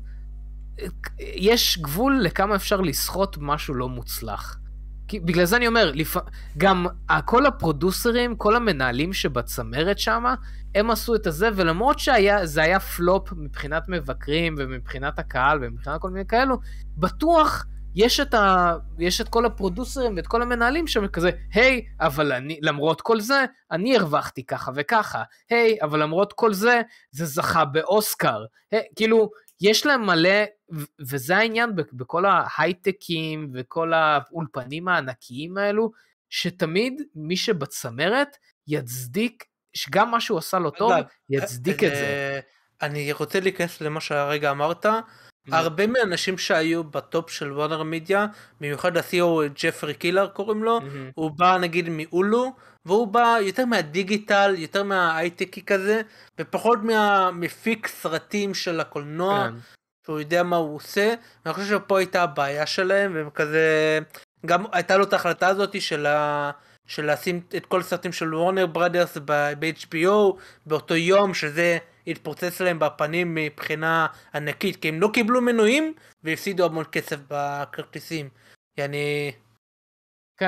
יש גבול לכמה אפשר לסחוט משהו לא מוצלח. כי בגלל זה אני אומר, לפ... גם כל הפרודוסרים, כל המנהלים שבצמרת שם, הם עשו את הזה, ולמרות שזה היה פלופ מבחינת מבקרים, ומבחינת הקהל, ומבחינת כל מיני כאלו, בטוח יש את, ה... יש את כל הפרודוסרים ואת כל המנהלים שם כזה, היי, אבל אני, למרות כל זה, אני הרווחתי ככה וככה, היי, אבל למרות כל זה, זה זכה באוסקר. היי, כאילו, יש להם מלא, וזה העניין בכל ההייטקים וכל האולפנים הענקיים האלו, שתמיד מי שבצמרת יצדיק, שגם מה שהוא עשה לו טוב, יצדיק את זה. אני רוצה להיכנס למה שהרגע אמרת, הרבה מהאנשים שהיו בטופ של וורנר מדיה, במיוחד ה-סי או ג'פרי קילר קוראים לו, הוא בא נגיד מאולו, והוא בא יותר מהדיגיטל, יותר מההייטקי כזה, ופחות מהמפיק סרטים של הקולנוע, שהוא יודע מה הוא עושה, ואני חושב שפה הייתה הבעיה שלהם, והם כזה, גם הייתה לו את ההחלטה הזאת של ה... של לשים את כל הסרטים של וורנר ברדרס ב-אייץ' בי או, באותו יום שזה התפוצץ להם בפנים מבחינה ענקית, כי הם לא קיבלו מנויים, והפסידו המון כסף בכרטיסים. יעני... כן.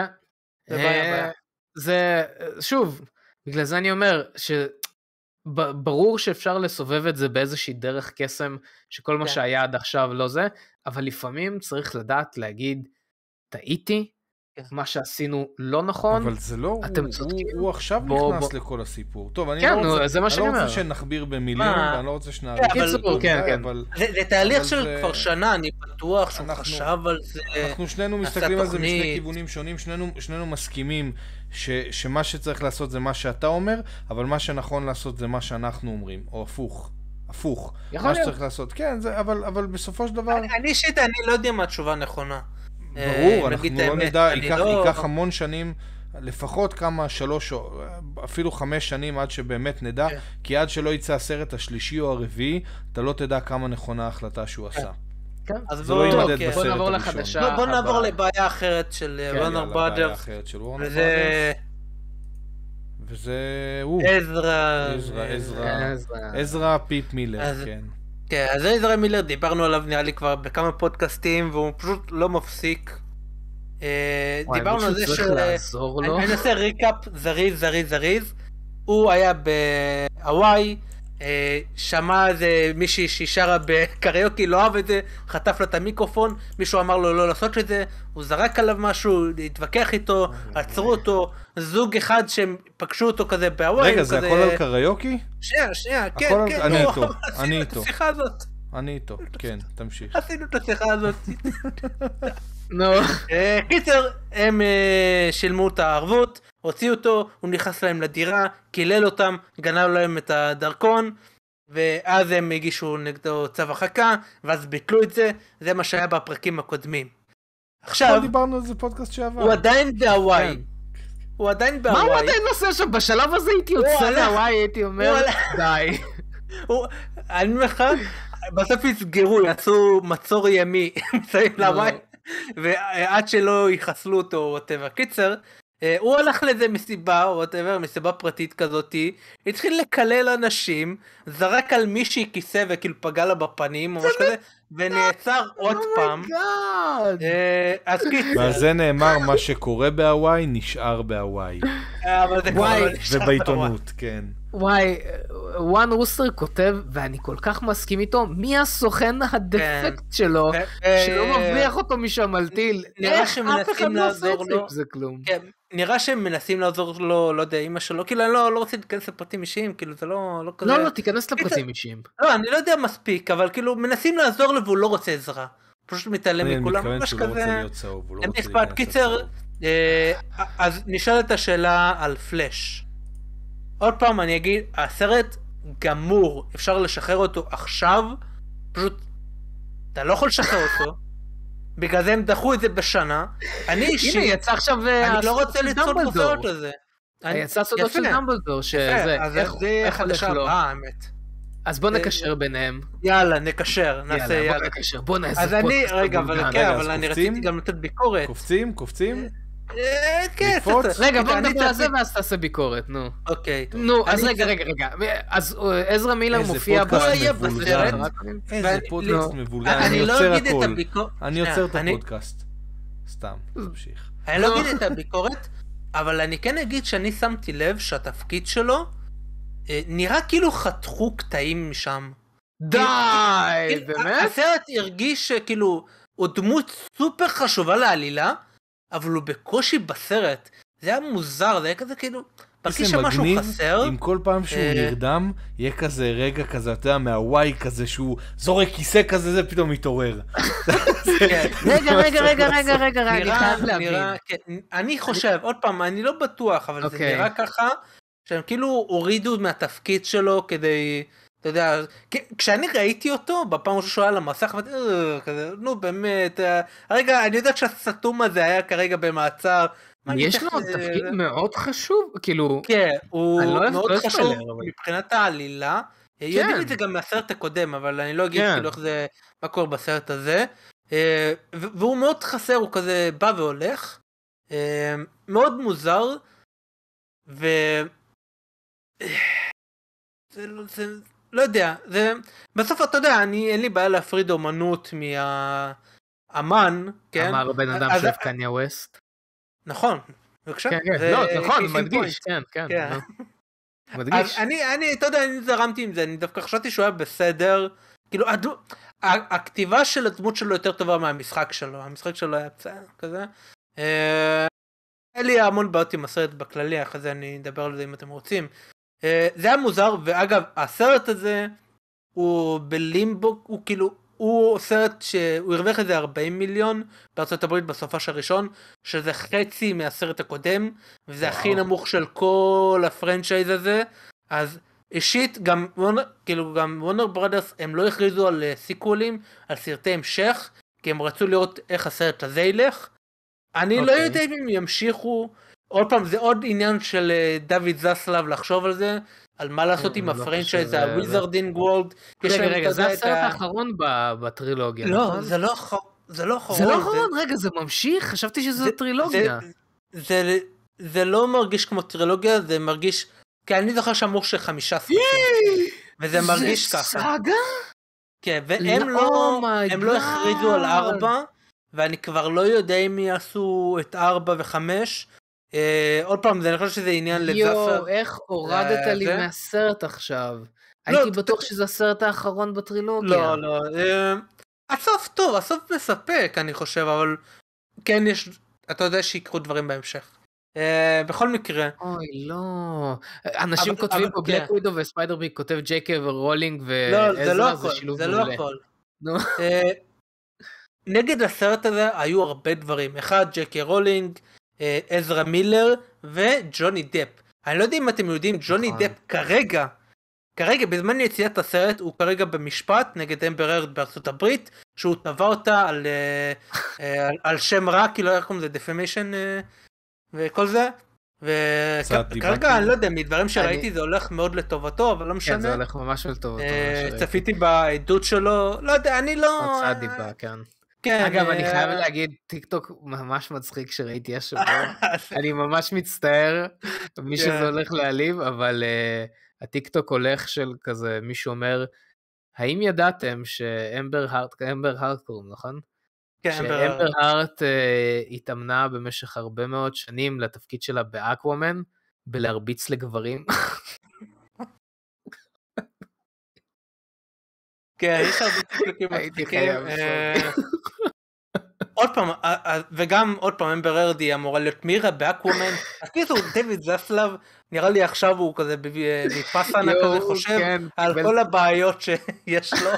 זה, שוב, בגלל זה אני אומר, שברור שאפשר לסובב את זה באיזושהי דרך קסם, שכל מה שהיה עד עכשיו לא זה, אבל לפעמים צריך לדעת להגיד, טעיתי, מה שעשינו לא נכון, אבל זה לא, הוא עכשיו נכנס לכל הסיפור. טוב, אני לא רוצה שנחביר במילים, ואני לא רוצה שנעריך. זה תהליך של כבר שנה, אני בטוח שהוא חשב על זה. אנחנו שנינו מסתכלים על זה משני כיוונים שונים, שנינו מסכימים שמה שצריך לעשות זה מה שאתה אומר, אבל מה שנכון לעשות זה מה שאנחנו אומרים, או הפוך. הפוך. מה שצריך לעשות, כן, אבל בסופו של דבר... אני אישית, אני לא יודע מה התשובה נכונה. ברור, אנחנו לא נדע, ייקח המון שנים, לפחות כמה שלוש או אפילו חמש שנים עד שבאמת נדע, כי עד שלא יצא הסרט השלישי או הרביעי, אתה לא תדע כמה נכונה ההחלטה שהוא עשה. אז בואו נעבור לחדשה הבאה. בואו נעבור לבעיה אחרת של וורנר ברודרס. וזה... וזה... עזרא... עזרא... עזרא פיפ מילר, כן. כן, אז עזרא מילר, דיברנו עליו נראה לי כבר בכמה פודקאסטים, והוא פשוט לא מפסיק. דיברנו על זה ש... אני אעשה ריקאפ זריז, זריז, זריז. הוא היה בהוואי, שמע איזה מישהי ששרה בקריוקי, לא אהב את זה, חטף לה את המיקרופון, מישהו אמר לו לא לעשות את זה, הוא זרק עליו משהו, התווכח איתו, עצרו אותו, זוג אחד שהם פגשו אותו כזה בהוואי. רגע, זה הכל על קריוקי? שנייה, שנייה, כן, כן. אני איתו, אני איתו. השיחה הזאת. אני איתו, כן, תמשיך. עשינו את השיחה הזאת. נו. קיצר, הם שילמו את הערבות, הוציאו אותו, הוא נכנס להם לדירה, קילל אותם, גנב להם את הדרכון, ואז הם הגישו נגדו צו הרחקה, ואז ביטלו את זה, זה מה שהיה בפרקים הקודמים. עכשיו, דיברנו על זה פודקאסט שעבר. הוא עדיין בהוואי. הוא עדיין בהוואי. מה הוא עדיין עושה שם? בשלב הזה הייתי יוצא להוואי, הייתי אומר, די. אני אומר לך, בסוף יסגרו, יעשו מצור ימי, מסיים להוואי, ועד שלא יחסלו אותו או טבע. קיצר, הוא הלך לזה מסיבה, או whatever, מסיבה פרטית כזאת, התחיל לקלל אנשים, זרק על מישהי כיסא וכאילו פגע לה בפנים, או משהו כזה, ונעצר עוד פעם. אז קיצר. ועל זה נאמר, מה שקורה בהוואי, נשאר בהוואי. ובעיתונות, כן. וואי, וואן רוסטר כותב, ואני כל כך מסכים איתו, מי הסוכן הדפקט שלו, שלא מבריח אותו משם על טיל? נראה שמנסים לעזור לו. נראה שהם מנסים לעזור לו, לא יודע, אמא שלו, כאילו אני לא רוצה להיכנס לפרטים אישיים, כאילו זה לא כזה... לא, לא, תיכנס לפרטים אישיים. לא, אני לא יודע מספיק, אבל כאילו מנסים לעזור לו והוא לא רוצה עזרה. פשוט מתעלם מכולם, אני מתכוון שהוא לא רוצה להיות צהוב, הוא לא רוצה להיכנס קיצר, אז נשאלת השאלה על פלאש. עוד פעם אני אגיד, הסרט גמור, אפשר לשחרר אותו עכשיו, פשוט, אתה לא יכול לשחרר אותו, בגלל זה הם דחו את זה בשנה, אני אישי, הנה יצא עכשיו, אני לא רוצה לצעוד בסרט הזה. יצא סודות של דמבלדור, שזה, זה חדשה הבאה, האמת. אז בוא נקשר ביניהם. יאללה, נקשר, נעשה יאללה. בוא נקשר, בוא נעשה אז אני, רגע, אבל כן, אבל אני רציתי גם לתת ביקורת. קופצים, קופצים? כן, רגע, בוא נדבר על זה ואז תעשה ביקורת, נו. אוקיי. נו, אז רגע, רגע, רגע. אז עזרא מילר מופיע בסרט. איזה פודקאסט מבולגן, אני עוצר הכל. אני עוצר את הפודקאסט. סתם, תמשיך. אני לא אגיד את הביקורת, אבל אני כן אגיד שאני שמתי לב שהתפקיד שלו נראה כאילו חתכו קטעים משם. די, באמת? הסרט הרגיש שכאילו הוא דמות סופר חשובה לעלילה, אבל הוא בקושי בסרט. זה היה מוזר, זה היה כזה כאילו, מרגיש שמשהו חסר. אם כל פעם שהוא נרדם, יהיה כזה רגע כזה, אתה יודע, מהוואי כזה, שהוא זורק כיסא כזה, זה פתאום מתעורר. רגע, רגע, רגע, רגע, רגע, אני חייב להבין. אני חושב, עוד פעם, אני לא בטוח, אבל זה נראה ככה, שהם כאילו הורידו מהתפקיד שלו כדי... אתה יודע, כשאני ראיתי אותו, בפעם שהוא היה על המסך, כזה, נו באמת, הרגע, אני יודעת שהסתום הזה היה כרגע במעצר. יש לו תפקיד מאוד חשוב, כאילו... כן, הוא מאוד חשוב מבחינת העלילה. יודעים את זה גם מהסרט הקודם, אבל אני לא אגיד כאילו איך זה, מה קורה בסרט הזה. והוא מאוד חסר, הוא כזה בא והולך. מאוד מוזר. ו... זה... לא יודע, זה, בסוף אתה יודע, אני, אין לי בעיה להפריד אומנות מהאמן, כן? אמר בן אדם שאוהב קניה ווסט. נכון, בבקשה. כן, כן, לא, נכון, מדגיש, כן, כן. מדגיש. אני, אני, אתה יודע, אני זרמתי עם זה, אני דווקא חשבתי שהוא היה בסדר, כאילו, הכתיבה של הדמות שלו יותר טובה מהמשחק שלו, המשחק שלו היה בסדר, כזה. אין לי המון בעיות עם הסרט בכללי, אחרי זה אני אדבר על זה אם אתם רוצים. זה היה מוזר, ואגב, הסרט הזה הוא בלימבו, הוא כאילו, הוא סרט שהוא הרוויח איזה ארבעים מיליון בארצות הברית בסופש הראשון, שזה חצי מהסרט הקודם, וזה וואו. הכי נמוך של כל הפרנצ'ייז הזה, אז אישית, גם וונר, כאילו, גם וונר ברודרס, הם לא הכריזו על סיקוולים, על סרטי המשך, כי הם רצו לראות איך הסרט הזה ילך. אני לא יודע אם הם ימשיכו, עוד פעם זה עוד עניין של דוד זסלב לחשוב על זה, על מה לעשות עם הפרנצ'ייז, הוויזרדינג וורלד. רגע, רגע, זה הסרט האחרון בטרילוגיה, לא, זה לא אחרון. זה לא אחרון. זה לא אחרון, רגע, זה ממשיך? חשבתי שזו טרילוגיה. זה לא מרגיש כמו טרילוגיה, זה מרגיש, כי אני זוכר שאמור שחמישה סרטים. וזה מרגיש ככה. זה סאגה? כן, והם לא, הם לא הכריזו על ארבע, ואני כבר לא יודע אם יעשו את ארבע וחמש. עוד פעם, אני חושב שזה עניין לזפר. יו, איך הורדת לי מהסרט עכשיו? הייתי בטוח שזה הסרט האחרון בטרילוגיה. לא, לא. הסוף טוב, הסוף מספק, אני חושב, אבל כן יש, אתה יודע שיקרו דברים בהמשך. בכל מקרה. אוי, לא. אנשים כותבים פה בלק ווידו וספיידר ביג, כותב ג'יי קיי ורולינג ועזרא, זה שילוב מעולה. זה לא הכל. נגד הסרט הזה היו הרבה דברים. אחד, ג'יי קיי רולינג, עזרא מילר וג'וני דפ. אני לא יודע אם אתם יודעים, ג'וני דפ כרגע, כרגע בזמן יציאת הסרט הוא כרגע במשפט נגד אמבר הרד בארצות הברית, שהוא תבע אותה על, על, על שם רע, כאילו איך קוראים זה, דפמיישן וכל זה, וכרגע אני לא יודע, מדברים שראיתי זה הולך מאוד לטובתו, אבל לא משנה. כן, זה הולך ממש לטובתו. צפיתי בעדות שלו, לא יודע, אני לא... הוצאה דיבה, כן. אגב, אני חייב להגיד, טיק טוק ממש מצחיק שראיתי השבוע, אני ממש מצטער, מי שזה הולך להעליב, אבל הטיק טוק הולך של כזה, מישהו אומר, האם ידעתם שאמבר הארט, אמבר הארט קוראים, נכון? שאמבר הארט התאמנה במשך הרבה מאוד שנים לתפקיד שלה באקוומן, בלהרביץ לגברים. כן, יש הרבה תקלוקים מצחיקים. עוד פעם, וגם עוד פעם, אמבר הרד היא אמורה להיות מירה באקוומן, אז כאילו דויד זסלב, נראה לי עכשיו הוא כזה בפסנה כזה חושב על כל הבעיות שיש לו.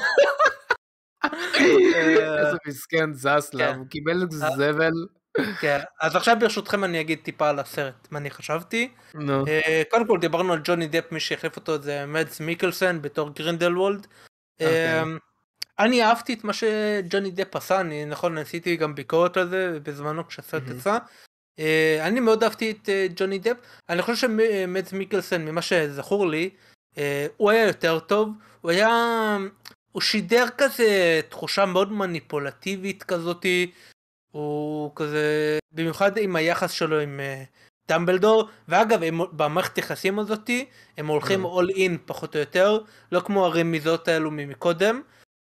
איזה מסכן זסלב, הוא קיבל זבל. כן, אז עכשיו ברשותכם אני אגיד טיפה על הסרט, מה אני חשבתי. קודם כל דיברנו על ג'וני דפ, מי שהחליף אותו זה מדס מיקלסון בתור גרינדלוולד. אני אהבתי את מה שג'וני דפ עשה, אני נכון עשיתי גם ביקורת על זה בזמנו כשהסרט יצא. אני מאוד אהבתי את ג'וני דפ, אני חושב שמדס מיקלסון ממה שזכור לי, הוא היה יותר טוב, הוא היה, הוא שידר כזה תחושה מאוד מניפולטיבית כזאתי, הוא כזה, במיוחד עם היחס שלו עם דמבלדור, ואגב במערכת יחסים הזאתי, הם הולכים all in פחות או יותר, לא כמו הרמיזות האלו ממקודם,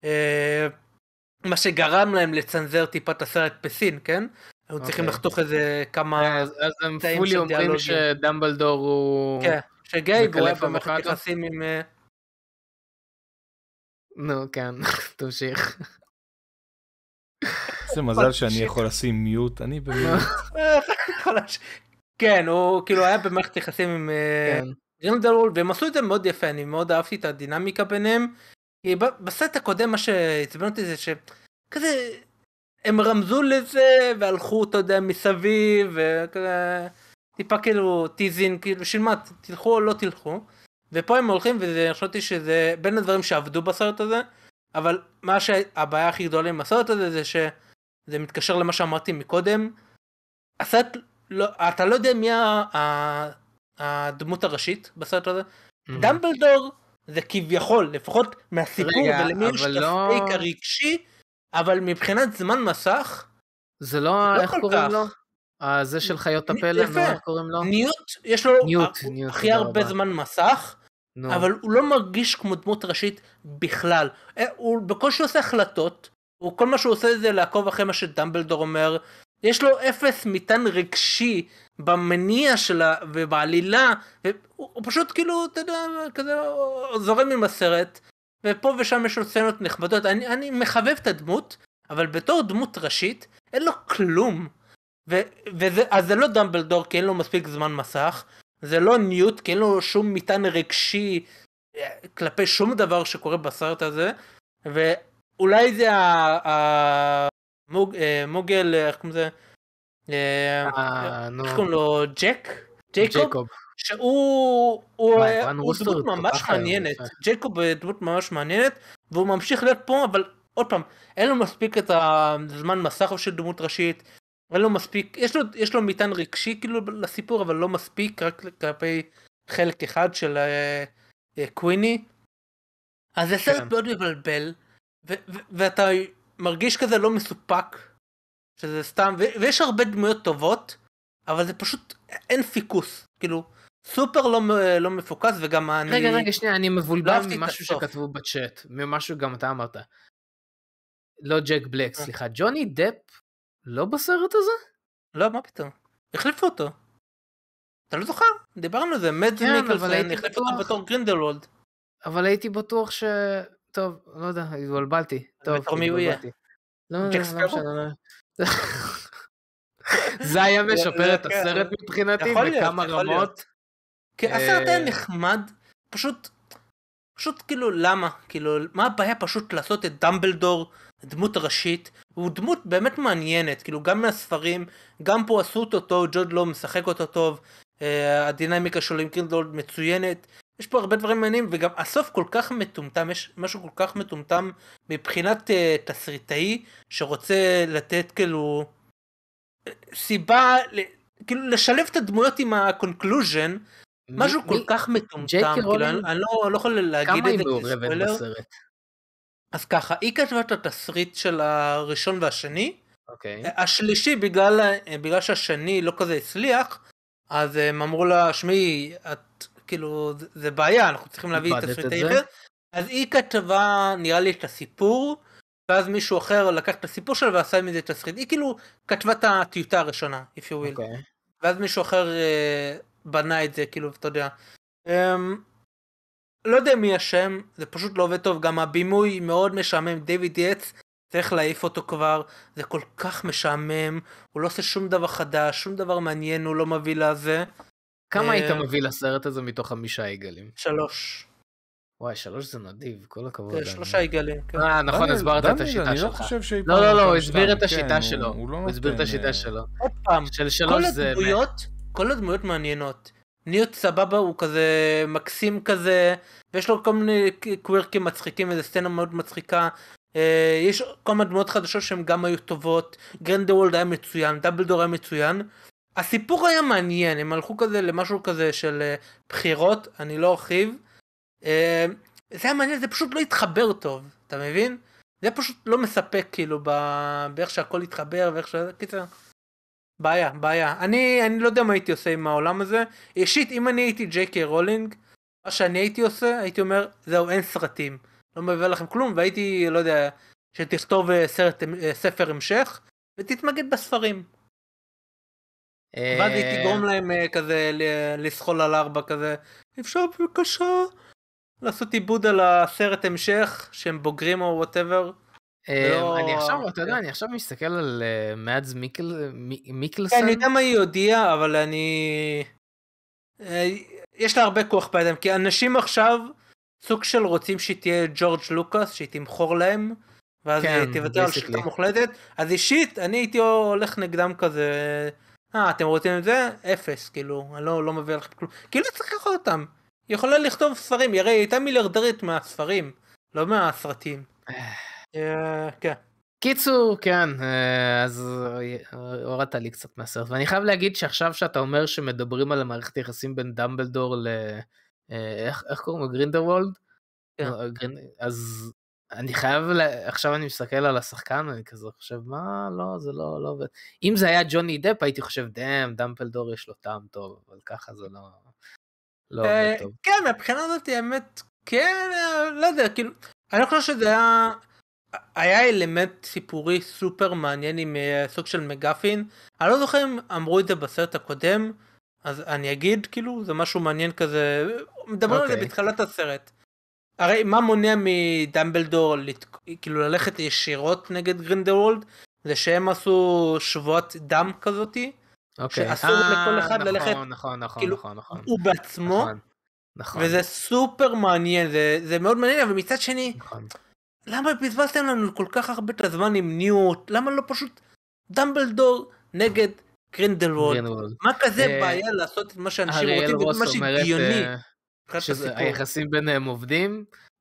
מה שגרם להם לצנזר טיפה את הסרט בסין, כן? היו צריכים לחתוך איזה כמה... אז הם פולי אומרים שדמבלדור הוא... כן, שגייב הוא היה במערכת יחסים עם... נו, כן, תמשיך. זה מזל שאני יכול לשים מיוט, אני במיוט. כן, הוא כאילו היה במערכת יחסים עם גרינדלוולד, והם עשו את זה מאוד יפה, אני מאוד אהבתי את הדינמיקה ביניהם. בסרט הקודם מה שהצבן אותי זה שכזה, הם רמזו לזה והלכו, אתה יודע, מסביב, וכזה, טיפה כאילו טיזין, כאילו שילמה, תלכו או לא תלכו, ופה הם הולכים וזה, חשבתי שזה בין הדברים שעבדו בסרט הזה, אבל מה שהבעיה הכי גדולה עם הסרט הזה זה שזה מתקשר למה שאמרתי מקודם, הסרט, לא, אתה לא יודע מי הדמות הראשית בסרט הזה, דמבלדור זה כביכול, לפחות מהסיפור ולמין של הפייק הרגשי, אבל מבחינת זמן מסך, זה לא, איך קוראים לו? זה של חיות הפלא, איך קוראים לו? ניוט, יש לו הכי הרבה זמן מסך, אבל הוא לא מרגיש כמו דמות ראשית בכלל. הוא בקושי עושה החלטות, כל מה שהוא עושה זה לעקוב אחרי מה שדמבלדור אומר, יש לו אפס מטען רגשי במניע שלה ובעלילה, הוא פשוט כאילו, אתה יודע, כזה זורם עם הסרט, ופה ושם יש לו סצנות נכבדות, אני, אני מחבב את הדמות, אבל בתור דמות ראשית, אין לו כלום. ו, וזה, אז זה לא דמבלדור, כי אין לו מספיק זמן מסך, זה לא ניוט, כי אין לו שום מטען רגשי, כלפי שום דבר שקורה בסרט הזה, ואולי זה המוגל, איך קוראים זה? איך קוראים לו? ג'ק? ג'ייקוב? שהוא דמות ממש מעניינת, ג'ייקוב דמות ממש מעניינת, והוא ממשיך להיות פה, אבל עוד פעם, אין לו מספיק את הזמן מסך של דמות ראשית, אין לו מספיק, יש לו, יש לו מטען רגשי כאילו לסיפור, אבל לא מספיק, רק כלפי חלק אחד של uh, uh, קוויני. אז זה סרט מאוד מבלבל, ו- ו- ואתה מרגיש כזה לא מסופק, שזה סתם, ו- ויש הרבה דמויות טובות, אבל זה פשוט, אין פיקוס, כאילו, סופר לא, לא מפוקס, וגם אני... רגע, רגע, שנייה, אני מבולבל ממשהו שכתבו בצ'אט, ממשהו גם אתה אמרת. לא ג'ק בלק, סליחה, ג'וני דפ לא בסרט הזה? לא, מה פתאום? החליפו אותו. אתה לא זוכר? דיברנו על זה, מדס מיקלסון, החליפו אותו בתור גרינדלוולד. אבל הייתי בטוח ש... טוב, לא יודע, התבלבלתי. טוב, התבלבלתי. לא, לא משנה. זה היה משפר את הסרט מבחינתי בכמה רמות. כן, הסרט היה נחמד, פשוט, פשוט כאילו למה? כאילו, מה הבעיה פשוט לעשות את דמבלדור, דמות ראשית, הוא דמות באמת מעניינת, כאילו גם מהספרים, גם פה עשו אותו טוב, ג'וד לא משחק אותו טוב, הדינמיקה שלו עם גרינדלוולד מצוינת, יש פה הרבה דברים מעניינים, וגם הסוף כל כך מטומטם, יש משהו כל כך מטומטם מבחינת uh, תסריטאי, שרוצה לתת כאילו סיבה, כאילו לשלב את הדמויות עם הקונקלוז'ן, משהו כל כך מטומטם, כאילו אני, אני לא, לא יכול להגיד את זה כספוילר. אז ככה, היא כתבה את התסריט של הראשון והשני, okay. השלישי בגלל, בגלל שהשני לא כזה הצליח, אז הם אמרו לה, שמי, את כאילו, זה בעיה, אנחנו צריכים להביא את תסריטי אחר. אז היא כתבה, נראה לי, את הסיפור, ואז מישהו אחר לקח את הסיפור שלה ועשה מזה תסריט. היא כאילו כתבה את הטיוטה הראשונה, if you will. Okay. ואז מישהו אחר אה, בנה את זה, כאילו, אתה יודע. אה, לא יודע מי השם, זה פשוט לא עובד טוב. גם הבימוי מאוד משעמם, דיוויד יץ, צריך להעיף אותו כבר, זה כל כך משעמם, הוא לא עושה שום דבר חדש, שום דבר מעניין, הוא לא מביא לזה. כמה היית מביא לסרט הזה מתוך חמישה עיגלים? שלוש. וואי, שלוש זה נדיב, כל הכבוד. שלושה עיגלים. אה, נכון, הסברת את השיטה שלך. לא, לא, לא, הוא הסביר את השיטה שלו. הוא הסביר את השיטה שלו. עוד פעם, כל הדמויות מעניינות. ניוט סבבה הוא כזה מקסים כזה, ויש לו כל מיני קווירקים מצחיקים, איזו סצנה מאוד מצחיקה. יש כל מיני דמויות חדשות שהן גם היו טובות. גרינדלוולד היה מצוין, דמבלדור היה מצוין. הסיפור היה מעניין, הם הלכו כזה למשהו כזה של בחירות, אני לא ארחיב. זה היה מעניין, זה פשוט לא התחבר טוב, אתה מבין? זה פשוט לא מספק כאילו באיך שהכל התחבר ואיך שזה, קיצר. בעיה, בעיה. אני, אני לא יודע מה הייתי עושה עם העולם הזה. אישית, אם אני הייתי ג'יי קיי רולינג, מה שאני הייתי עושה, הייתי אומר, זהו, אין סרטים. לא מביא לכם כלום, והייתי, לא יודע, שתכתוב סרט, ספר המשך, ותתמקד בספרים. ואז הייתי גורם להם כזה לסחול על ארבע כזה, אפשר בבקשה לעשות עיבוד על הסרט המשך שהם בוגרים או whatever. אני עכשיו, אתה יודע, אני עכשיו מסתכל על מאדס מיקלסון. אני יודע מה היא הודיעה, אבל אני... יש לה הרבה כוח בידם, כי אנשים עכשיו סוג של רוצים שהיא תהיה ג'ורג' לוקאס, שהיא תמחור להם, ואז היא תוותר על שליטה מוחלטת. אז אישית, אני הייתי הולך נגדם כזה... אה, אתם רוצים את זה? אפס, כאילו, אני לא, לא מביא לכם כלום. כאילו צריך לקחת אותם. היא יכולה לכתוב ספרים, יראה, היא הייתה מיליארדרית מהספרים, לא מהסרטים. כן. קיצור, כן, אז הורדת לי קצת מהסרט, ואני חייב להגיד שעכשיו שאתה אומר שמדברים על המערכת היחסים בין דמבלדור ל... איך קוראים לו? גרינדלוולד? אז... אני חייב, עכשיו אני מסתכל על השחקן, אני כזה חושב, מה, לא, זה לא, לא עובד. אם זה היה ג'וני דפ, הייתי חושב, דם, דמבלדור יש לו טעם טוב, אבל ככה זה לא, לא עובד טוב. כן, מהבחינה הזאת, האמת, כן, לא יודע, כאילו, אני חושב שזה היה, היה אלמנט סיפורי סופר מעניין עם סוג של מגפין, אני לא זוכר אם אמרו את זה בסרט הקודם, אז אני אגיד, כאילו, זה משהו מעניין כזה, מדברים על זה בתחילת הסרט. הרי מה מונע מדמבלדור כאילו ללכת ישירות נגד גרינדלוולד? זה שהם עשו שבועת דם כזאתי, שאסור לכל אחד ללכת, כאילו הוא בעצמו, וזה סופר מעניין, זה מאוד מעניין, ומצד שני, למה בזבזתם לנו כל כך הרבה את הזמן עם ניוט? למה לא פשוט דמבלדור נגד גרינדלוולד? מה כזה בעיה לעשות את מה שאנשים רוצים, ומה שהגיוני? היחסים ביניהם עובדים,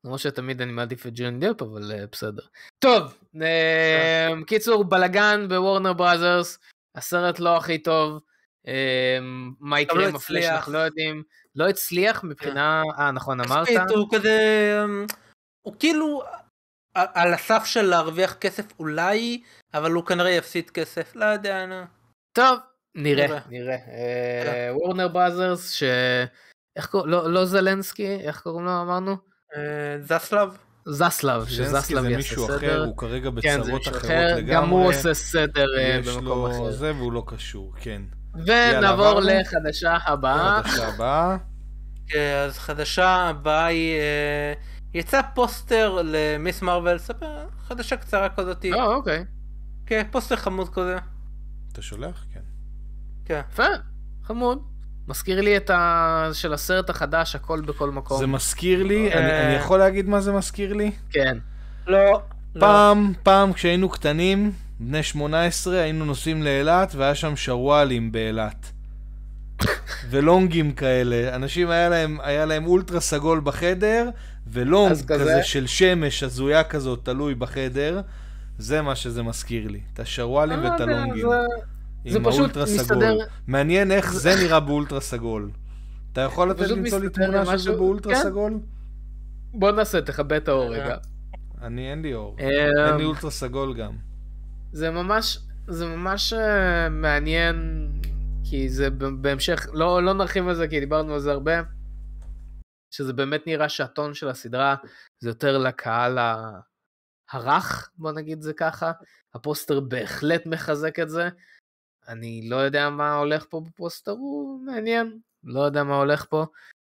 למרות שתמיד אני מעדיף את ג'וני דפ, אבל בסדר. טוב, קיצור, בלגן בוורנר בראזרס, הסרט לא הכי טוב, מה יקרה עם הפלאש, אנחנו לא יודעים, לא הצליח מבחינה, אה נכון אמרת? הוא כזה, הוא כאילו על הסף של להרוויח כסף אולי, אבל הוא כנראה יפסיד כסף, לא יודע, נו. טוב, נראה, נראה. וורנר בראזרס, ש... איך קוראים, לא זלנסקי, איך קוראים לו אמרנו? זסלב. זסלב, שזסלב זה יעשה מישהו סדר. אחר, הוא כרגע בצרות אחרות לגמרי. גם הוא עושה סדר במקום אחר. יש לו זה והוא לא קשור, כן. ונעבור לחדשה הבאה. חדשה הבאה. אז חדשה הבאה היא... יצא פוסטר למיס מרוול, חדשה קצרה כזאת. אה, אוקיי. כן, פוסטר חמוד כזה. אתה שולח? כן. כן. יפה, חמוד. מזכיר לי את ה... של הסרט החדש, הכל בכל מקום. זה מזכיר לי, אני יכול להגיד מה זה מזכיר לי? כן. לא. פעם, פעם כשהיינו קטנים, בני שמונה עשרה, היינו נוסעים לאילת, והיה שם שוואלים באילת. ולונגים כאלה. אנשים היה להם, היה להם אולטרה סגול בחדר, ולונג כזה של שמש, הזויה כזאת, תלוי בחדר. זה מה שזה מזכיר לי. את השוואלים ואת הלונגים. זה פשוט מסתדר. מעניין איך זה נראה באולטרה סגול. אתה יכול לתת למצוא לי תמונה של זה באולטרה סגול? בוא נעשה, תכבה את האור רגע. אני אין לי אור. אין לי אולטרה סגול גם. זה ממש, זה ממש מעניין, כי זה בהמשך, לא, לא נרחיב על זה, כי דיברנו על זה הרבה, שזה באמת נראה שהטון של הסדרה זה יותר לקהל הרך, בוא נגיד זה ככה. הפוסטר בהחלט מחזק את זה. אני לא יודע מה הולך פה בפוסטר, הוא מעניין, לא יודע מה הולך פה.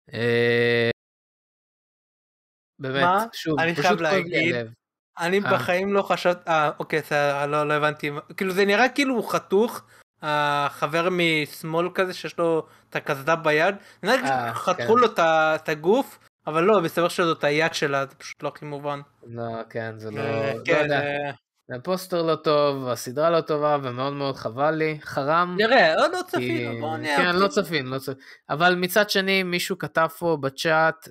באמת, שוב, פשוט כואב לי הלב. אני בחיים לא חשבת, אה, אוקיי, לא הבנתי, כאילו זה נראה כאילו הוא חתוך, החבר משמאל כזה שיש לו את הקסדה ביד, חתכו לו את הגוף, אבל לא, בסדר שזאת היד שלה, זה פשוט לא הכי מובן. לא, כן, זה לא, לא יודע. הפוסטר לא טוב, הסדרה לא טובה, ומאוד מאוד חבל לי, חרם. נראה, עוד לא צפין, בוא נראה. כן, לא צפין, לא צפין. אבל מצד שני, מישהו כתב פה בצ'אט,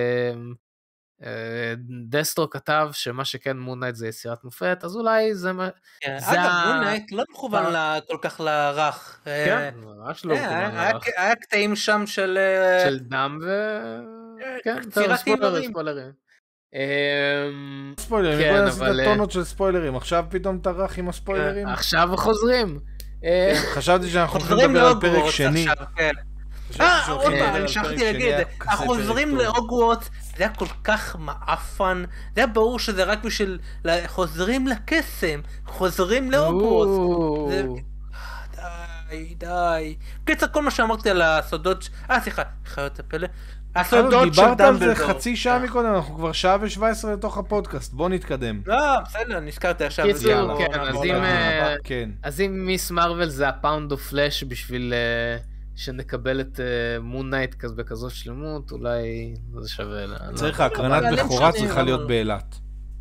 דסטרו כתב שמה שכן מונייט זה יצירת מופת, אז אולי זה מה... אגב, מונייט לא מכוון כל כך לרך. כן, ממש לא מכוון לרך. היה קטעים שם של... של דם ו... כן, ספוילרים, ספוילרים. ספוילרים, בוא נעשה את הטונות של ספוילרים, עכשיו פתאום תרח עם הספוילרים? עכשיו חוזרים. חשבתי שאנחנו הולכים לדבר על פרק שני. אה, עוד פעם, אני שכחתי להגיד, החוזרים להוגוורטס, זה היה כל כך מעפן, זה היה ברור שזה רק בשביל, חוזרים לקסם, חוזרים להוגוורטס. די, די. קיצר, כל מה שאמרתי על הסודות, אה, סליחה, חיות הפלא. הסודות של דיברת על זה חצי שעה מקודם, אנחנו כבר שעה ושבע עשרה לתוך הפודקאסט, בוא נתקדם. לא, בסדר, נזכרתי עכשיו. קיצור, כן, אז אם מיס מרוול זה הפאונד אוף פלאש בשביל שנקבל את מונייט בכזאת שלמות, אולי זה שווה. צריך, הקרנת בכורה צריכה להיות באילת.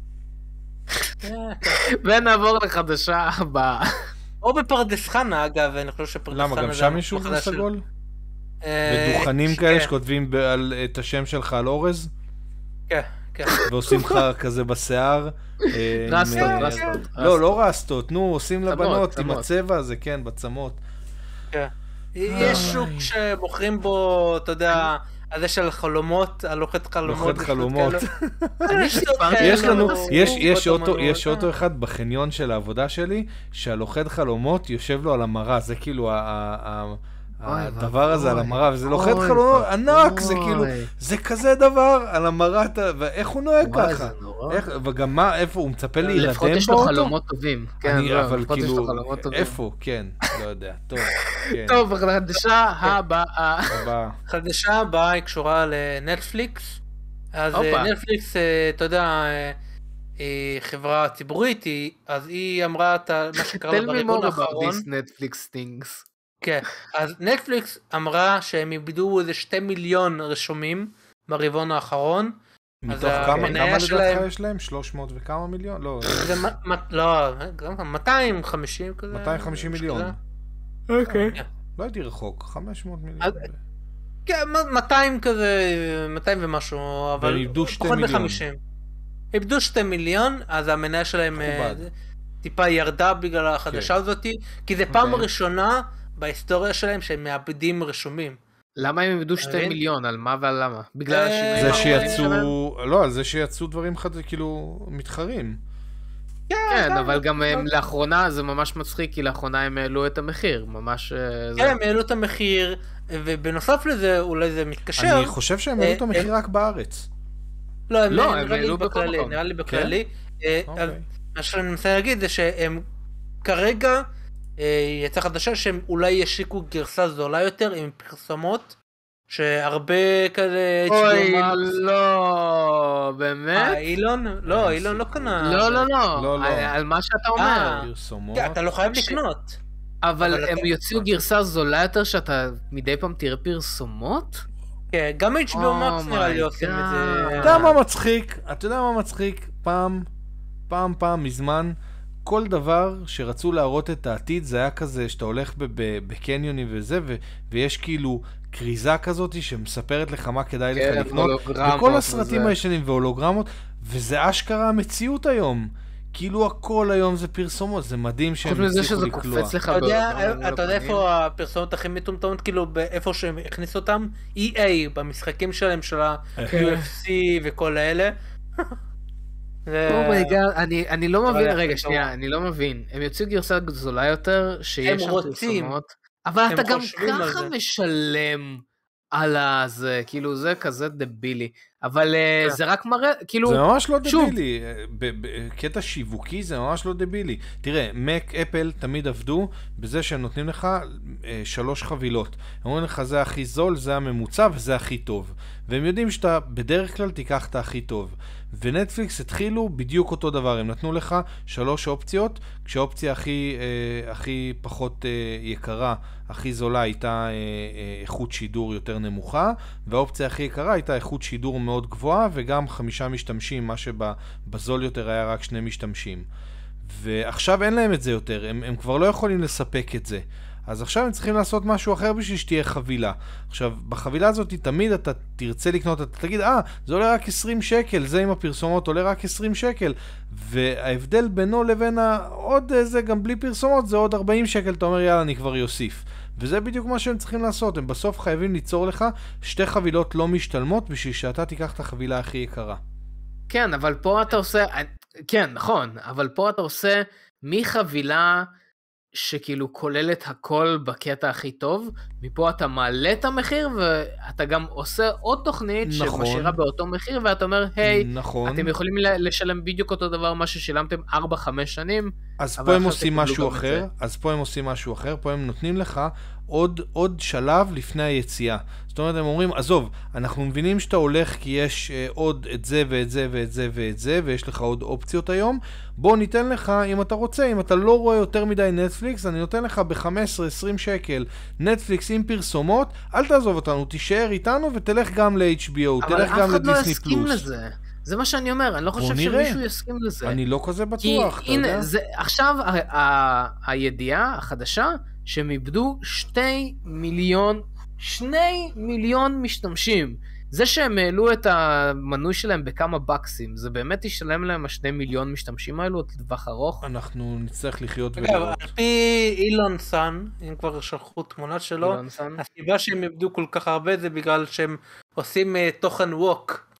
ונעבור לחדשה הבאה. או בפרדס חנה, אגב, אני חושב שפרדס חנה... למה, גם שם יש אולטרה סגול? בדוכנים כאלה שכותבים את השם שלך על אורז? כן, כן. ועושים לך כזה בשיער. רסטות, רסטות. לא, לא רסטות, נו, עושים לבנות עם הצבע הזה, כן, בצמות. כן. יש שוק שמוכרים בו, אתה יודע, הזה של חלומות, הלוחת חלומות. לוחת חלומות. יש לנו, יש אוטו אחד בחניון של העבודה שלי, שהלוחת חלומות יושב לו על המראה, זה כאילו הדבר הזה על המראה, וזה לוחת חלומות ענק, זה כאילו, זה כזה דבר על המראה, ואיך הוא נוהג ככה? וגם מה, איפה, הוא מצפה להירדם באוטו? לפחות יש לו חלומות טובים. אבל כאילו, איפה? כן, לא יודע, טוב. טוב, חדשה הבאה. חדשה הבאה היא קשורה לנטפליקס. אז נטפליקס, אתה יודע, היא חברה ציבורית, אז היא אמרה את מה שקרה ברבעון האחרון. Tell me more about this Netflix things. כן, אז נטפליקס אמרה שהם איבדו איזה שתי מיליון רשומים ברבעון האחרון. מתוך כמה לדעתך יש להם? שלוש מאות וכמה מיליון? לא, לא, מאתיים וחמישים כזה. מאתיים וחמישים מיליון. אוקיי. לא הייתי רחוק, חמש מאות מיליון. כן, מאתיים כזה, מאתיים ומשהו, אבל איבדו שתי פחות מיליון. מ-חמישים. איבדו שתי מיליון, אז המניה שלהם אה, מכובד. טיפה ירדה בגלל החדשה כן. הזאת, כי זה פעם אוקיי. ראשונה בהיסטוריה שלהם שהם מאבדים רשומים. למה הם איבדו שתי מבין? מיליון? על מה ועל למה? בגלל אה, השינויים זה האחרונים שלהם? שיצאו, לא, על זה שיצאו דברים חד... כאילו, מתחרים. כן, אבל גם הם לאחרונה, זה ממש מצחיק, כי לאחרונה הם העלו את המחיר, ממש... אה, זה- כן, הם העלו את המחיר, ובנוסף לזה, אולי זה מתקשר. אני חושב שהם העלו את אה, המחיר רק בארץ. לא, הם לא, נראה הם לי העלו בכל בכללי, מקום. נראה לי בכללי. אה, אז אוקיי. מה שאני מנסה להגיד זה שהם כרגע אה, יצא חדשה שהם אולי ישיקו גרסה זולה יותר עם פרסומות, שהרבה כזה... אוי, אייץ' בי או Max. לא, אה, באמת? אילון? לא, אילון לא קנה. לא, לא, לא, לא, לא. על- על מה שאתה אומר. אה, פרסומות. כן, אתה לא חייב ש- לקנות. אבל אבל הם אתה- יוציאו גרסה זולה יותר שאתה מדי פעם תראה פרסומות? כן, גם אייץ' בי או Max Oh נראה לי my עושים את God. זה. אתה יודע מה מצחיק? אתה יודע מה מצחיק? פעם, פעם, פעם, מזמן, כל דבר שרצו להראות את העתיד, זה היה כזה שאתה הולך ב- ב- בקניונים וזה, ו- ויש כאילו קריזה כזאת שמספרת לך מה כדאי לך כן, לקנות, הולוגרמות וכל הסרטים וזה. הישנים והולוגרמות, וזה אשכרה המציאות היום. כאילו הכל היום זה פרסומות, זה מדהים חוץ שהם מזה הצליחו שזה לקלוע. קופץ לך אתה יודע, בהולוגרמה מול אתה יודע הפנים. איפה הפרסומות הכי מטומטמות, כאילו איפה שהם הכניסו אותם? אי איי במשחקים שלהם של ה-יו אף סי וכל האלה. זה- אומייגאד, אני אני לא מבין, היה רגע, הכי שנייה, טוב. אני לא מבין. הם יוציאו גרסה זולה יותר, שיש שם רוצים. פרסומות, אבל הם אתה גם חושבים על ככה זה. משלם על הזה, כאילו זה כזה דבילי. אבל אה, כן. זה רק מראה, כאילו, זה ממש לא שוב. דבילי, בקטע שיווקי זה ממש לא דבילי. תראה, מק, אפל תמיד עבדו בזה שהם נותנים לך אה, שלוש חבילות. הם אומרים לך זה הכי זול, זה הממוצע וזה הכי טוב. והם יודעים שאתה בדרך כלל תיקח את הכי טוב. ונטפליקס התחילו בדיוק אותו דבר, הם נתנו לך שלוש אופציות, כשהאופציה הכי, אה, הכי פחות אה, יקרה, הכי זולה הייתה אה, אה, איכות שידור יותר נמוכה, והאופציה הכי יקרה הייתה איכות שידור מאוד גבוהה, וגם חמישה משתמשים, מה שבזול יותר היה רק שני משתמשים. ועכשיו אין להם את זה יותר, הם, הם כבר לא יכולים לספק את זה. אז עכשיו הם צריכים לעשות משהו אחר בשביל שתהיה חבילה. עכשיו, בחבילה הזאת תמיד אתה תרצה לקנות, אתה תגיד, אה, זה עולה רק עשרים שקל, זה עם הפרסומות עולה רק עשרים שקל, וההבדל בינו לבין עוד זה, גם בלי פרסומות, זה עוד ארבעים שקל, אתה אומר, יאללה, אני כבר יוסיף. וזה בדיוק מה שהם צריכים לעשות, הם בסוף חייבים ליצור לך שתי חבילות לא משתלמות, בשביל שאתה תיקח את החבילה הכי יקרה. כן, אבל פה אתה עושה, כן, נכון, אבל פה אתה עושה מחבילה שכאילו כוללת הכל בקטע הכי טוב, מפה אתה מעלה את המחיר, ואתה גם עושה עוד תוכנית נכון. שמשאירה באותו מחיר, ואתה אומר, היי, נכון. אתם יכולים לשלם בדיוק אותו דבר מה ששילמתם ארבע חמש שנים. אז אבל פה הם עכשיו עושים תקבלו משהו גם את אחר, זה. אז פה הם עושים משהו אחר, פה הם נותנים לך עוד, עוד שלב לפני היציאה. זאת אומרת, הם אומרים, עזוב, אנחנו מבינים שאתה הולך כי יש uh, עוד את זה ואת זה ואת זה ואת זה, ויש לך עוד אופציות היום, בוא ניתן לך, אם אתה רוצה, אם אתה לא רואה יותר מדי נטפליקס, אני נותן לך ב-חמש עשרה עשרים שקל נטפליקס עם פרסומות, אל תעזוב אותנו, תישאר איתנו ותלך גם ל-אייץ' בי או, אבל תלך אף גם אחד לא לדיסני יסכים פלוס. לזה. זה מה שאני אומר, אני לא חושב נראה. שמישהו יסכים לזה. אני לא כזה כי בטוח, אתה הנה, יודע? זה, עכשיו ה- ה- הידיעה החדשה, שהם איבדו שתי מיליון, שני מיליון משתמשים. זה שהם העלו את המנוי שלהם בכמה בקסים, זה באמת ישלם להם השני מיליון משתמשים האלו לטווח ארוך? אנחנו נצטרך לחיות אגב, ולראות. על פי אילון סאן, אם כבר שלחו תמונה שלו, אילון סאן? הסיבה שהם איבדו כל כך הרבה זה בגלל שהם עושים אה, תוכן ווק.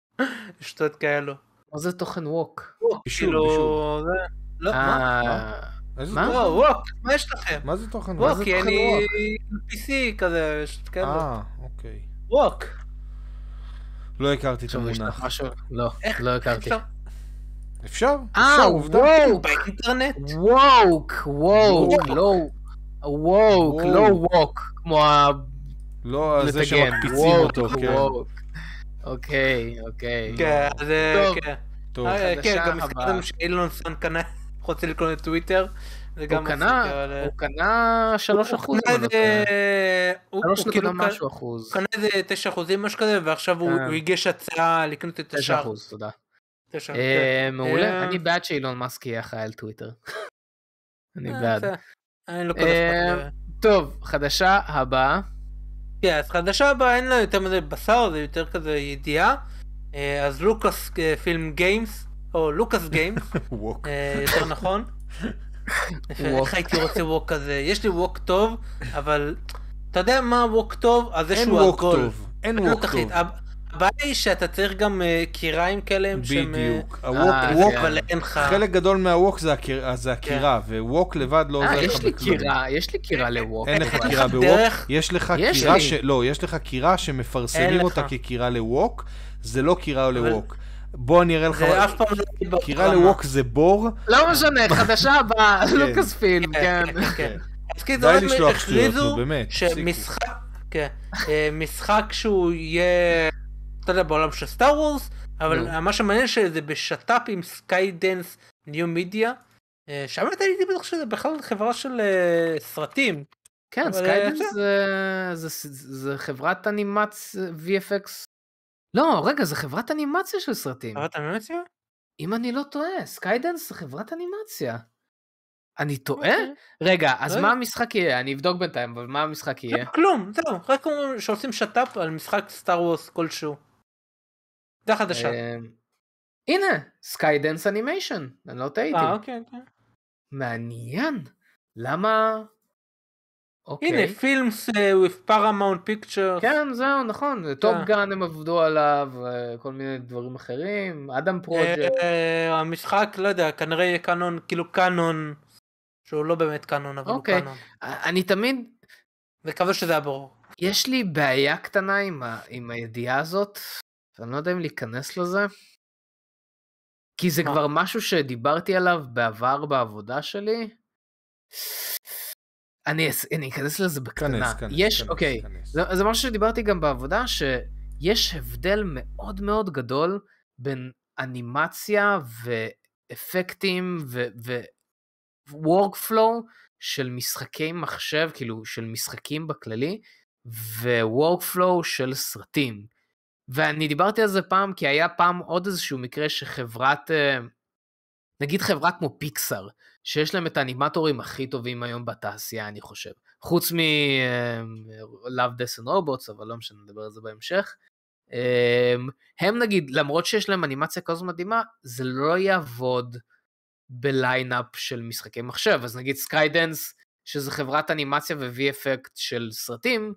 שטויות כאלו. מה זה תוכן ווק? ווק, בישול, כאילו, בישול. זה... לא, מה? אה, איזה מה? תוכן? לא, ווק, מה יש לכם? מה זה תוכן? ווק, זה כי תוכן אני ווק? פי סי כזה, שטויות כאלו. אה, אוקיי. ווק. לא הכרתי את עכשיו יש לך המונח. משהו? לא, איך? לא הכרתי. אפשר? אפשר? אה, אפשר, עובדה. ווק! באינטרנט? ווק, ווק, לא... ווק, לא ווק, כמו ה... לא, זה לטגן. שמקפיצים ווק, אותו, כן. ווק. אוקיי, אוקיי. כן, זה... טוב. כן. טוב. אה, כן, חדשה גם הזכרתם הבאה. שאילון סאן קנה, רוצה לקנות את טוויטר. זה גם הוא מצחיק, קנה, אבל, אה, הוא קנה שלוש הוא אחוז. קנה איזה... הוא- שלוש הוא נקודה כאילו קנה- משהו אחוז. הוא קנה איזה תשע אחוזים משהו כזה, ועכשיו הוא כן. הוא הגיש הצעה לקנות את תשע השאר. אחוז, תודה. תשע, אה, כן. מעולה, אה, אני בעד שאילון מאסק יהיה אחראי על טוויטר. אני אה, בעד. זה- אני לא כל אה, אכפת לי. טוב, חדשה הבאה. כן, אז חדשה הבאה אין לה יותר מדי בשר, זה יותר כזה ידיעה. אז לוקאס פילם גיימס, או לוקאס גיימס, יותר נכון. איך הייתי רוצה ווק כזה? יש לי ווק טוב, אבל אתה יודע מה ווק טוב? אז יש ווק טוב. אין ווק טוב. הבעיה היא שאתה צריך גם קיריים כאלה שהם... בדיוק. הווק, חלק גדול מהווק זה הקירה, וווק לבד לא עוזר לך בכלום. יש לי קירה, יש לי קירה לווק. אין לך קירה בווק, יש לך קירה ש... לא, יש לך קירה שמפרסמים אותה כקירה לווק, זה לא קירה לווק. בוא אני אראה לך, קירה לווק זה בור. לא משנה, חדשה הבאה, לוקאס פילם, כן. אז כאילו רק הכריזו שמשחק שהוא יהיה, אתה יודע, בעולם של סטאר וורס, אבל מה שמעניין שזה בשת"פ עם סקיידנס ניו מידיה, שהאמת הייתי בטוח שזה בכלל חברה של סרטים. כן, סקיידנס זה חברת אנימציה וי אף אקס. לא, רגע, זה חברת אנימציה של סרטים. חברת אנימציה? אם אני לא טועה, סקיידנס זה חברת אנימציה. אני טועה? רגע, אז מה המשחק יהיה? אני אבדוק בינתיים, אבל מה המשחק יהיה? כלום, זהו, רק שעושים שת"פ על משחק סטאר וורס כלשהו. זה חדשה. הנה, סקיידנס אנימיישן, אני לא טעיתי. אה, אוקיי, אוקיי. מעניין. למה... הנה, פילמס with Paramount Pictures. כן, זהו, נכון. טופ גן הם עבדו עליו, כל מיני דברים אחרים, אדם פרוג'קט. המשחק, לא יודע, כנראה יהיה קאנון, כאילו קאנון, שהוא לא באמת קאנון, אבל הוא קאנון. אני תמיד... מקווה שזה היה ברור. יש לי בעיה קטנה עם הידיעה הזאת, אני לא יודע אם להיכנס לזה, כי זה כבר משהו שדיברתי עליו בעבר בעבודה שלי. אני, אני אכנס לזה בקטנה. כנס, יש, כנס, אוקיי, כנס. זה, זה משהו שדיברתי גם בעבודה, שיש הבדל מאוד מאוד גדול בין אנימציה ואפקטים ו-workflow של משחקי מחשב, כאילו של משחקים בכללי, ו-workflow של סרטים. ואני דיברתי על זה פעם, כי היה פעם עוד איזשהו מקרה שחברת, נגיד חברה כמו פיקסאר, שיש להם את האנימטורים הכי טובים היום בתעשייה, אני חושב. חוץ מ-Love, Death and Robots, אבל לא משנה, נדבר על זה בהמשך. הם נגיד, למרות שיש להם אנימציה כזו מדהימה, זה לא יעבוד בליינאפ של משחקי מחשב. אז נגיד סקיידנס, שזה חברת אנימציה ו-וי אף אקס של סרטים,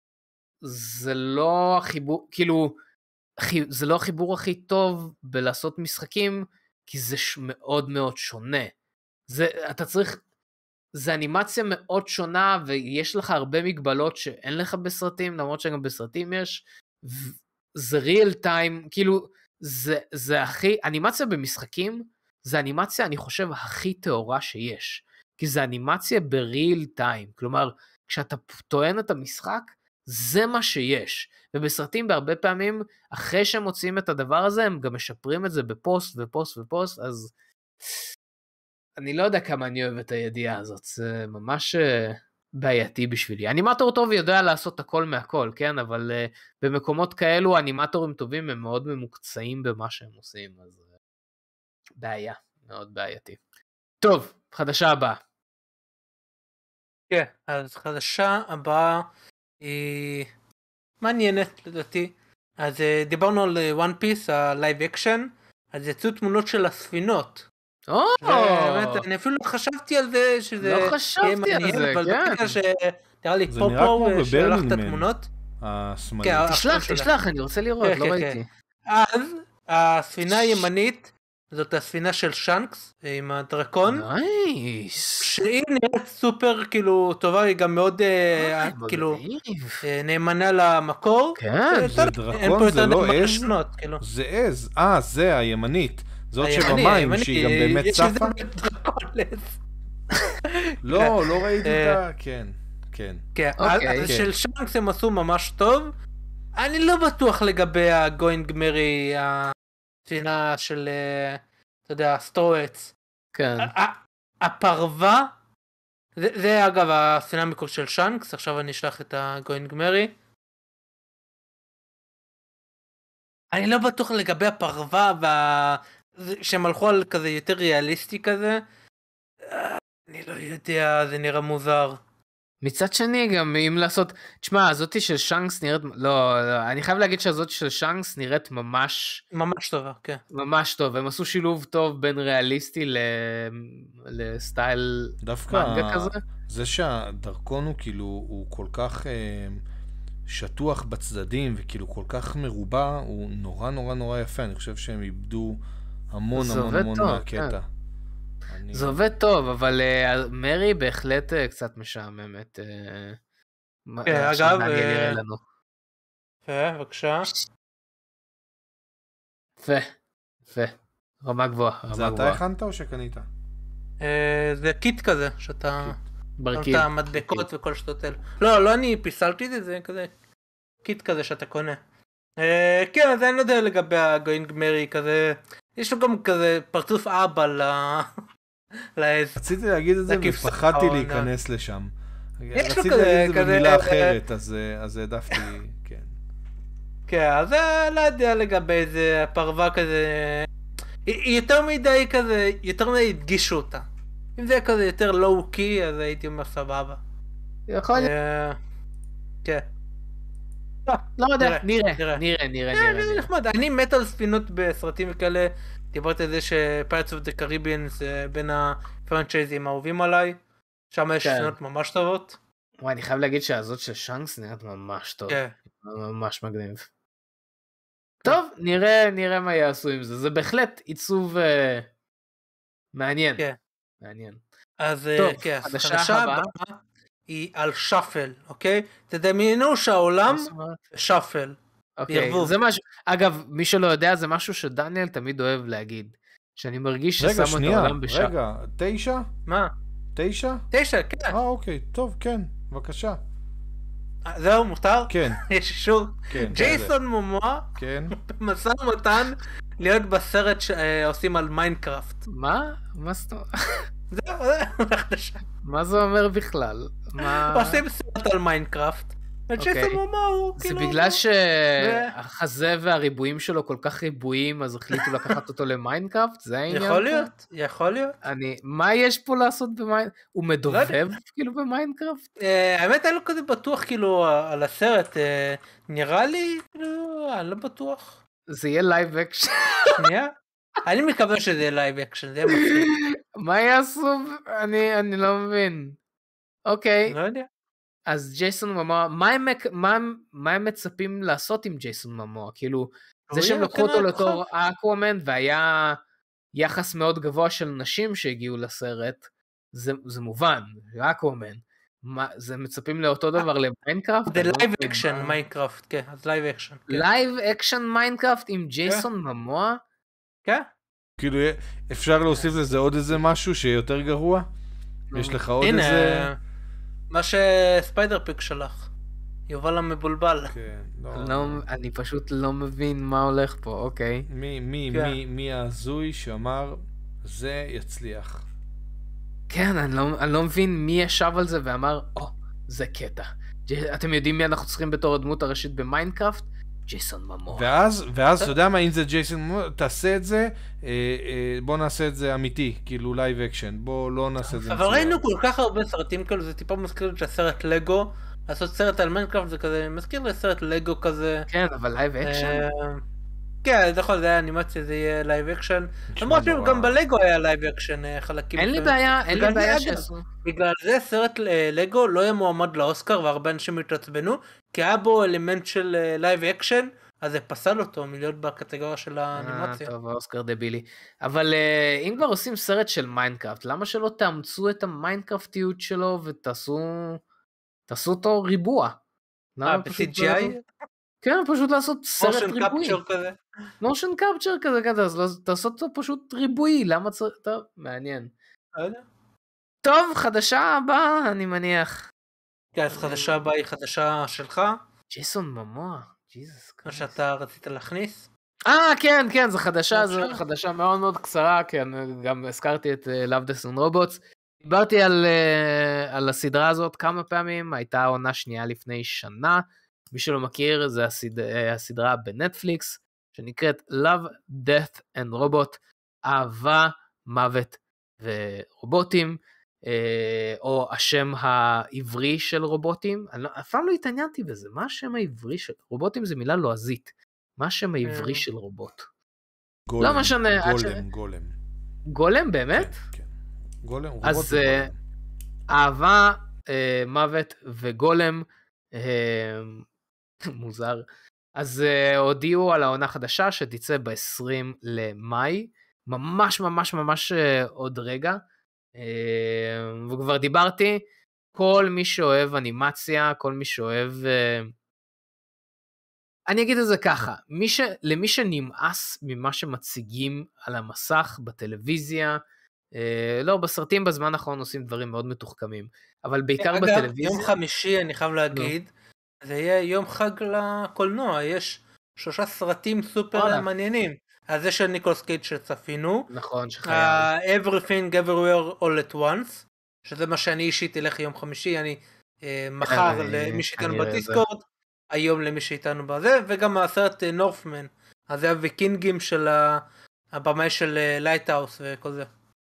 זה לא החיבור, כאילו, זה לא החיבור הכי טוב בלעשות משחקים, כי זה מאוד מאוד שונה. זה, אתה צריך, זה אנימציה מאוד שונה, ויש לך הרבה מגבלות שאין לך בסרטים, למרות שגם בסרטים יש, זה ריאל טיים, כאילו, זה, זה הכי, אנימציה במשחקים, זה אנימציה, אני חושב, הכי טהורה שיש, כי זה אנימציה בריאל טיים, כלומר, כשאתה טוען את המשחק, זה מה שיש, ובסרטים בהרבה פעמים, אחרי שהם מוצאים את הדבר הזה, הם גם משפרים את זה בפוסט ופוסט ופוסט, אז אני לא יודע כמה אני אוהב את הידיעה הזאת, זה ממש בעייתי בשבילי. אנימטור טוב יודע לעשות הכל מהכל, כן, אבל uh, במקומות כאלו, אנימטורים טובים הם מאוד ממוקצעים במה שהם עושים, אז uh, בעיה, מאוד בעייתי. טוב, חדשה הבאה. כן, אז חדשה הבאה היא מעניינת לדעתי. אז uh, דיברנו על One Piece, הלייב אקשן, אז יצאו תמונות של הספינות. באמת, אני אפילו חשבתי על זה, שזה לא חשבתי על זה, כן. תראה לי פה פה ושלח את התמונות. תשלח, תשלח, אני רוצה לראות, לא ראיתי. אז הספינה הימנית, זאת הספינה של שנקס עם הדרקון. נייס. שהיא נראית סופר כאילו טובה, היא גם מאוד כאילו נאמנה למקור. כן, זה דרקון, זה לא עז. זה עז, אה, זה הימנית. זאת שבמים, שהיא גם באמת צפה? לא, לא ראיתי אותה, כן, כן. כן, אז של שנקס הם עשו ממש טוב. אני לא בטוח לגבי הגוינג מרי, הספינה של, אתה יודע, סטרואץ. כן. הפרווה, זה אגב הספינה המקור של שנקס, עכשיו אני אשלח את הגוינג מרי. אני לא בטוח לגבי הפרווה וה... שהם הלכו על כזה יותר ריאליסטי כזה, אני לא יודע, זה נראה מוזר. מצד שני גם אם לעשות, תשמע, הזאתי של שאנקס נראית, לא, לא, אני חייב להגיד שהזאתי של שאנקס נראית ממש, ממש טובה, כן. ממש טוב, הם עשו שילוב טוב בין ריאליסטי ל... לסטייל מנגה כזה. זה שהדרכון הוא כאילו, הוא כל כך אה, שטוח בצדדים, וכאילו כל כך מרובע, הוא נורא נורא נורא יפה, אני חושב שהם איבדו המון המון המון טוב, מהקטע. כן. אני... זה עובד טוב, אבל uh, מרי בהחלט uh, קצת משעממת. כן, uh, אגב, יפה, בבקשה. יפה, יפה. רמה גבוהה. זה אתה הכנת או שקנית? Uh, זה קיט כזה, שאתה... ברקיד. אתה מדבקות וכל שטות אלה. לא, לא אני פיסלתי את זה, זה כזה קיט כזה שאתה קונה. Uh, כן, אז אני לא יודע לגבי הגוינג מרי כזה... יש לו גם כזה פרצוף אבא ל... רציתי להגיד את זה ופחדתי להיכנס לשם. רציתי כזה, להגיד את זה כזה, במילה אחרת, אז העדפתי, כן. כן, אז לא יודע לגבי זה, הפרווה כזה, היא יותר מדי כזה, יותר מדי הדגישו אותה. אם זה כזה יותר לואו-קי, אז הייתי אומר סבבה. יכול להיות. כן. לא יודע, נראה, נראה, נראה, נראה. נחמד, אני מת על ספינות בסרטים וכאלה. דיברתי על זה שפיירטס אוף דה קריביאן זה בין הפרנצ'ייזים האהובים עליי. שם יש ספינות ממש טובות. וואי, אני חייב להגיד שהזאת של שאנקס נראית ממש טוב. ממש מגניב. טוב, נראה, נראה מה יעשו עם זה. זה בהחלט עיצוב מעניין. מעניין. אז כן, חדשה הבאה היא על שפל, אוקיי? תדמיינו שהעולם שפל. אוקיי, זה משהו, אגב, מי שלא יודע, זה משהו שדניאל תמיד אוהב להגיד, שאני מרגיש ששמו את העולם בשפל. רגע, שנייה, רגע, תשע? מה? תשע? תשע, כן. אה, אוקיי, טוב, כן, בבקשה. זהו, מותר? כן. יש אישור? כן. ג'ייסון מומואה, כן. במסע ומתן להיות בסרט שעושים על מיינקראפט. מה? מה זאת אומרת? זהו, זהו, חדשה. מה זה אומר בכלל? עושים סרט על מיינקראפט. וג'ייסון מומואה הוא כאילו... זה בגלל שהחזה והריבועים שלו כל כך ריבועים, אז החליטו לקחת אותו למיינקראפט? זה העניין? יכול להיות, יכול להיות. מה יש פה לעשות במיינקראפט? הוא מדובב כאילו במיינקראפט? האמת, אני לא כזה בטוח כאילו על הסרט. נראה לי, אני לא בטוח. זה יהיה לייב אקשן. שנייה? אני מקווה שזה יהיה לייב אקשן, זה יהיה מצחיק. מה יעשו? אני לא מבין. אוקיי. לא יודע. אז ג'ייסון מומואה, מה הם, מה, מה הם מצפים לעשות עם ג'ייסון מומואה? כאילו, זה שהם לקחו אותו לתור אקוומן, והיה יחס מאוד גבוה של נשים שהגיעו לסרט, זה, זה מובן, אקוומן. זה מצפים לאותו דבר למיינקראפט? זה לייב אקשן מיינקראפט, כן, אז לייב אקשן. לייב אקשן מיינקראפט עם ג'ייסון מומואה? כן. כאילו, אפשר להוסיף לזה עוד איזה משהו שיותר גרוע? יש לך עוד איזה... מה שספיידר פיק שלח, יובל המבולבל. כן, לא, אני פשוט לא מבין מה הולך פה, אוקיי. מי, מי, מי, מי הזוי שאמר, זה יצליח. כן, אני לא, אני לא מבין מי ישב על זה ואמר, או, זה קטע. אתם יודעים מי אנחנו צריכים בתור הדמות הראשית במיינקראפט? ג'ייסון מומואה. ואז, ואז, אתה יודע מה, אם זה ג'ייסון מומואה, תעשה את זה, אה, אה, בוא נעשה את זה אמיתי, כאילו לייב אקשן, בוא לא נעשה את זה. אבל ראינו כל כך הרבה סרטים כאלו, זה טיפה מזכיר לי שהסרט לגו, לעשות סרט על מיינקראפט זה כזה, מזכיר לי סרט לגו כזה. כן, אבל לייב אקשן? כן, זה יכול, זה היה אנימציה, זה יהיה לייב אקשן. למרות שגם בלגו היה לייב אקשן חלקים. אין לי בעיה, אין לי בעיה שעשו. בגלל זה סרט לגו לא היה מועמד לאוסקר, והרבה אנשים התעצבנו, כי היה בו אלמנט של לייב אקשן, אז זה פסל אותו מלהיות בקטגוריה של האנימציה. טוב, האוסקר דבילי. אבל אם כבר עושים סרט של מיינקראפט, למה שלא תאמצו את המיינקראפטיות שלו ותעשו תעשו אותו ריבוע? אה, ב-סי ג'י איי? כן, פשוט לעשות סרט ריבועי. מושן קפצ'ר כזה. מושן קפצ'ר כזה, כזה, אז תעשו אותו פשוט ריבועי, למה צריך, טוב, מעניין. טוב, חדשה הבאה, אני מניח. כן, אז חדשה הבאה היא חדשה שלך. ג'ייסון מומואה, ג'יזוס. מה שאתה רצית להכניס? אה, כן, כן, זו חדשה, זו חדשה מאוד מאוד קצרה, כן, גם הזכרתי את Love, Death and Robots. דיברתי על, על הסדרה הזאת כמה פעמים, הייתה עונה שנייה לפני שנה, מי שלא מכיר, זה הסד... הסדרה בנטפליקס, שנקראת Love, Death and Robot, אהבה, מוות ורובוטים. או השם העברי של רובוטים, אני אף פעם לא התעניינתי בזה, מה השם העברי של רובוטים? זה מילה לועזית, מה השם העברי של רובוט? גולם, לא משנה, גולם, גולם. גולם באמת? כן, כן. גולם, רובוט אז וגולם. אהבה, מוות וגולם, מוזר. אז הודיעו על העונה חדשה שתצא ב-עשרים למאי, ממש ממש ממש עוד רגע, וכבר דיברתי, כל מי שאוהב אנימציה, כל מי שאוהב, אני אגיד את זה ככה, מי ש... למי שנמאס ממה שמציגים על המסך בטלוויזיה, לא, בסרטים בזמן האחרון עושים דברים מאוד מתוחכמים, אבל בעיקר בטלוויזיה. אגב, יום חמישי אני חייב להגיד, זה יהיה יום חג לקולנוע, יש שלושה סרטים סופר מעניינים. אז זה של ניקולס קייג' שצפינו. נכון, שחייב. Everything Everywhere All at Once, שזה מה שאני אישית אלך יום חמישי, אני מחר למי שאיתנו בדיסקורד, היום למי שאיתנו בזה, וגם הסרט נורפמן, אז זה הוויקינגים של הבמאי של לייטהאוס וכל זה.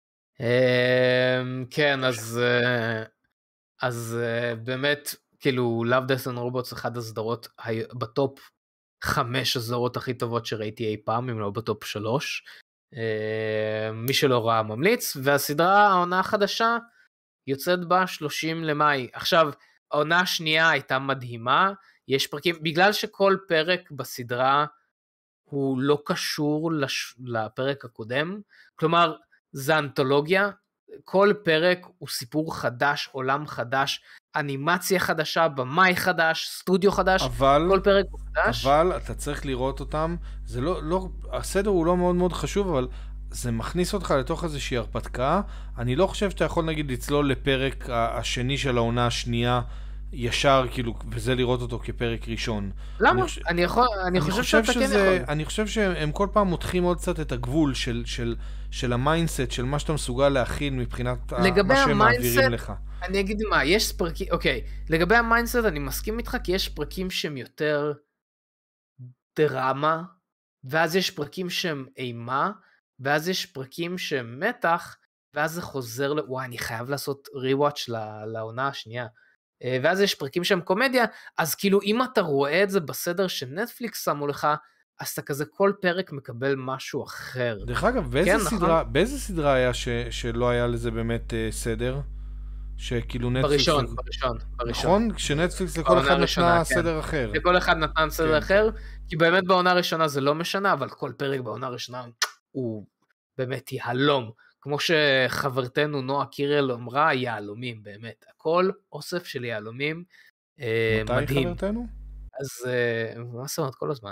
כן, אז אז באמת, כאילו, Love, Death and Robots אחד הסדרות בטופ חמש הסדרות הכי טובות שראיתי אי פעם, אם לא בטופ שלוש. מי שלא ראה ממליץ, והסדרה, העונה החדשה, יוצאת בה שלושים למאי. עכשיו, העונה השנייה הייתה מדהימה, יש פרקים, בגלל שכל פרק בסדרה הוא לא קשור לש... לפרק הקודם, כלומר, זה אנתולוגיה, כל פרק הוא סיפור חדש, עולם חדש, אנימציה חדשה, במאי חדש, סטודיו חדש, אבל, כל פרק הוא חדש. אבל אתה צריך לראות אותם, זה לא, לא, הסדר הוא לא מאוד מאוד חשוב, אבל זה מכניס אותך לתוך איזושהי הרפתקה. אני לא חושב שאתה יכול נגיד לצלול לפרק השני של העונה השנייה, ישר כאילו, וזה לראות אותו כפרק ראשון. למה? אני, אני, יכול, אני, אני חושב שאתה שזה, כן יכול. אני חושב שהם כל פעם מותחים עוד קצת את הגבול של, של, של המיינדסט, של מה שאתה מסוגל להכין מבחינת מה שהם מעבירים לך. אני אגיד מה, יש פרקים, אוקיי, לגבי המיינדסט אני מסכים איתך, כי יש פרקים שהם יותר דרמה, ואז יש פרקים שהם אימה, ואז יש פרקים שהם מתח, ואז זה חוזר, וואי, אני חייב לעשות ריוואץ' לעונה השנייה. ואז יש פרקים שהם קומדיה, אז כאילו אם אתה רואה את זה בסדר שנטפליקס שמו לך, אז אתה כזה כל פרק מקבל משהו אחר. דרך אגב, באיזה, כן, סדרה, נכון? באיזה סדרה היה ש, שלא היה לזה באמת uh, סדר? שכאילו נטפליקס... בראשון, ל... בראשון, בראשון. נכון? כשנטפליקס לכל אחד נתנה כן. סדר אחר. לכל אחד נתן סדר כן, אחר, כן. כי באמת בעונה ראשונה זה לא משנה, אבל כל פרק בעונה ראשונה הוא באמת יהלום. כמו שחברתנו נועה קירל אמרה, יהלומים, באמת. הכל אוסף של יהלומים, מתי מדהים. חברתנו? אז, מה זאת כל הזמן?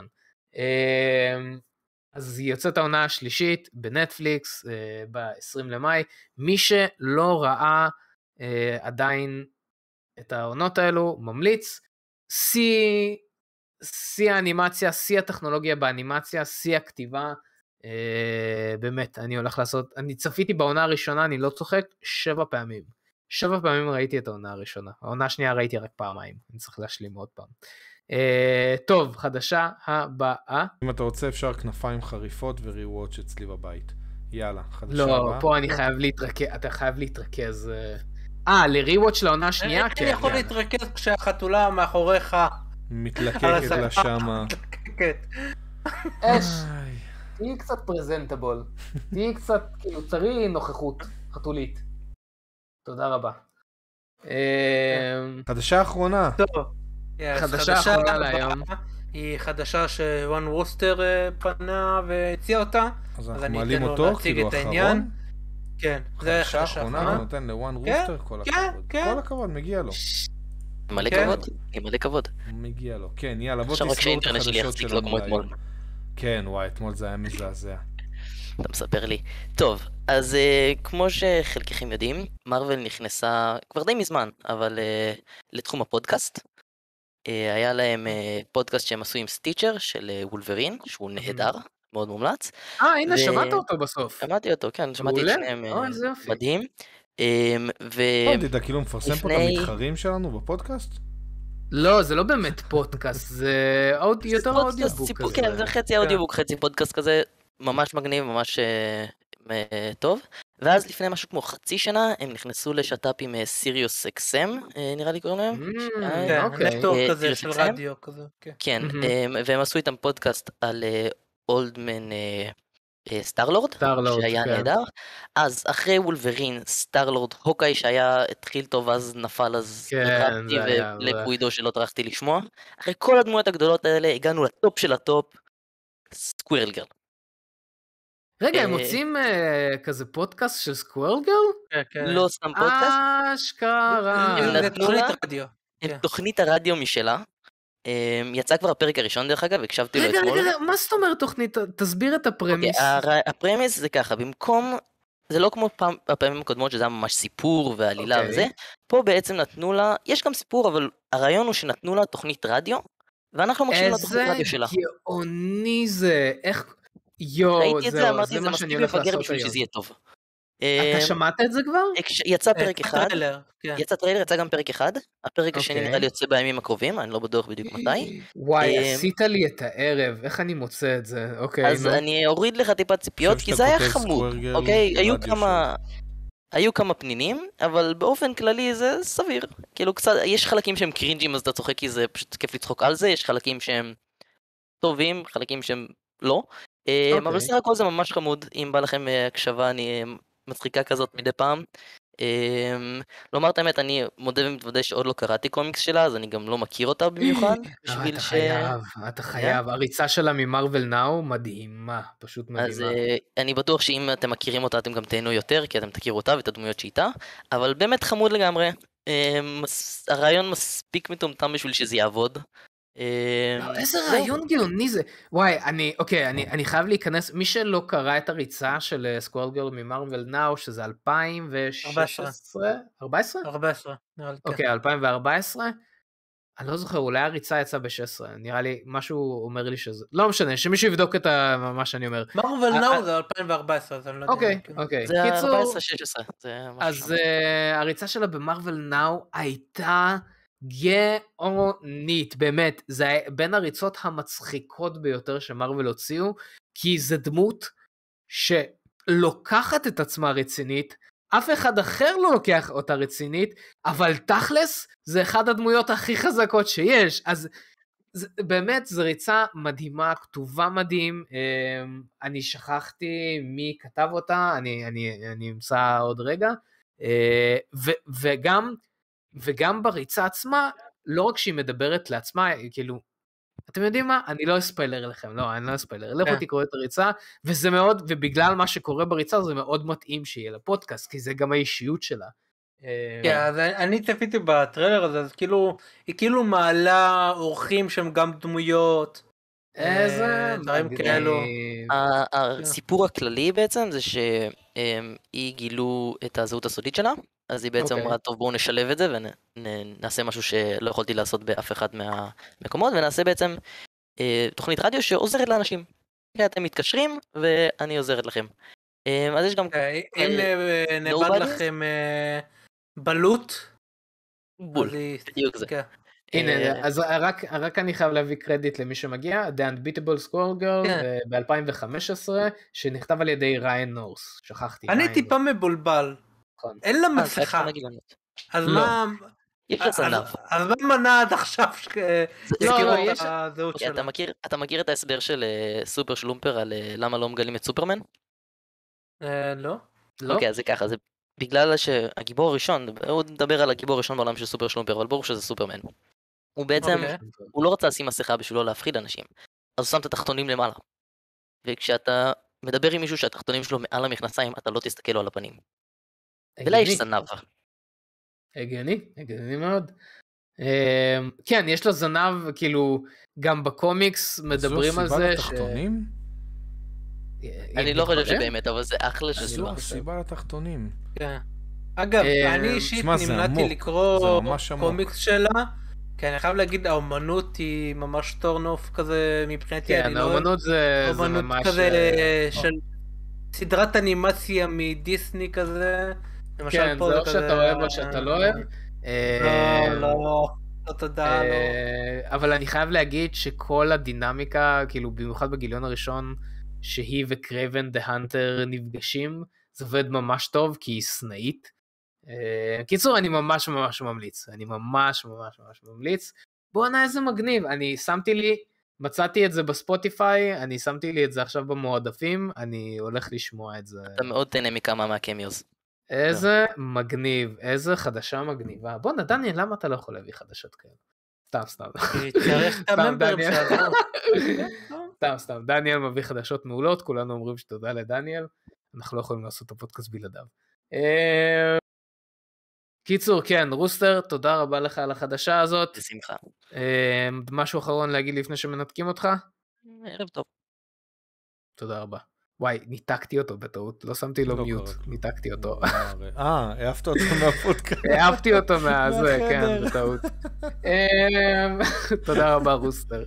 אז יוצאת העונה השלישית בנטפליקס, ב-עשרים למאי. מי שלא ראה עדיין את העונות האלו, ממליץ. שיא, שיא האנימציה, שיא הטכנולוגיה באנימציה, שיא הכתיבה, Uh, באמת, אני הולך לעשות, אני צפיתי בעונה הראשונה, אני לא צוחק, שבע פעמים. שבע פעמים ראיתי את העונה הראשונה. העונה השנייה ראיתי רק פעמיים, אני צריך להשלים עוד פעם. Uh, טוב, חדשה הבאה. אם אתה רוצה אפשר כנפיים חריפות וריוואץ' אצלי בבית. יאללה, חדשה לא, הבאה. לא, פה אני חייב להתרכז, אתה חייב להתרכז. אה, לריוואץ' לעונה השנייה? אני יכול להתרכז כשהחתולה מאחוריך. מתלקקת לשמה. אש. תהי קצת פרזנטבול, תהי קצת, כאילו, צרי נוכחות חתולית. תודה רבה. חדשה אחרונה. טוב. חדשה אחרונה להיום. היא חדשה שוואן ווסטר פנה והציע אותה. אז אנחנו מעלים אותו, כאילו אחרון. כן, זה חדשה אחרונה, הוא נותן לוואן ווסטר, כל הכבוד. כל הכבוד, מגיע לו. מלא כבוד, עם מלא כבוד. מגיע לו, כן, יאללה, בוא תסגור את החדשות שלנו להיום. כן, וואי, אתמול זה היה מזעזע. אתה מספר לי. טוב, אז uh, כמו שחלקכם יודעים, מרוול נכנסה כבר די מזמן, אבל uh, לתחום הפודקאסט. Uh, היה להם uh, פודקאסט שהם עשו עם סטיצ'ר של uh, וולברין, שהוא נהדר, מאוד מומלץ. אה, הנה, ו... שמעת אותו בסוף. שמעתי אותו, כן, שמעתי את שניהם uh, מדהים. ו... לא, אתה כאילו מפרסם לפני... פה את המתחרים שלנו בפודקאסט? לא, זה לא באמת פודקאסט, זה יותר אודיובוק כזה. כן, זה חצי אודיובוק, חצי פודקאסט כזה, ממש מגניב, ממש טוב. ואז לפני משהו כמו חצי שנה, הם נכנסו לשת"פ עם סיריוס אקס אם, נראה לי קוראים להם. כן, אוקיי. נטוורק אה, כזה סיריוס של אקס אם? רדיו כזה, כן. כן, מהמם. אה, והם עשו איתם פודקאסט על אולדמן סטארלורד, סטארלורד, שהיה כן. נהדר. אז אחרי וולברין, סטארלורד, הוקאי שהיה התחיל טוב אז נפל, אז כן, נטרפתי, זה היה, ובלק זה- ווידו שלא טרחתי לשמוע. אחרי כל הדמויות הגדולות האלה, הגענו לטופ של הטופ, סקווירל גרל. רגע, הם אה, מוצאים אה, כזה פודקאסט של סקווירל גרל? כן, כן. לא סתם פודקאסט, אשכרה. הם זה נתנו תוכנית לה- רדיו. הם כן. תוכנית הרדיו משלה. אה, יצא כבר הפרק הראשון דרך אגב, הקשבתי לו רגע, אתמול. רגע, מה זאת אומרת תוכנית? תסביר את הפרמיס. אוקיי, הר- הפרמיס זה ככה, במקום, זה לא כמו פעם, הפעמים הקודמות שזה היה ממש סיפור ועלילה אוקיי. וזה, פה בעצם נתנו לה, יש גם סיפור, אבל הרעיון הוא שנתנו לה תוכנית רדיו, ואנחנו מקשיבים לתוכנית איזה רדיו שלה. גאוני זה, איך... יואו, ראיתי את זה, זהו, אמרתי, זה זה מה שאני מספיק הולך מפגר לעשות בשביל היום. שזה יהיה טוב. אתה אה, שמעת את זה כבר? הקש- יצא פרק אה, אחד, טריילר, כן. יצא טריילר, יצא גם פרק אחד, הפרק השני אוקיי. נראה לי יוצא בימים הקרובים, אני לא בטוח בדיוק מתי. וואי, אה, עשית לי את הערב, איך אני מוצא את זה? אוקיי, אז נו. אני אוריד לך טיפה ציפיות, חושב כי שאתה זה היה כותב חמוד, Square Girl אוקיי? היו רדיו כמה... היו כמה פנינים, אבל באופן כללי זה סביר. כאילו קצת, יש חלקים שהם קרינג'ים אז אתה צוחק כי זה פשוט כיף לצחוק על זה, יש חלקים שהם טובים, חלקים שהם לא. אה, אבל אוקיי. בסך הכל זה ממש חמוד, אם בא לכם אה, הקשבה אני אה, מצחיקה כזאת מדי פעם. אה, לומר את האמת, אני מודה ומתוודה שעוד לא קראתי קומיקס שלה, אז אני גם לא מכיר אותה במיוחד. אה, בשביל אתה ש... חייב, אתה חייב. הריצה שלה ממרוול נאו מדהימה, פשוט אז מדהימה. uh, אני בטוח שאם אתם מכירים אותה אתם גם תהנו יותר, כי אתם תכירו אותה ואת הדמויות שאיתה, אבל באמת חמוד לגמרי. Uh, מס... הרעיון מספיק מטומטם בשביל שזה יעבוד. Uh, לא, איזה זהו. רעיון גאוני זה. וואי, אני, אוקיי, אני, אני חייב להיכנס, מי שלא קרא את הריצה של סקוורל גרל ממרוול נאו, שזה אלפיים ושש עשרה? ארבע עשרה? ארבע עשרה, נראה לי, כן. אוקיי, אלפיים וארבע עשרה? אני לא זוכר, אולי הריצה יצאה ב-שש עשרה, נראה לי, משהו אומר לי שזה, לא משנה, שמישהו יבדוק את ה- מה שאני אומר. מרוול אה, נאו אה, זה אלפיים וארבע עשרה, אז אני לא יודע. אוקיי, כן. אוקיי. זה קיצור, ארבע עשרה שש עשרה, זה משהו אז שם. uh, הריצה שלה במרוול נאו הייתה גאונית, באמת, זה היה בין הריצות המצחיקות ביותר שמרוול הוציאו, כי זה דמות שלוקחת את עצמה רצינית, אף אחד אחר לא לוקח אותה רצינית, אבל תכלס זה אחד הדמויות הכי חזקות שיש, אז זה, באמת זו ריצה מדהימה, כתובה מדהים, אני שכחתי מי כתב אותה, אני, אני, אני אמצא עוד רגע, ו, וגם, וגם בריצה עצמה, לא רק שהיא מדברת לעצמה, כאילו, אתם יודעים מה? אני לא אספיילר לכם, לא, אני לא אספיילר, לכו תקראו את הריצה, וזה מאוד, ובגלל מה שקורה בריצה, זה מאוד מתאים שיהיה לפודקאסט, כי זה גם האישיות שלה. כן, אז אני צפיתי בטריילר הזה, אז כאילו, היא כאילו מעלה אורחים שהם גם דמויות, איזה דברים כאלו. הסיפור הכללי בעצם זה שהיא גילו את הזהות הסודית שלה, אז היא בעצם אמרה טוב בואו נשלב את זה ונעשה משהו שלא יכולתי לעשות באף אחד מהמקומות, ונעשה בעצם תוכנית רדיו שעוזרת לאנשים. אתם מתקשרים ואני עוזרת לכם. אז יש גם... אם נאבד לכם בלוט, בול, בדיוק זה. הנה, אז רק אני חייב להביא קרדיט למי שמגיע, The Unbeatable Squirrel Girl ב-אלפיים וחמש עשרה, שנכתב על ידי ריין נורס, שכחתי. אני טיפה מבולבל, אין לה מסכה, אז מה... יש לה זנב. אז מה מנע עד עכשיו לא, את הזהות שלה? אתה מכיר את ההסבר של סופר שלומפר על למה לא מגלים את סופרמן? לא. אוקיי, אז זה ככה, זה בגלל שהגיבור הראשון, הוא מדבר על הגיבור הראשון בעולם של סופר שלומפר, אבל ברור שזה סופרמן. הוא בעצם, הוא לא רצה לשים מסכה בשביל לא להפחיד אנשים, אז הוא שם את התחתונים למעלה. וכשאתה מדבר עם מישהו שהתחתונים שלו מעל המכנסיים, אתה לא תסתכל לו על הפנים. ולה יש זנב. הגיוני, הגיוני מאוד. כן, יש לו זנב, כאילו, גם בקומיקס מדברים על זה. זו סיבה לתחתונים? אני לא חושב שבאמת, אבל זה אחלה שסיבה. זו סיבה לתחתונים. אגב, אני אישית נמנעתי לקרוא קומיקס שלה, כי אני חייב להגיד, האומנות היא ממש טורנוף כזה מבחינתי. כן, האומנות זה ממש... אומנות כזה של סדרת אנימציה מדיסני כזה. כן, זה או שאתה אוהב או שאתה לא אוהב. לא, לא, לא תודה, לא. אבל אני חייב להגיד שכל הדינמיקה, כאילו במיוחד בגיליון הראשון, שהיא וקרייבן דה הנטר נפגשים, זה עובד ממש טוב, כי היא סנאית. קיצור, אני ממש ממש ממליץ, אני ממש ממש ממש ממליץ. בואנה, איזה מגניב, אני שמתי לי, מצאתי את זה בספוטיפיי, אני שמתי לי את זה עכשיו במועדפים, אני הולך לשמוע את זה. אתה מאוד תהנה מכמה מהקמיוז. איזה מגניב, איזה חדשה מגניבה. בואנה, דניאל, למה אתה לא יכול להביא חדשות כאלה? סתם, סתם. צריך את הממברים שעברו. סתם, סתם. דניאל מביא חדשות מעולות, כולנו אומרים שתודה לדניאל, אנחנו לא יכולים לעשות את הפודקאסט בלעדיו. קיצור, כן, רוסטר, תודה רבה לך על החדשה הזאת. בשמחה. משהו אחרון להגיד לפני שמנתקים אותך? ערב טוב. תודה רבה. וואי, ניתקתי אותו בטעות, לא שמתי לו מיוט, ניתקתי אותו. אה, העפת אותו מהפודקאסט. העפתי אותו מהזה, כן, בטעות. תודה רבה, רוסטר.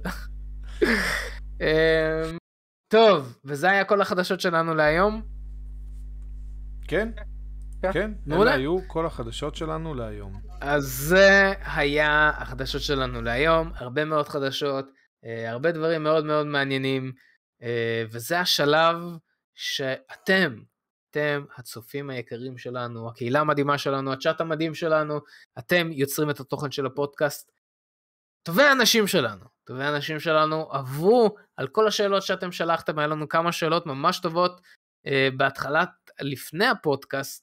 טוב, וזה היה כל החדשות שלנו להיום? כן, כן, אלה היו כל החדשות שלנו להיום. אז זה היה החדשות שלנו להיום, הרבה מאוד חדשות, הרבה דברים מאוד מאוד מעניינים, וזה השלב שאתם, אתם הצופים היקרים שלנו, הקהילה המדהימה שלנו, הצ'אט המדהים שלנו, אתם יוצרים את התוכן של הפודקאסט. טובי האנשים שלנו, טובי האנשים שלנו עברו על כל השאלות שאתם שלחתם, היה לנו כמה שאלות ממש טובות בהתחלת, לפני הפודקאסט,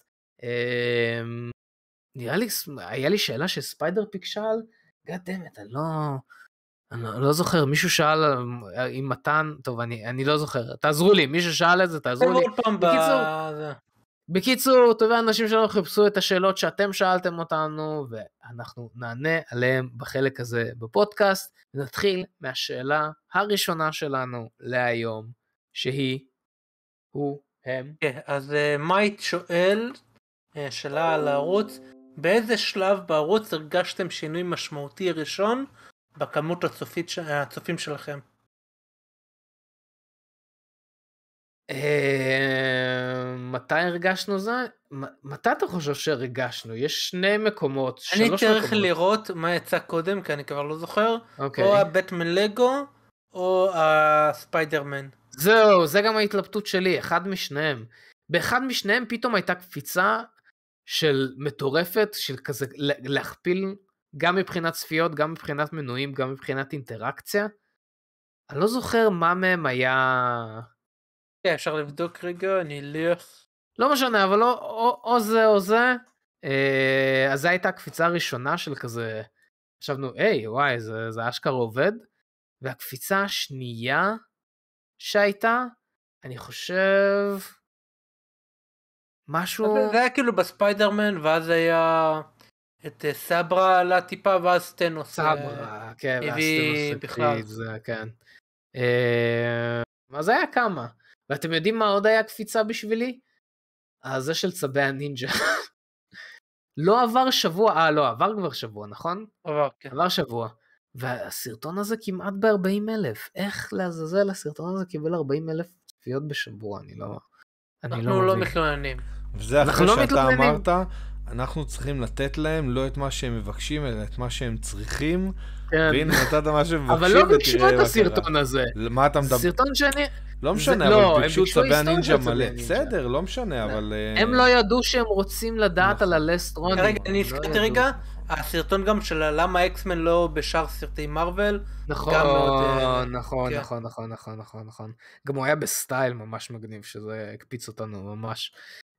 נראה לי, היה לי שאלה שספיידר פיק שאל, גדמת, אני לא... אני לא זוכר, מישהו שאל עם מתן, טוב, אני, אני לא זוכר, תעזרו לי, מישהו שאל את זה, תעזרו לי. בקיצור, בקיצור, טובי האנשים שלנו חיפשו את השאלות שאתם שאלתם אותנו, ואנחנו נענה עליהם בחלק הזה בפודקאסט, ונתחיל מהשאלה הראשונה שלנו להיום, שהיא, הוא, הם. כן, אז מייט שואל, שאלה על הערוץ, באיזה שלב בערוץ הרגשתם שינוי משמעותי ראשון, בכמות הצופית, הצופים שלכם? מתי הרגשנו זה? מתי אתה חושב שהרגשנו? יש שני מקומות, שלוש מקומות. אני צריך לראות מה יצא קודם, כי אני כבר לא זוכר. או הבטמן לגו, או הספיידרמן. זהו, זה גם ההתלבטות שלי, אחד משניהם. באחד משניהם פתאום הייתה קפיצה של מטורפת, של כזה להכפיל, גם מבחינת צפיות, גם מבחינת מנויים, גם מבחינת אינטראקציה. אני לא זוכר מה מהם היה... כן, אפשר לבדוק רגע, אני אלך. לא משנה, אבל לא, או, או זה או זה. אה, אז זו הייתה הקפיצה הראשונה של כזה, חשבנו, היי, וואי, זה, זה אשכרה עובד. והקפיצה השנייה שהייתה, אני חושב... משהו... זה היה כאילו בספיידרמן, ואז היה... את סברה עלה טיפה, ואז סטנוס. סברה, כן, ואז סטנוס בכלל. זה, כן. אז היה כמה. ואתם יודעים מה עוד היה קפיצה בשבילי? זה של צבי הנינג'ה. לא עבר שבוע, אה לא, עבר כבר שבוע, נכון? עבר, כן. עבר שבוע. והסרטון הזה כמעט ב-ארבעים אלף. איך לעזאזל הסרטון הזה קיבל ארבעים אלף צפיות בשבוע? אני לא... אנחנו לא מתלוננים. וזה אחרי שאתה אמרת... אנחנו צריכים לתת להם לא את מה שהם מבקשים, אלא את מה שהם צריכים. והנה, נתת מה שהם מבקשים. אבל לא ביקשו את הסרטון הזה. מה אתה מדבר? סרטון שאני... לא משנה, אבל ביקשו צבי הנינג'ה מלא. בסדר, לא משנה, אבל... הם לא ידעו שהם רוצים לדעת על הלסטרונים. רגע, אני הזכרתי רגע, הסרטון גם של למה אקסמן לא בשאר סרטי מרוול. נכון, נכון, נכון, נכון, נכון, נכון, נכון. גם הוא היה בסטייל ממש מגניב, שזה הקפיץ אותנו ממש.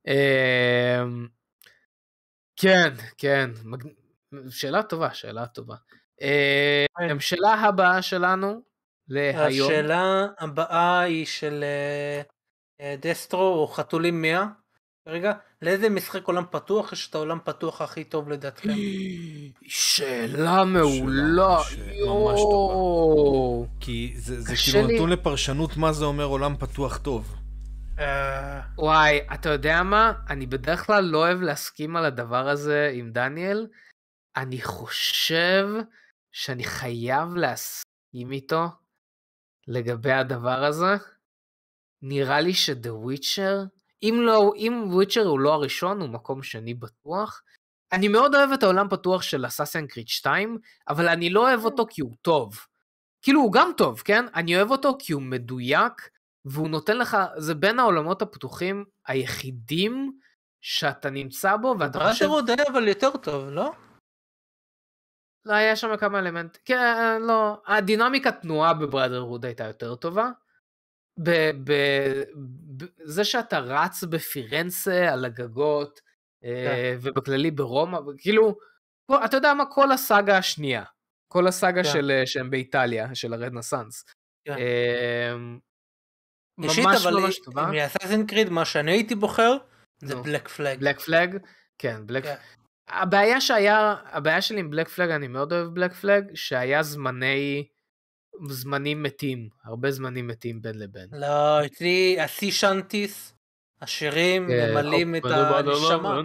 כן, כן, שאלה טובה, שאלה טובה. השאלה הבאה שלנו להיום. השאלה הבאה היא של דסטרו או חתולים מאה. רגע, לאיזה משחק עולם פתוח יש את העולם פתוח הכי טוב לדעתכם? שאלה מעולה, ממש טובה. כי זה כאילו נתון לפרשנות מה זה אומר עולם פתוח טוב. וואי, אתה יודע מה? אני בדרך כלל לא אוהב להסכים על הדבר הזה עם דניאל. אני חושב שאני חייב להסכים איתו לגבי הדבר הזה. נראה לי ש"דה וויצ'ר", אם לא, אם וויצ'ר הוא לא הראשון, הוא מקום שני בטוח. אני מאוד אוהב את העולם פתוח של אסאסין קריד שתיים, אבל אני לא אוהב אותו כי הוא טוב. כאילו הוא גם טוב, כן? אני אוהב אותו כי הוא מדויק, והוא נותן לך, זה בין העולמות הפתוחים היחידים שאתה נמצא בו, ואתה חושב... בראדרהוד היה אבל יותר טוב, לא? לא, היה שם כמה אלמנט, כן, לא, הדינמיקה תנועה בבראדרהוד הייתה יותר טובה, ב- ב- ב- זה שאתה רץ בפירנצה על הגגות, אה, ובכללי ברומא, כאילו, פה, אתה יודע מה, כל הסאגה השנייה, כל הסאגה כן. של, שהם באיטליה, של הרנסאנס, כן. אה, אישית, ממש אבל ממש טובה. מאסאסין קריד, מה שאני הייתי בוחר, זה נו. בלק פלאג. בלק פלאג, כן, בלק כן. הבעיה שהיה, הבעיה שלי עם בלק פלאג, אני מאוד אוהב בלק פלאג, שהיה זמני, זמנים מתים, הרבה זמנים מתים בין לבין. לא, אצלי הסי שנטיס, השירים ממלאים את הנשמה.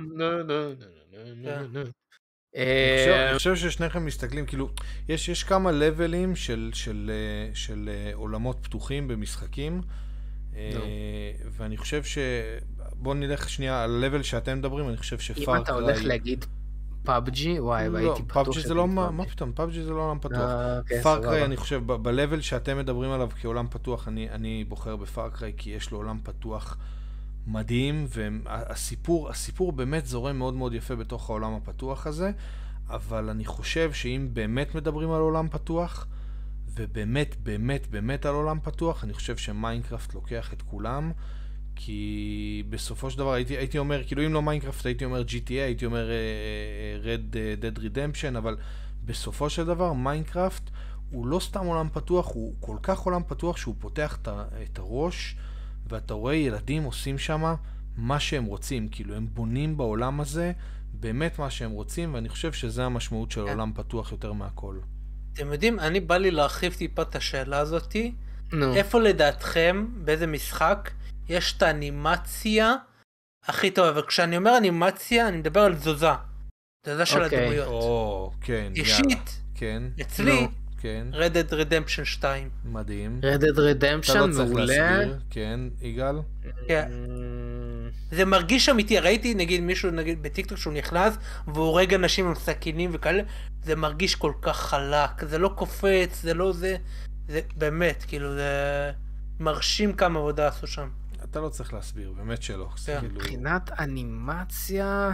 אני חושב ששניכם מסתכלים, כאילו, יש, יש כמה לבלים של, של, של עולמות פתוחים במשחקים, ואני חושב ש... בואו נלך שנייה על הלבל שאתם מדברים, אני חושב שפאר קריי... אם אתה הולך להגיד פאבג'י, וואי, הייתי בטוח פאבג'י זה לא, מה פתאום, פאבג'י זה לא עולם פתוח. פאר קריי, אני חושב, בלבל שאתם מדברים עליו כעולם פתוח, אני, אני בוחר בפאר קריי, כי יש לו עולם פתוח מדהים, והסיפור, הסיפור באמת זורם מאוד מאוד יפה בתוך העולם הפתוח הזה, אבל אני חושב שאם באמת מדברים על עולם פתוח, ובאמת, באמת, באמת על עולם פתוח, אני חושב שמיינקראפט לוקח את כולם, כי בסופו של דבר הייתי, הייתי אומר, כאילו אם לא מיינקראפט הייתי אומר ג'י טי איי, הייתי אומר uh, Red Dead Redemption, אבל בסופו של דבר מיינקראפט הוא לא סתם עולם פתוח, הוא כל כך עולם פתוח שהוא פותח את הראש, ואתה רואה ילדים עושים שם מה שהם רוצים, כאילו הם בונים בעולם הזה באמת מה שהם רוצים, ואני חושב שזה המשמעות של עולם פתוח יותר מהכל. אתם יודעים, אני בא לי להרחיב טיפה את השאלה הזאתי, נו. איפה לדעתכם, באיזה משחק, יש את האנימציה הכי טובה, וכשאני אומר אנימציה, אני מדבר על תזוזה. תזוזה של אוקיי. הדמויות. או, כן, יאללה. אישית, כן. אצלי, נו. כן. Red Dead Redemption שתיים. מדהים. Red Dead Redemption, אתה לא צריך מעולה. להסביר. כן, יגאל. כן. זה מרגיש אמיתי, ראיתי נגיד מישהו נגיד בטיקטוק שהוא נכנס והוא הורג אנשים עם סכינים וכאלה, זה מרגיש כל כך חלק, זה לא קופץ, זה לא זה, זה באמת, כאילו זה מרשים כמה עבודה עשו שם. אתה לא צריך להסביר, באמת שלא. כן. כאילו... מבחינת אנימציה...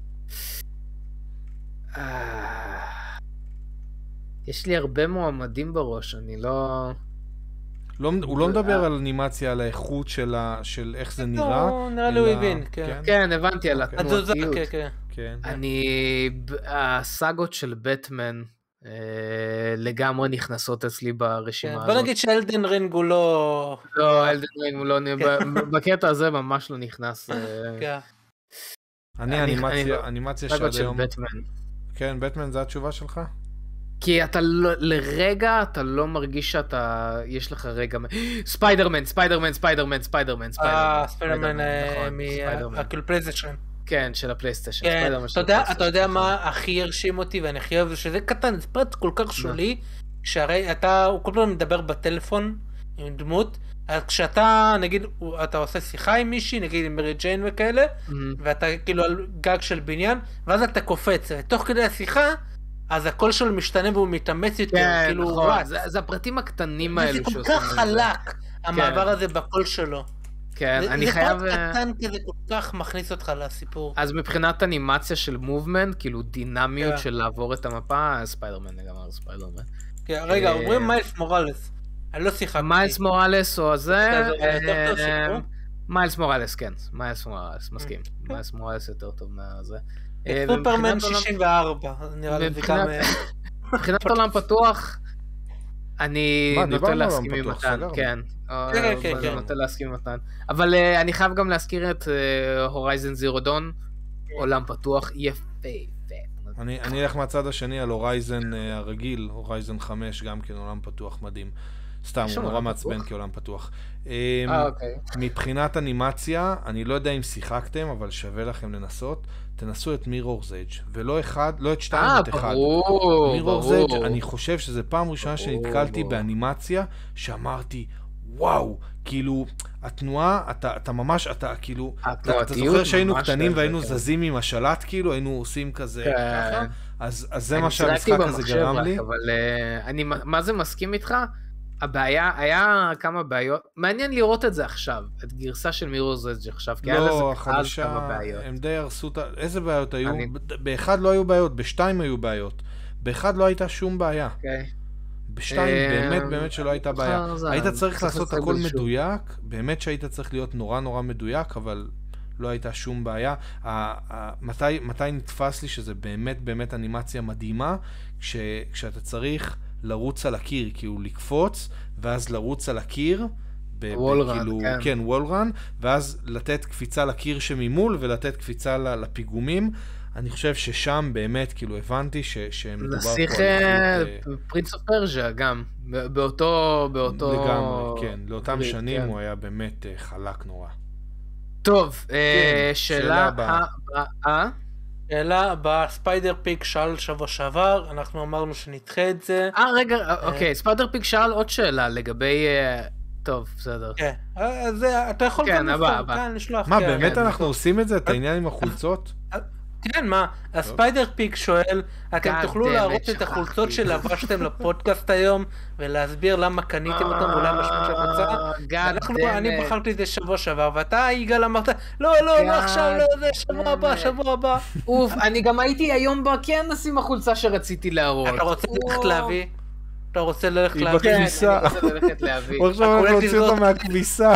אה, יש לי הרבה מועמדים בראש, אני לא... לא, הוא לא מדבר על אנימציה, על האיכות של, ה, של איך זה נראה. לא, נראה לי הוא הבין, כן. כן, הבנתי על התנועתיות. כן, כן. כן. אני... הסאגות של בטמן אה, לגמרי נכנסות אצלי ברשימה כן. הזאת. בוא נגיד שאלדן רינג הוא לא... לא, אלדן רינג הוא לא... בקטע הזה ממש לא נכנס. כן. אני אנימציה, אנימציה שעד היום... בטמן. כן, בטמן זה התשובה שלך? כי אתה לא, לרגע אתה לא מרגיש שאתה, יש לך רגע, ספיידרמן, ספיידרמן, ספיידרמן, ספיידרמן, אה, ספיידרמן מהפלייסטיישן. כן, של הפלייסטיישן. כן, אתה יודע מה הכי הרשים אותי ואני הכי אוהב, שזה קטן, זה פרט כל כך שולי, שהרי אתה, הוא כל פעם מדבר בטלפון עם דמות, אז כשאתה, נגיד, אתה עושה שיחה עם מישהי, נגיד עם מרי ג'יין וכאלה, ואתה כאילו על גג של בניין, ואז אתה קופץ, תוך כדי השיחה, אז הקול שלו משתנה והוא מתאמץ יותר, כן, כאילו הוא נכון, רץ. זה, זה הפרטים הקטנים האלו זה כל שעושים כך חלק, המעבר כן. הזה בקול שלו. כן, זה, אני זה חייב... פרט קטן כזה כל כך מכניס אותך לסיפור. אז מבחינת אנימציה של מובמנט, כאילו דינמיות כן. של לעבור את המפה, ספיידרמן לגמרי, ספיידרמן. כן, רגע, אומרים מיילס מוראלס. אני לא שיחקתי. מיילס מוראלס או זה... יותר טוב סיפור? מיילס מוראלס, כן. מיילס מוראלס, מסכים. מיילס מוראלס יותר טוב מהזה. סופרמן שישים וארבע, נראה לי זה גם... מבחינת עולם פתוח, אני נוטה להסכים עם מתן, כן. אני נוטה להסכים עם מתן. אבל אני חייב גם להזכיר את הורייזן זירו דון, עולם פתוח יפה. אני אלך מהצד השני על הורייזן הרגיל, הורייזן חמש, גם כן עולם פתוח מדהים. סתם, הוא נורא מעצבן כעולם פתוח. מבחינת אנימציה, אני לא יודע אם שיחקתם, אבל שווה לכם לנסות. תנסו את מירור's Edge, ולא אחד, לא את שתיים, את אחד. מירור's Edge, אני חושב שזה פעם ראשונה שנתקלתי באנימציה, שאמרתי, וואו, כאילו, התנועה, אתה, אתה ממש, אתה כאילו, אתה זוכר שהיינו קטנים והיינו זזים עם השלט, כאילו, היינו עושים כזה ככה, אז זה מה שהמשחק הזה גרם לי. אבל אני, מה זה מסכים איתך? הבעיה, היה כמה בעיות, מעניין לראות את זה עכשיו, את גרסה של מירור's אדג' עכשיו, כי היה לזה לא, אז החדשה, כמה בעיות. הם די הרסו את ה... איזה בעיות היו? אני- ב- באחד לא היו בעיות, בשתיים היו בעיות. באחד לא הייתה שום בעיה. אוקיי. בשתיים אה, באמת באמת שלא הייתה בעיה. אחר זה- היית צריך צריך לעשות לעשות הכל את זה שוב. מדויק, באמת שהיית צריך להיות נורא נורא מדויק, אבל לא הייתה שום בעיה. ה- ה- מתי, מתי נתפס לי שזה באמת באמת אנימציה מדהימה, כש, כשאתה צריך לרוץ על הקיר, כאילו לקפוץ, ואז לרוץ על הקיר, ב- ב- וול רן, כאילו, כן. כן, וול רן, ואז לתת קפיצה לקיר שממול, ולתת קפיצה ל- לפיגומים. אני חושב ששם באמת, כאילו, הבנתי ש- שמדובר פה נסיך על איכות, אה, פרינס אוף פרז'ה גם, באותו, באותו... לגמרי, כן. לאותם ברית, שנים כן. הוא היה באמת אה, חלק נורא. טוב, אה, שאלה שאלה הבאה. הבאה. שאלה, בספיידר פיק שאל שבוע שעבר, אנחנו אמרנו שנדחה את זה. אה, רגע, אוקיי, ספיידר פיק שאל עוד שאלה לגבי... אה, טוב, בסדר. כן, אז זה- אתה יכול כן, גם הבא, לפתור, הבא. כאן לשלוח. מה, כן, באמת כן, אנחנו לפתור. עושים את זה? את העניין עם החולצות? כן, מה, הספיידר פיק שואל, אתם God תוכלו damn it, להראות את שכחתי. החולצות שלבשתם לפודקאסט היום, ולהסביר למה קניתם אותם, ואולי המשמעות של הקבוצה? God אנחנו, damn אני it. בחרתי את זה שבוע שעבר, ואתה, יגאל, אמרת, לא, לא, לא God עכשיו, לא, זה שבוע damn הבא, it. שבוע הבא. אוף, אני גם הייתי היום בכנס עם החולצה שרציתי להראות. אתה רוצה ללכת אוף. להביא? אתה רוצה ללכת היא להביא? כן, בכביסה. אני רוצה ללכת להביא. הוא עכשיו הולך הכולל להוציא אותה תזרוק. מהכביסה.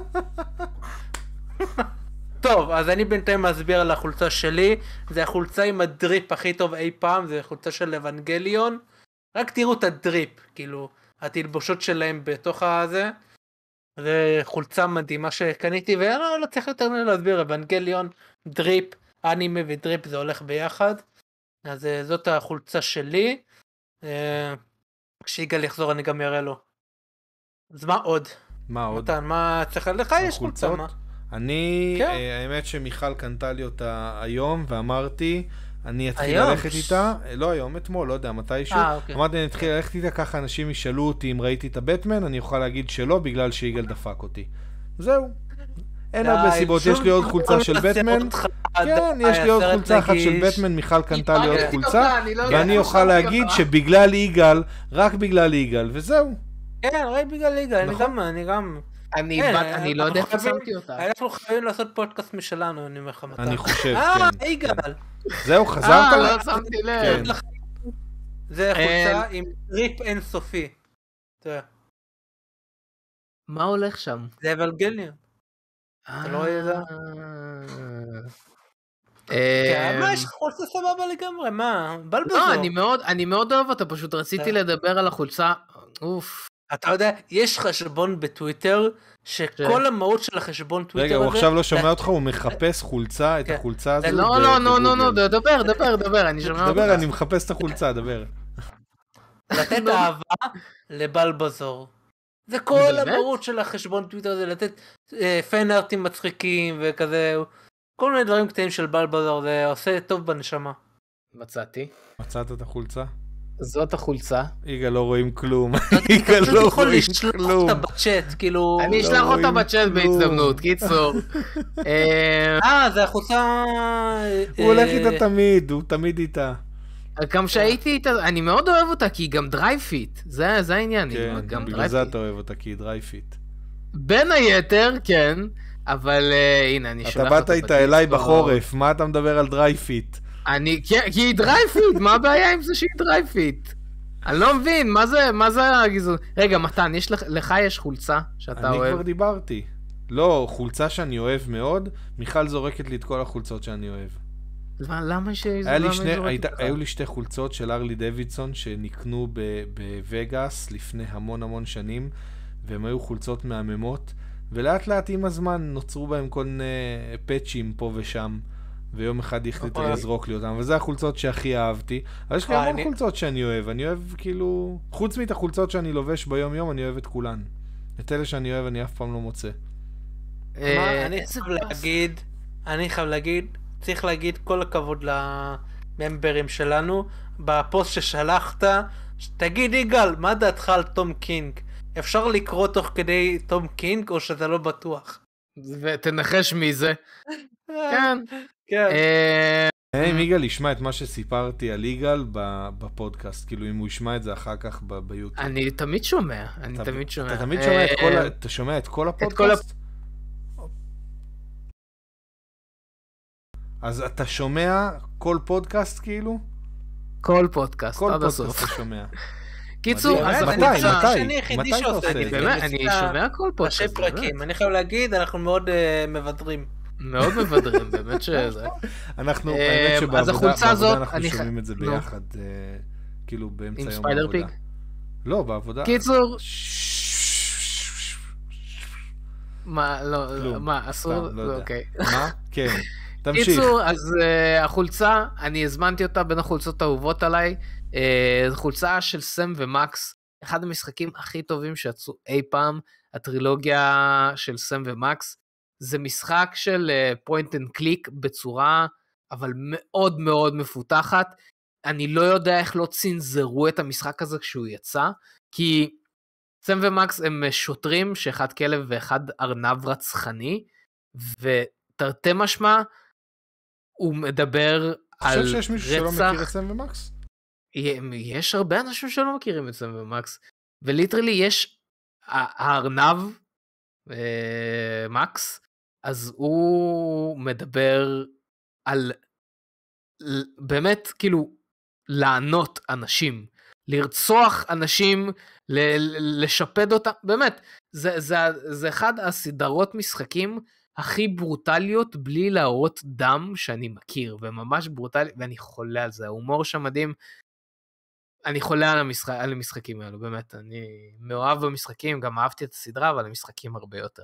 טוב, אז אני בינתיים מסביר על החולצה שלי. זה החולצה עם הדריפ הכי טוב אי פעם, זה חולצה של אבנגליון. רק תראו את הדריפ, כאילו, התלבושות שלהם בתוך הזה. זה חולצה מדהימה שקניתי, ולא לא צריך יותר להסביר, אבנגליון, דריפ, אנימה ודריפ זה הולך ביחד. אז אה, זאת החולצה שלי. אה, כשיגאל יחזור אני גם אראה לו. אז מה עוד? מה עוד? מתן, מה צריך לך? יש חולצה, החולצות? מה? אני, כן. אה, האמת שמיכל קנתה לי אותה היום, ואמרתי, אני אתחיל היום? ללכת איתה, אה, לא היום, אתמול, לא יודע, מתישהו. אה, אוקיי. אמרתי, אני אתחיל ללכת איתה, ככה אנשים ישאלו אותי אם ראיתי את הבטמן, אני אוכל להגיד שלא, בגלל שיגאל דפק אותי. זהו. אין די, הרבה סיבות, יש לי עוד שום חולצה של דבר בטמן. אותך, כן, די, יש לי עוד הסרט חולצה אחת של נגיש. בטמן, מיכל קנתה לי עוד איבדתי חולצה, אותה, אני לא יודע, ואני אוכל חשבתי להגיד אותה. שבגלל יגאל, רק בגלל יגאל, וזהו. כן, רק בגלל ליגה, אני נכון. גם, אני גם. אני כן, בת- אני לא יודע אנחנו איפה חייבים- שמתי אותה. אנחנו חייבים לעשות פודקאסט משלנו, אני אומר לך מתי. אני חושב, אה, כן. יגאל. זהו, אה, חזרת? לא שמתי לב. כן. זה אה, חולצה עם טריפ אינסופי. תראה, מה הולך שם? זה אבנגליון. אתה לא רואה את זה? כן, מה, יש לך חולצה סבבה לגמרי, מה? בלבזור. לא, אני מאוד, אני מאוד אוהב אותה, פשוט רציתי לדבר על החולצה. אוף. אתה יודע, יש חשבון בטוויטר, שכל המהות של החשבון טוויטר רגע, הזה... הוא עכשיו לא שומע זה- אותך, הוא מחפש חולצה, את כן. החולצה הזו לא, ב- לא, לא, לא, לא, בגוגל. דבר, דבר, דבר, אני שומע אותך. דבר, אני מחפש את החולצה, דבר. לתת לא. אהבה לבלבזור. זה כל באמת? המהות של החשבון טוויטר, זה לתת אה, פן ארטים מצחיקים וכזה, כל מיני דברים קטנים של בלבזור, זה עושה טוב בנשמה. מצאתי. מצאת את החולצה? זאת החולצה. יגאל לא רואים כלום. יגאל פשוט לא יכול רואים לשלוח כלום. אותה בצ'אט, כאילו... אני לא אשלח אותה רואים בצ'אט כלום. בהזדמנות, קיצור. אה, אה, זה החולצה... הוא הולך אה, איתה תמיד, הוא תמיד איתה. גם שהייתי איתה, אני מאוד אוהב אותה, כי היא גם דרייפיט. זה זה העניין, היא כן, גם בגלל זה דרייפיט. אתה אוהב אותה, כי היא דרייפיט. בין היתר, כן, אבל אה, הנה, אני אתה שולח באת אותה איתה אליי בדיסקורד. בחורף, מה אתה מדבר על דרייפיט? אני, כי כי היא דרייפיט, מה הבעיה עם זה שהיא דרייפיט? אני לא מבין, מה זה, מה זה הגזעון? רגע, מתן, יש לך, לך יש חולצה שאתה אני אוהב? כבר דיברתי. לא, חולצה שאני אוהב מאוד, מיכל זורקת לי את כל החולצות שאני אוהב. למה- למה ש... היה לי למה שני, היא זורקת היית, לך? היו לי שתי חולצות של ארלי דוידסון שנקנו ב- בווגאס לפני המון המון שנים, והם היו חולצות מהממות, ולאט לאט עם הזמן נוצרו בהם כל מיני פאצ'ים פה ושם, ויום אחד החליטו אוי. לזרוק לי אותם, וזה החולצות שהכי אהבתי. אבל יש לי אה, המון אני- חולצות שאני אוהב, אני אוהב כאילו, חוץ מאת החולצות שאני לובש ביום יום, אני אוהב את כולן. את אלה שאני אוהב אני אף פעם לא מוצא. מה, אה, אני איזה חייב להגיד, אני חייב להגיד, צריך להגיד כל הכבוד לממברים שלנו, בפוסט ששלחת, תגיד יגאל, מה דעתך על תום קינג? אפשר לקרוא תוך כדי תום קינג או שזה לא בטוח? ותנחש מי זה. כן. כן. אה, אם יגאל ישמע את מה שסיפרתי על יגאל בפודקאסט, כאילו אם הוא ישמע את זה אחר כך ביוטיוב. אני תמיד שומע, אני תמיד שומע. אתה תמיד שומע את כל, אתה שומע את כל הפודקאסט? אז אתה שומע כל פודקאסט כאילו? כל פודקאסט, כל עד פודקאסט הסוף. אתה שומע. קיצור, אז מתי, מתי? מתי אתה עושה את זה? באמת, אני שומע כל פודקאסט. אני חייב להגיד, אנחנו מאוד מבדרים. מאוד מבדרים, באמת שזה. אנחנו, האמת שבעבודה אנחנו שומעים את זה ביחד, כאילו באמצע יום העבודה. עם ספיידר פיג? לא, בעבודה. קיצור. מה, לא, מה, אסור? אוקיי. מה? כן, תמשיך. קיצור, אז החולצה, אני הזמנתי אותה בין החולצות האהובות עליי, זו חולצה של סם ומקס, אחד המשחקים הכי טובים שיצאו אי פעם, הטרילוגיה של סם ומקס, זה משחק של פוינט אנד קליק בצורה, אבל מאוד מאוד מפותחת. אני לא יודע איך לא צנזרו את המשחק הזה כשהוא יצא, כי סם ומקס הם שוטרים שאחד כלב ואחד ארנב רצחני, ותרתי משמע, הוא מדבר על רצח. חושב שיש מישהו שלא מכיר את סם ומקס? יש הרבה אנשים שלא מכירים את סם ומקס, וליטרלי יש הארנב, מקס, אז הוא מדבר על באמת כאילו לענות אנשים, לרצוח אנשים, לשפד אותם, באמת, זה, זה, זה אחד הסדרות משחקים הכי ברוטליות בלי להראות דם שאני מכיר, וממש ברוטלי, ואני חולה על זה, ההומור שם מדהים, אני חולה על, המשחק, על המשחקים האלו, באמת, אני מאוהב במשחקים, גם אהבתי את הסדרה, אבל המשחקים הרבה יותר.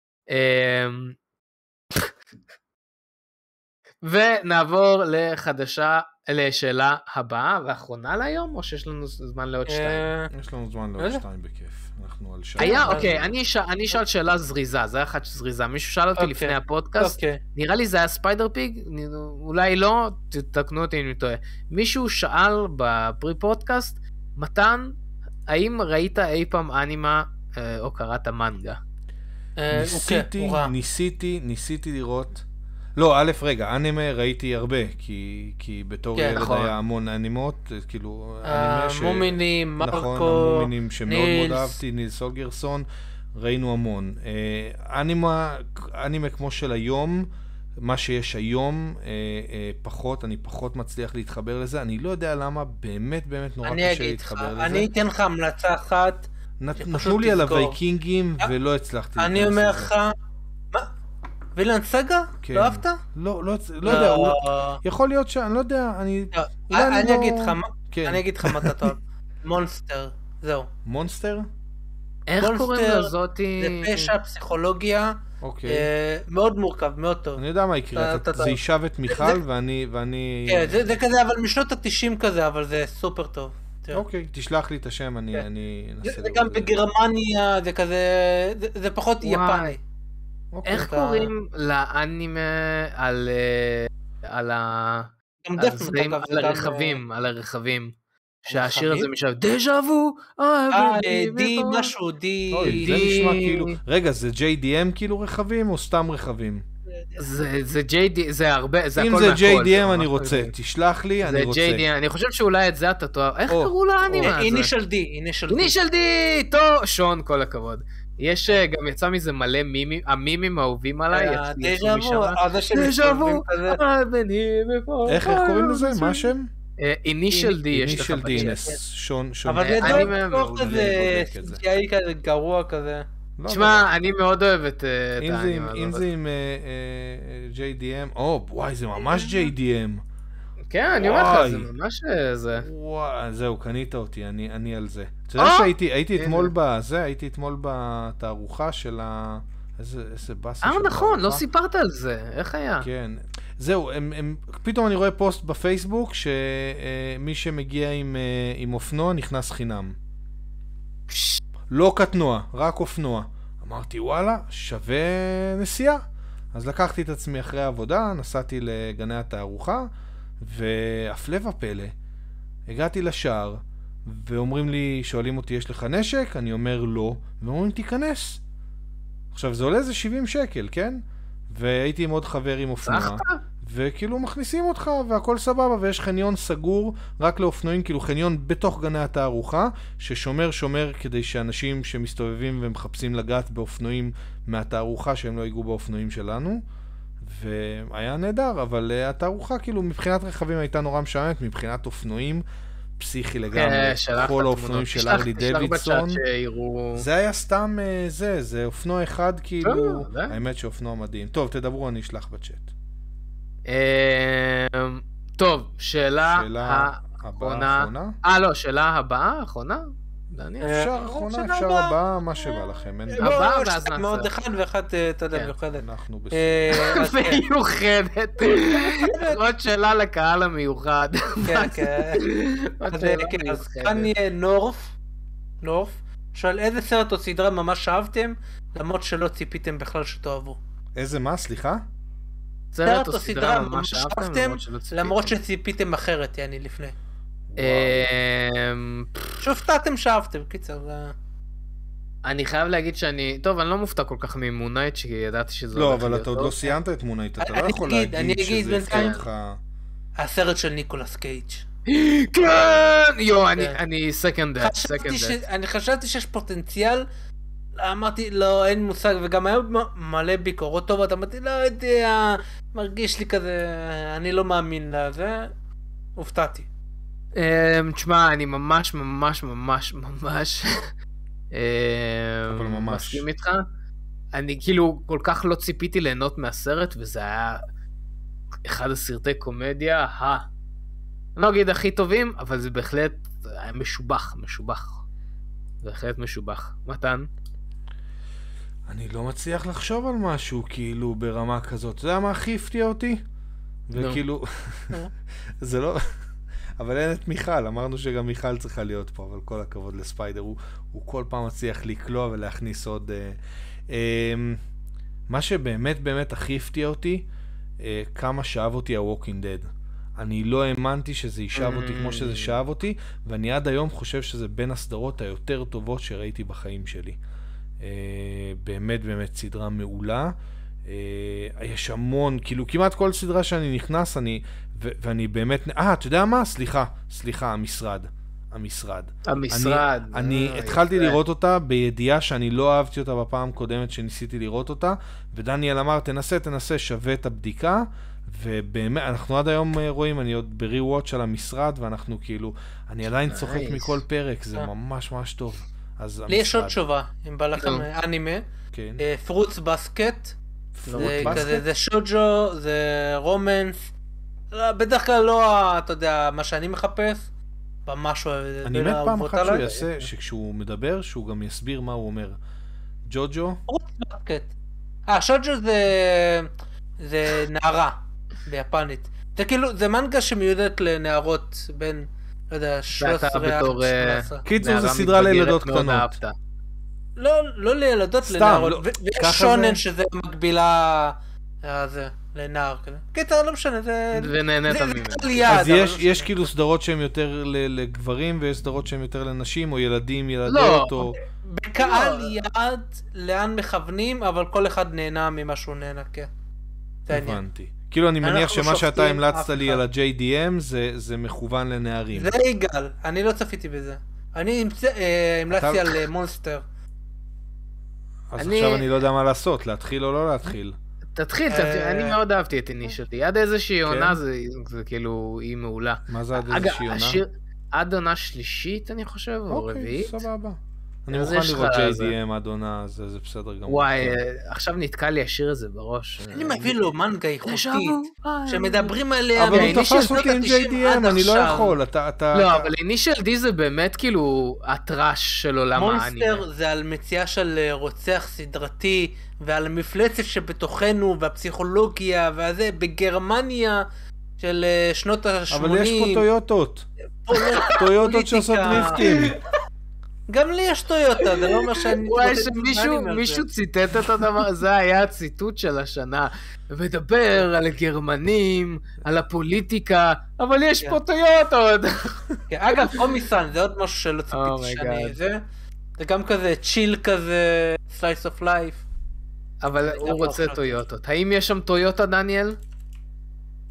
ונעבור לחדשה, לשאלה הבאה והאחרונה להיום, או שיש לנו זמן לעוד שתיים? יש לנו זמן לעוד שתיים בכיף. אנחנו על שעה. היה, אוקיי, אני אשאל שאלה זריזה, זה היה אחת זריזה, מישהו שאל אותי לפני הפודקאסט, נראה לי זה היה ספיידר פיג, אולי לא, תתקנו אותי אם אני טועה. מישהו שאל בפרי פודקאסט, מתן, האם ראית אי פעם אנימה או קראת מנגה? ניסיתי, ניסיתי, ניסיתי לראות. לא, א' רגע, אנימה ראיתי הרבה, כי, כי בתור ילד היה המון אנימות, כאילו, אנימה ש... המומינים, מרקו, נכון, המומינים שמאוד מאוד אהבתי, נילס אוגרסון, ראינו המון. אנימה, אנימה כמו של היום, מה שיש היום, פחות, אני פחות מצליח להתחבר לזה, אני לא יודע למה, באמת באמת נורא קשה להתחבר לזה. אני אתן לך המלצה אחת, נתנו לי על הווייקינגים ולא הצלחתי. אני אומר לך, מה? וילנד סגה? לא אהבת? לא, לא יודע, יכול להיות שאני לא יודע, אני... אני אגיד לך, אני אגיד לך מה אתה טוב. מונסטר, זהו. מונסטר? איך קוראים לזאתי? זה פשע, פסיכולוגיה, מאוד מורכב, מאוד טוב. אני יודע מה יקרה, זה יישב את מיכל ואני... כן, זה כזה, אבל משנות ה-תשעים כזה, אבל זה סופר טוב. אוקיי, תשלח לי את השם, אני אנסה... זה גם בגרמניה, זה כזה, זה פחות יפני. איך קוראים לאנימה על הרכבים, על הרכבים, שהשיר הזה משהו, דז'ה וו, אה, די משהו, די... זה נשמע כאילו, רגע, זה ג'יי די אם כאילו רכבים או סתם רכבים? זה ג'יי די, זה הרבה, זה הכל מהכל. אם זה ג'יי די אם אני רוצה, תשלח לי, אני רוצה. זה ג'יי די אם, אני חושב שאולי את זה אתה תואר, איך קראו לאנימה הזה? אינישל די, אינישל די. אינישל די, טוב, שון, כל הכבוד. יש, גם יצא מזה מלא מימים, המימים האהובים עליי, דז'ה וו, דז'ה וו, איך קוראים לזה? מה השם? אינישל די, יש לך בצ'אט. שון, שון. אבל זה דוק כזה, סי כזה גרוע כזה. תשמע, אני מאוד אוהב את האנימה הזאת. אם זה עם ג'יי די אם, או, וואי, זה ממש ג'יי די אם. כן, אני אומר לך, זה ממש זה. וואי, זהו, קנית אותי, אני על זה. אתה יודע שהייתי אתמול בזה, הייתי אתמול בתערוכה של ה... איזה באסה. אה, נכון, לא סיפרת על זה, איך היה? כן. זהו, פתאום אני רואה פוסט בפייסבוק, שמי שמגיע עם אופנוע נכנס חינם. לא קטנוע, רק אופנוע. אמרתי, וואלה, שווה נסיעה. אז לקחתי את עצמי אחרי העבודה, נסעתי לגני התערוכה, והפלא ופלא, הגעתי לשער, ואומרים לי, שואלים אותי, יש לך נשק? אני אומר לא, ואומרים, תיכנס. עכשיו, זה עולה איזה שבעים שקל, כן? והייתי עם עוד חבר עם אופנוע. וכאילו מכניסים אותך והכל סבבה, ויש חניון סגור רק לאופנועים, כאילו חניון בתוך גני התערוכה, ששומר שומר כדי שאנשים שמסתובבים ומחפשים לגעת באופנועים מהתערוכה, שהם לא ייגעו באופנועים שלנו, והיה נהדר, אבל uh, התערוכה כאילו מבחינת רכבים הייתה נורא משעמת, מבחינת אופנועים, פסיכי לגמרי, כל האופנועים של ארלי דוידסון, זה היה סתם uh, זה, זה אופנוע אחד כאילו, האמת שאופנוע מדהים. טוב, תדברו, אני אשלח בצ'אט. טוב, שאלה האחרונה. אה, לא, שאלה הבאה, האחרונה? אפשר אחרונה, אפשר הבאה, מה שבא לכם. הבאה ואז נעשה. מאוד אחד ואחד, אתה יודע, מיוחדת. אנחנו בסדר. מיוחדת. עוד שאלה לקהל המיוחד. כן, כן. אז כאן יהיה נורף. נורף. שואל איזה סרט או סדרה ממש אהבתם, למרות שלא ציפיתם בכלל שתאהבו. איזה מה? סליחה? סרט או סדרה ממש אהבתם, למרות שציפיתם אחרת, יעני לפני. שהופתעתם שאהבתם, קיצר. אני חייב להגיד שאני, טוב, אני לא מופתע כל כך ממונייט, שידעתי שזה לא, אבל אתה עוד לא סיימת את מונייט, אתה לא יכול להגיד שזה הפתיע אותך. הסרט של ניקולס קייג'. כן! יו, אני סקנד דאט, סקנד דאט. אני חשבתי שיש פוטנציאל, אמרתי, לא, אין מושג, וגם היה מלא ביקורות טובות, אמרתי, לא יודע, מרגיש לי כזה, אני לא מאמין לזה, הופתעתי. תשמע, אני ממש ממש ממש ממש אבל ממש מסכים איתך. אני כאילו כל כך לא ציפיתי ליהנות מהסרט, וזה היה אחד הסרטי קומדיה ה... אני לא אגיד הכי טובים, אבל זה בהחלט היה משובח, משובח. בהחלט משובח. מתן? אני לא מצליח לחשוב על משהו כאילו ברמה כזאת. זה היה מה הכי הפתיע אותי? וכאילו... זה לא... אבל אין את מיכל, אמרנו שגם מיכל צריכה להיות פה, אבל כל הכבוד לספיידר, הוא, הוא כל פעם מצליח לקלוע ולהכניס עוד... אה, אה, מה שבאמת באמת הכי הפתיע אותי, אה, כמה שאהב אותי ה-Walking Dead. אני לא האמנתי שזה יישאב אותי כמו שזה שאהב אותי, ואני עד היום חושב שזה בין הסדרות היותר טובות שראיתי בחיים שלי. אה, באמת באמת סדרה מעולה. יש המון, כאילו כמעט כל סדרה שאני נכנס, אני, ו- ואני באמת, אה, אתה יודע מה? סליחה, סליחה, המשרד. המשרד. המשרד. אני, אני התחלתי לראות אותה בידיעה שאני לא אהבתי אותה בפעם קודמת שניסיתי לראות אותה, ודניאל אמר, תנסה, תנסה, שווה את הבדיקה, ובאמת, אנחנו עד היום רואים, אני עוד ברי-וואץ' על המשרד, ואנחנו כאילו, אני עדיין צוחק מכל פרק, זה ממש ממש טוב. לי יש עוד תשובה, אם בא לכם אנימה, פרוץ בסקט, זה כזה, זה שוג'ו, זה רומנס, בדרך כלל לא, אתה יודע, מה שאני מחפש, ממש אוהב. אני מת פעם אחת שהוא יעשה, שכשהוא מדבר, שהוא גם יסביר מה הוא אומר. ג'וג'ו? אה, שוג'ו זה נערה, ביפנית. זה כאילו, זה מנגה שמיועדת לנערות בין, לא יודע, שלוש עשרה עד שמונה עשרה. קיצור, זה סדרה לילדות קטנות. לא, לא לילדות, לנערות. ויש שונן שזה מקבילה לנער כזה. קיצר, לא משנה, זה... ונהנית ממנו. אז יש כאילו סדרות שהן יותר לגברים, ויש סדרות שהן יותר לנשים, או ילדים, ילדות, או... בקהל יעד, לאן מכוונים, אבל כל אחד נהנה ממה שהוא נהנה, כן. הבנתי. כאילו אני מניח שמה שאתה המלצת לי על ה-ג'יי די אם זה מכוון לנערים. זה יגאל, אני לא צפיתי בזה. אני המלצתי על מונסטר. אז עכשיו אני לא יודע מה לעשות, להתחיל או לא להתחיל. תתחיל, אני מאוד אהבתי את אינישלתי. עד איזושהי עונה זה כאילו היא מעולה. מה זה עד איזושהי עונה? עד עונה שלישית אני חושב, או רביעית. אוקיי, סבבה. אני מוכן לראות ג'יי די אם עד עונה, זה בסדר גמור. וואי, עכשיו נתקע לי השיר הזה בראש. אני מביא לו מנגה איכותית, שמדברים עליה. אבל הוא תפס אותי עם ג'יי די אם, אני לא יכול. לא, אבל אינישל די זה באמת כאילו הטראש של עולם האנימה. מונסטר זה על מציאה של רוצח סדרתי, ועל המפלצת שבתוכנו, והפסיכולוגיה, והזה, בגרמניה של שנות ה-שמונים. אבל יש פה טויוטות. טויוטות שעושות דריפטים. גם לי יש טויוטה, זה לא אומר שאני... וואי, שמישהו ציטט את הדבר, זה היה הציטוט של השנה, ומדבר על הגרמנים, על הפוליטיקה, אבל יש פה טויוטות. אגב, קומיסן, זה עוד משהו שלא ציפיתי שאני... זה גם כזה צ'יל כזה, slice of life. אבל הוא רוצה טויוטות. האם יש שם טויוטה, דניאל?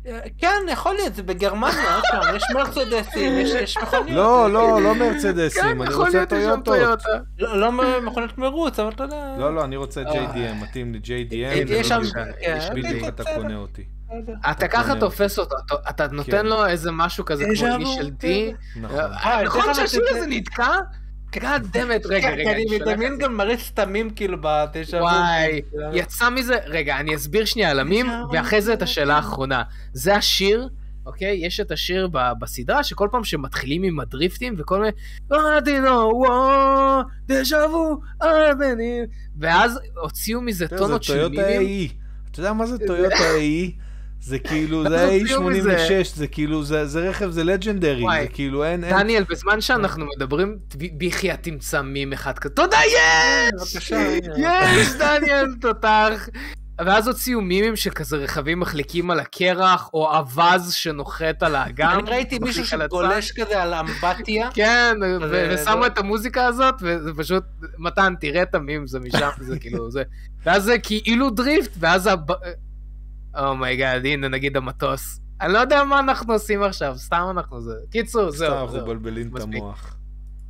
כן, יכול להיות, זה בגרמניה, יש מרצדסים, יש מכוניות. לא, לא, לא מרצדסים, אני רוצה טויוטות. לא מכוניות מרוץ, אבל אתה יודע... לא, לא, אני רוצה ג'יי די אם, מתאים לי ג'יי די אם, בדיוק אתה קונה אותי. אתה ככה תופס אותו, אתה נותן לו איזה משהו כזה כמו אינישל די. נכון. נכון שהשיר הזה נתקע? גאד דמת, רגע, רגע. אני מתאמין גם מראה סתמים כאילו בתשע. וואי, יצא מזה, רגע, אני אסביר שנייה על המים, ואחרי זה את השאלה האחרונה. זה השיר, אוקיי? יש את השיר בסדרה, שכל פעם שמתחילים עם הדריפטים, וכל מיני, רדינו, וואו, דז'אבו, אבנים, ואז הוציאו מזה טונות של מימים. אתה יודע מה זה טויוטה איי? זה כאילו, זה איי שמונים ושש, זה כאילו, זה רכב, זה לג'נדרי, זה כאילו אין... דניאל, בזמן שאנחנו מדברים, ביחיה תמצא מים אחד כזה, תודה, יש! יש, דניאל, תותח. ואז הוציאו מימים שכזה רכבים מחליקים על הקרח, או אבז שנוחת על האגם. אני ראיתי מישהו שגולש כזה על אמבטיה. כן, ושמו את המוזיקה הזאת, וזה פשוט, מתן, תראה את המים, זה משם, זה כאילו, זה... ואז זה כאילו דריפט, ואז... אומייגאד, הנה נגיד המטוס. אני לא יודע מה אנחנו עושים עכשיו, סתם אנחנו זה. קיצור, זהו. סתם אנחנו בלבלים את המוח.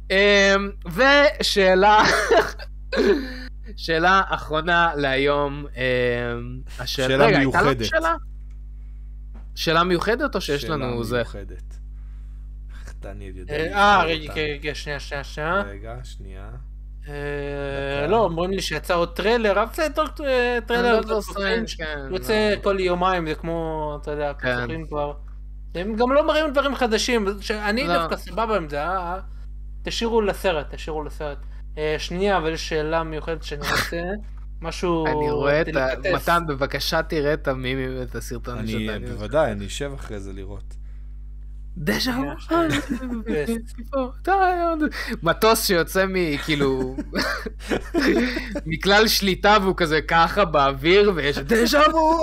ושאלה... שאלה אחרונה להיום. שאלה מיוחדת. שאלה מיוחדת או שיש לנו זה? שאלה מיוחדת. דניאל יודע. אה, רגע, רגע, שנייה, שנייה, שנייה. רגע, שנייה. לא, אומרים לי שיצא עוד טריילר, אבל זה טריילר, יוצא כל יומיים, זה כמו, אתה יודע, כסוכים כבר. הם גם לא מראים דברים חדשים, אני דווקא סבבה עם זה, תשאירו לסרט, תשאירו לסרט. שנייה, אבל יש שאלה מיוחדת שאני רוצה, משהו... אני רואה את ה... מתן, בבקשה תראה את המימים ואת הסרטון של דניאל. בוודאי, אני אשב אחרי זה לראות. דז'ה מטוס שיוצא מכאילו מכלל שליטה והוא כזה ככה באוויר ויש דז'ה וו.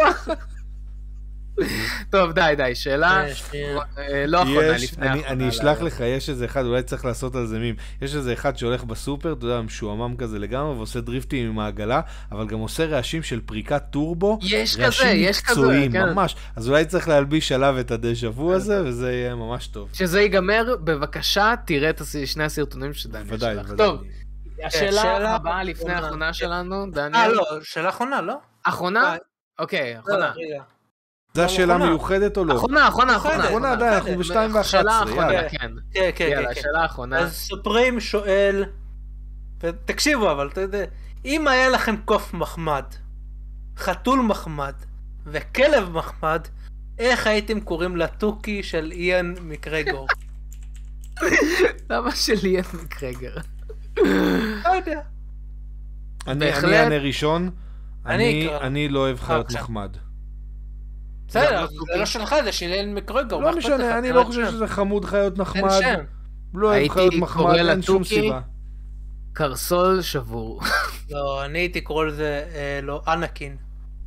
טוב די די שאלה לא אחרונה לפני האחרונה. אני אשלח לך, יש איזה אחד, אולי צריך לעשות על זה מים, יש איזה אחד שהולך בסופר, אתה יודע, משועמם כזה לגמרי ועושה דריפטים עם העגלה, אבל גם עושה רעשים של פריקת טורבו, רעשים מקצועיים ממש, אז אולי צריך להלביש עליו את הדז'ה וו הזה וזה יהיה ממש טוב. שזה ייגמר, בבקשה תראה את שני הסרטונים שדניאל שלך. טוב, השאלה הבאה לפני האחרונה שלנו, דניאל. אה לא, שאלה אחרונה, לא? אחרונה? אוקיי, אחרונה. זה השאלה מיוחדת או לא? אחרונה, אחרונה, אחרונה. אחרונה, די, אנחנו ב-שתיים ואחת עשרה. שאלה אחרונה, כן. כן, כן, יאללה, שאלה האחרונה. אז סופרים שואל, תקשיבו אבל, אתה יודע, אם היה לכם קוף מחמד, חתול מחמד וכלב מחמד, איך הייתם קוראים לתוכי של איאן מקרגור? למה של איאן מקרגור? לא יודע. אני אענה ראשון, אני לא אוהב חיות מחמד. בסדר, זה לא שלך, זה של איאן מקרגור. לא משנה, אני לא חושב שזה חמוד חיות מחמד. לא אוהב חיות מחמד, אין שום סיבה. קרסול שבור. לא, אני הייתי קורא לזה, לא, אנקין.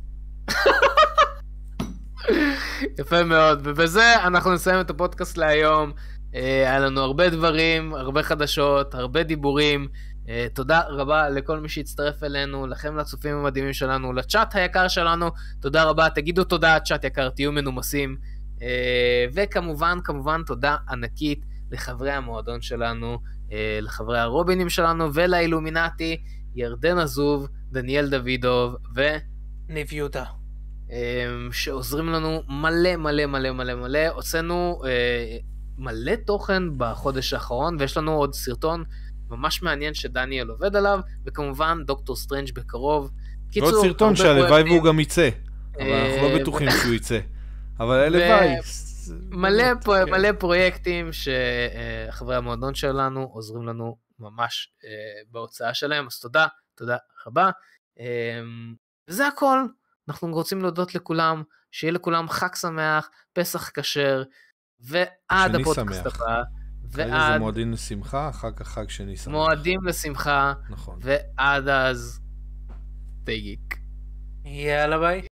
יפה מאוד, ובזה אנחנו נסיים את הפודקאסט להיום. היה לנו הרבה דברים, הרבה חדשות, הרבה דיבורים. תודה רבה לכל מי שהצטרף אלינו, לכם לצופים המדהימים שלנו, לצ'אט היקר שלנו, תודה רבה, תגידו תודה, צ'אט יקר, תהיו מנומסים. וכמובן, כמובן, תודה ענקית לחברי המועדון שלנו, לחברי הרובינים שלנו ולאילומינטי, ירדן עזוב, דניאל דוידוב ו... ניב יהודה. שעוזרים לנו מלא מלא מלא מלא מלא. הוצאנו מלא תוכן בחודש האחרון, ויש לנו עוד סרטון ממש מעניין שדניאל עובד עליו, וכמובן דוקטור סטרנג' בקרוב. עוד סרטון שהלוואי והוא גם יצא, אבל אנחנו לא בטוחים שהוא יצא. אבל הלוואי. מלא פרויקטים שחברי המועדון שלנו עוזרים לנו ממש בהוצאה שלהם, אז תודה, תודה רבה. וזה הכל. אנחנו רוצים להודות לכולם, שיהיה לכולם חג שמח, פסח כשר, ועד הפודקאסט הבא. ועד... זה מועדים לשמחה, אחר כך חג שני שמח. מועדים לשמחה, נכון. ועד אז, תגיק. יאללה ביי.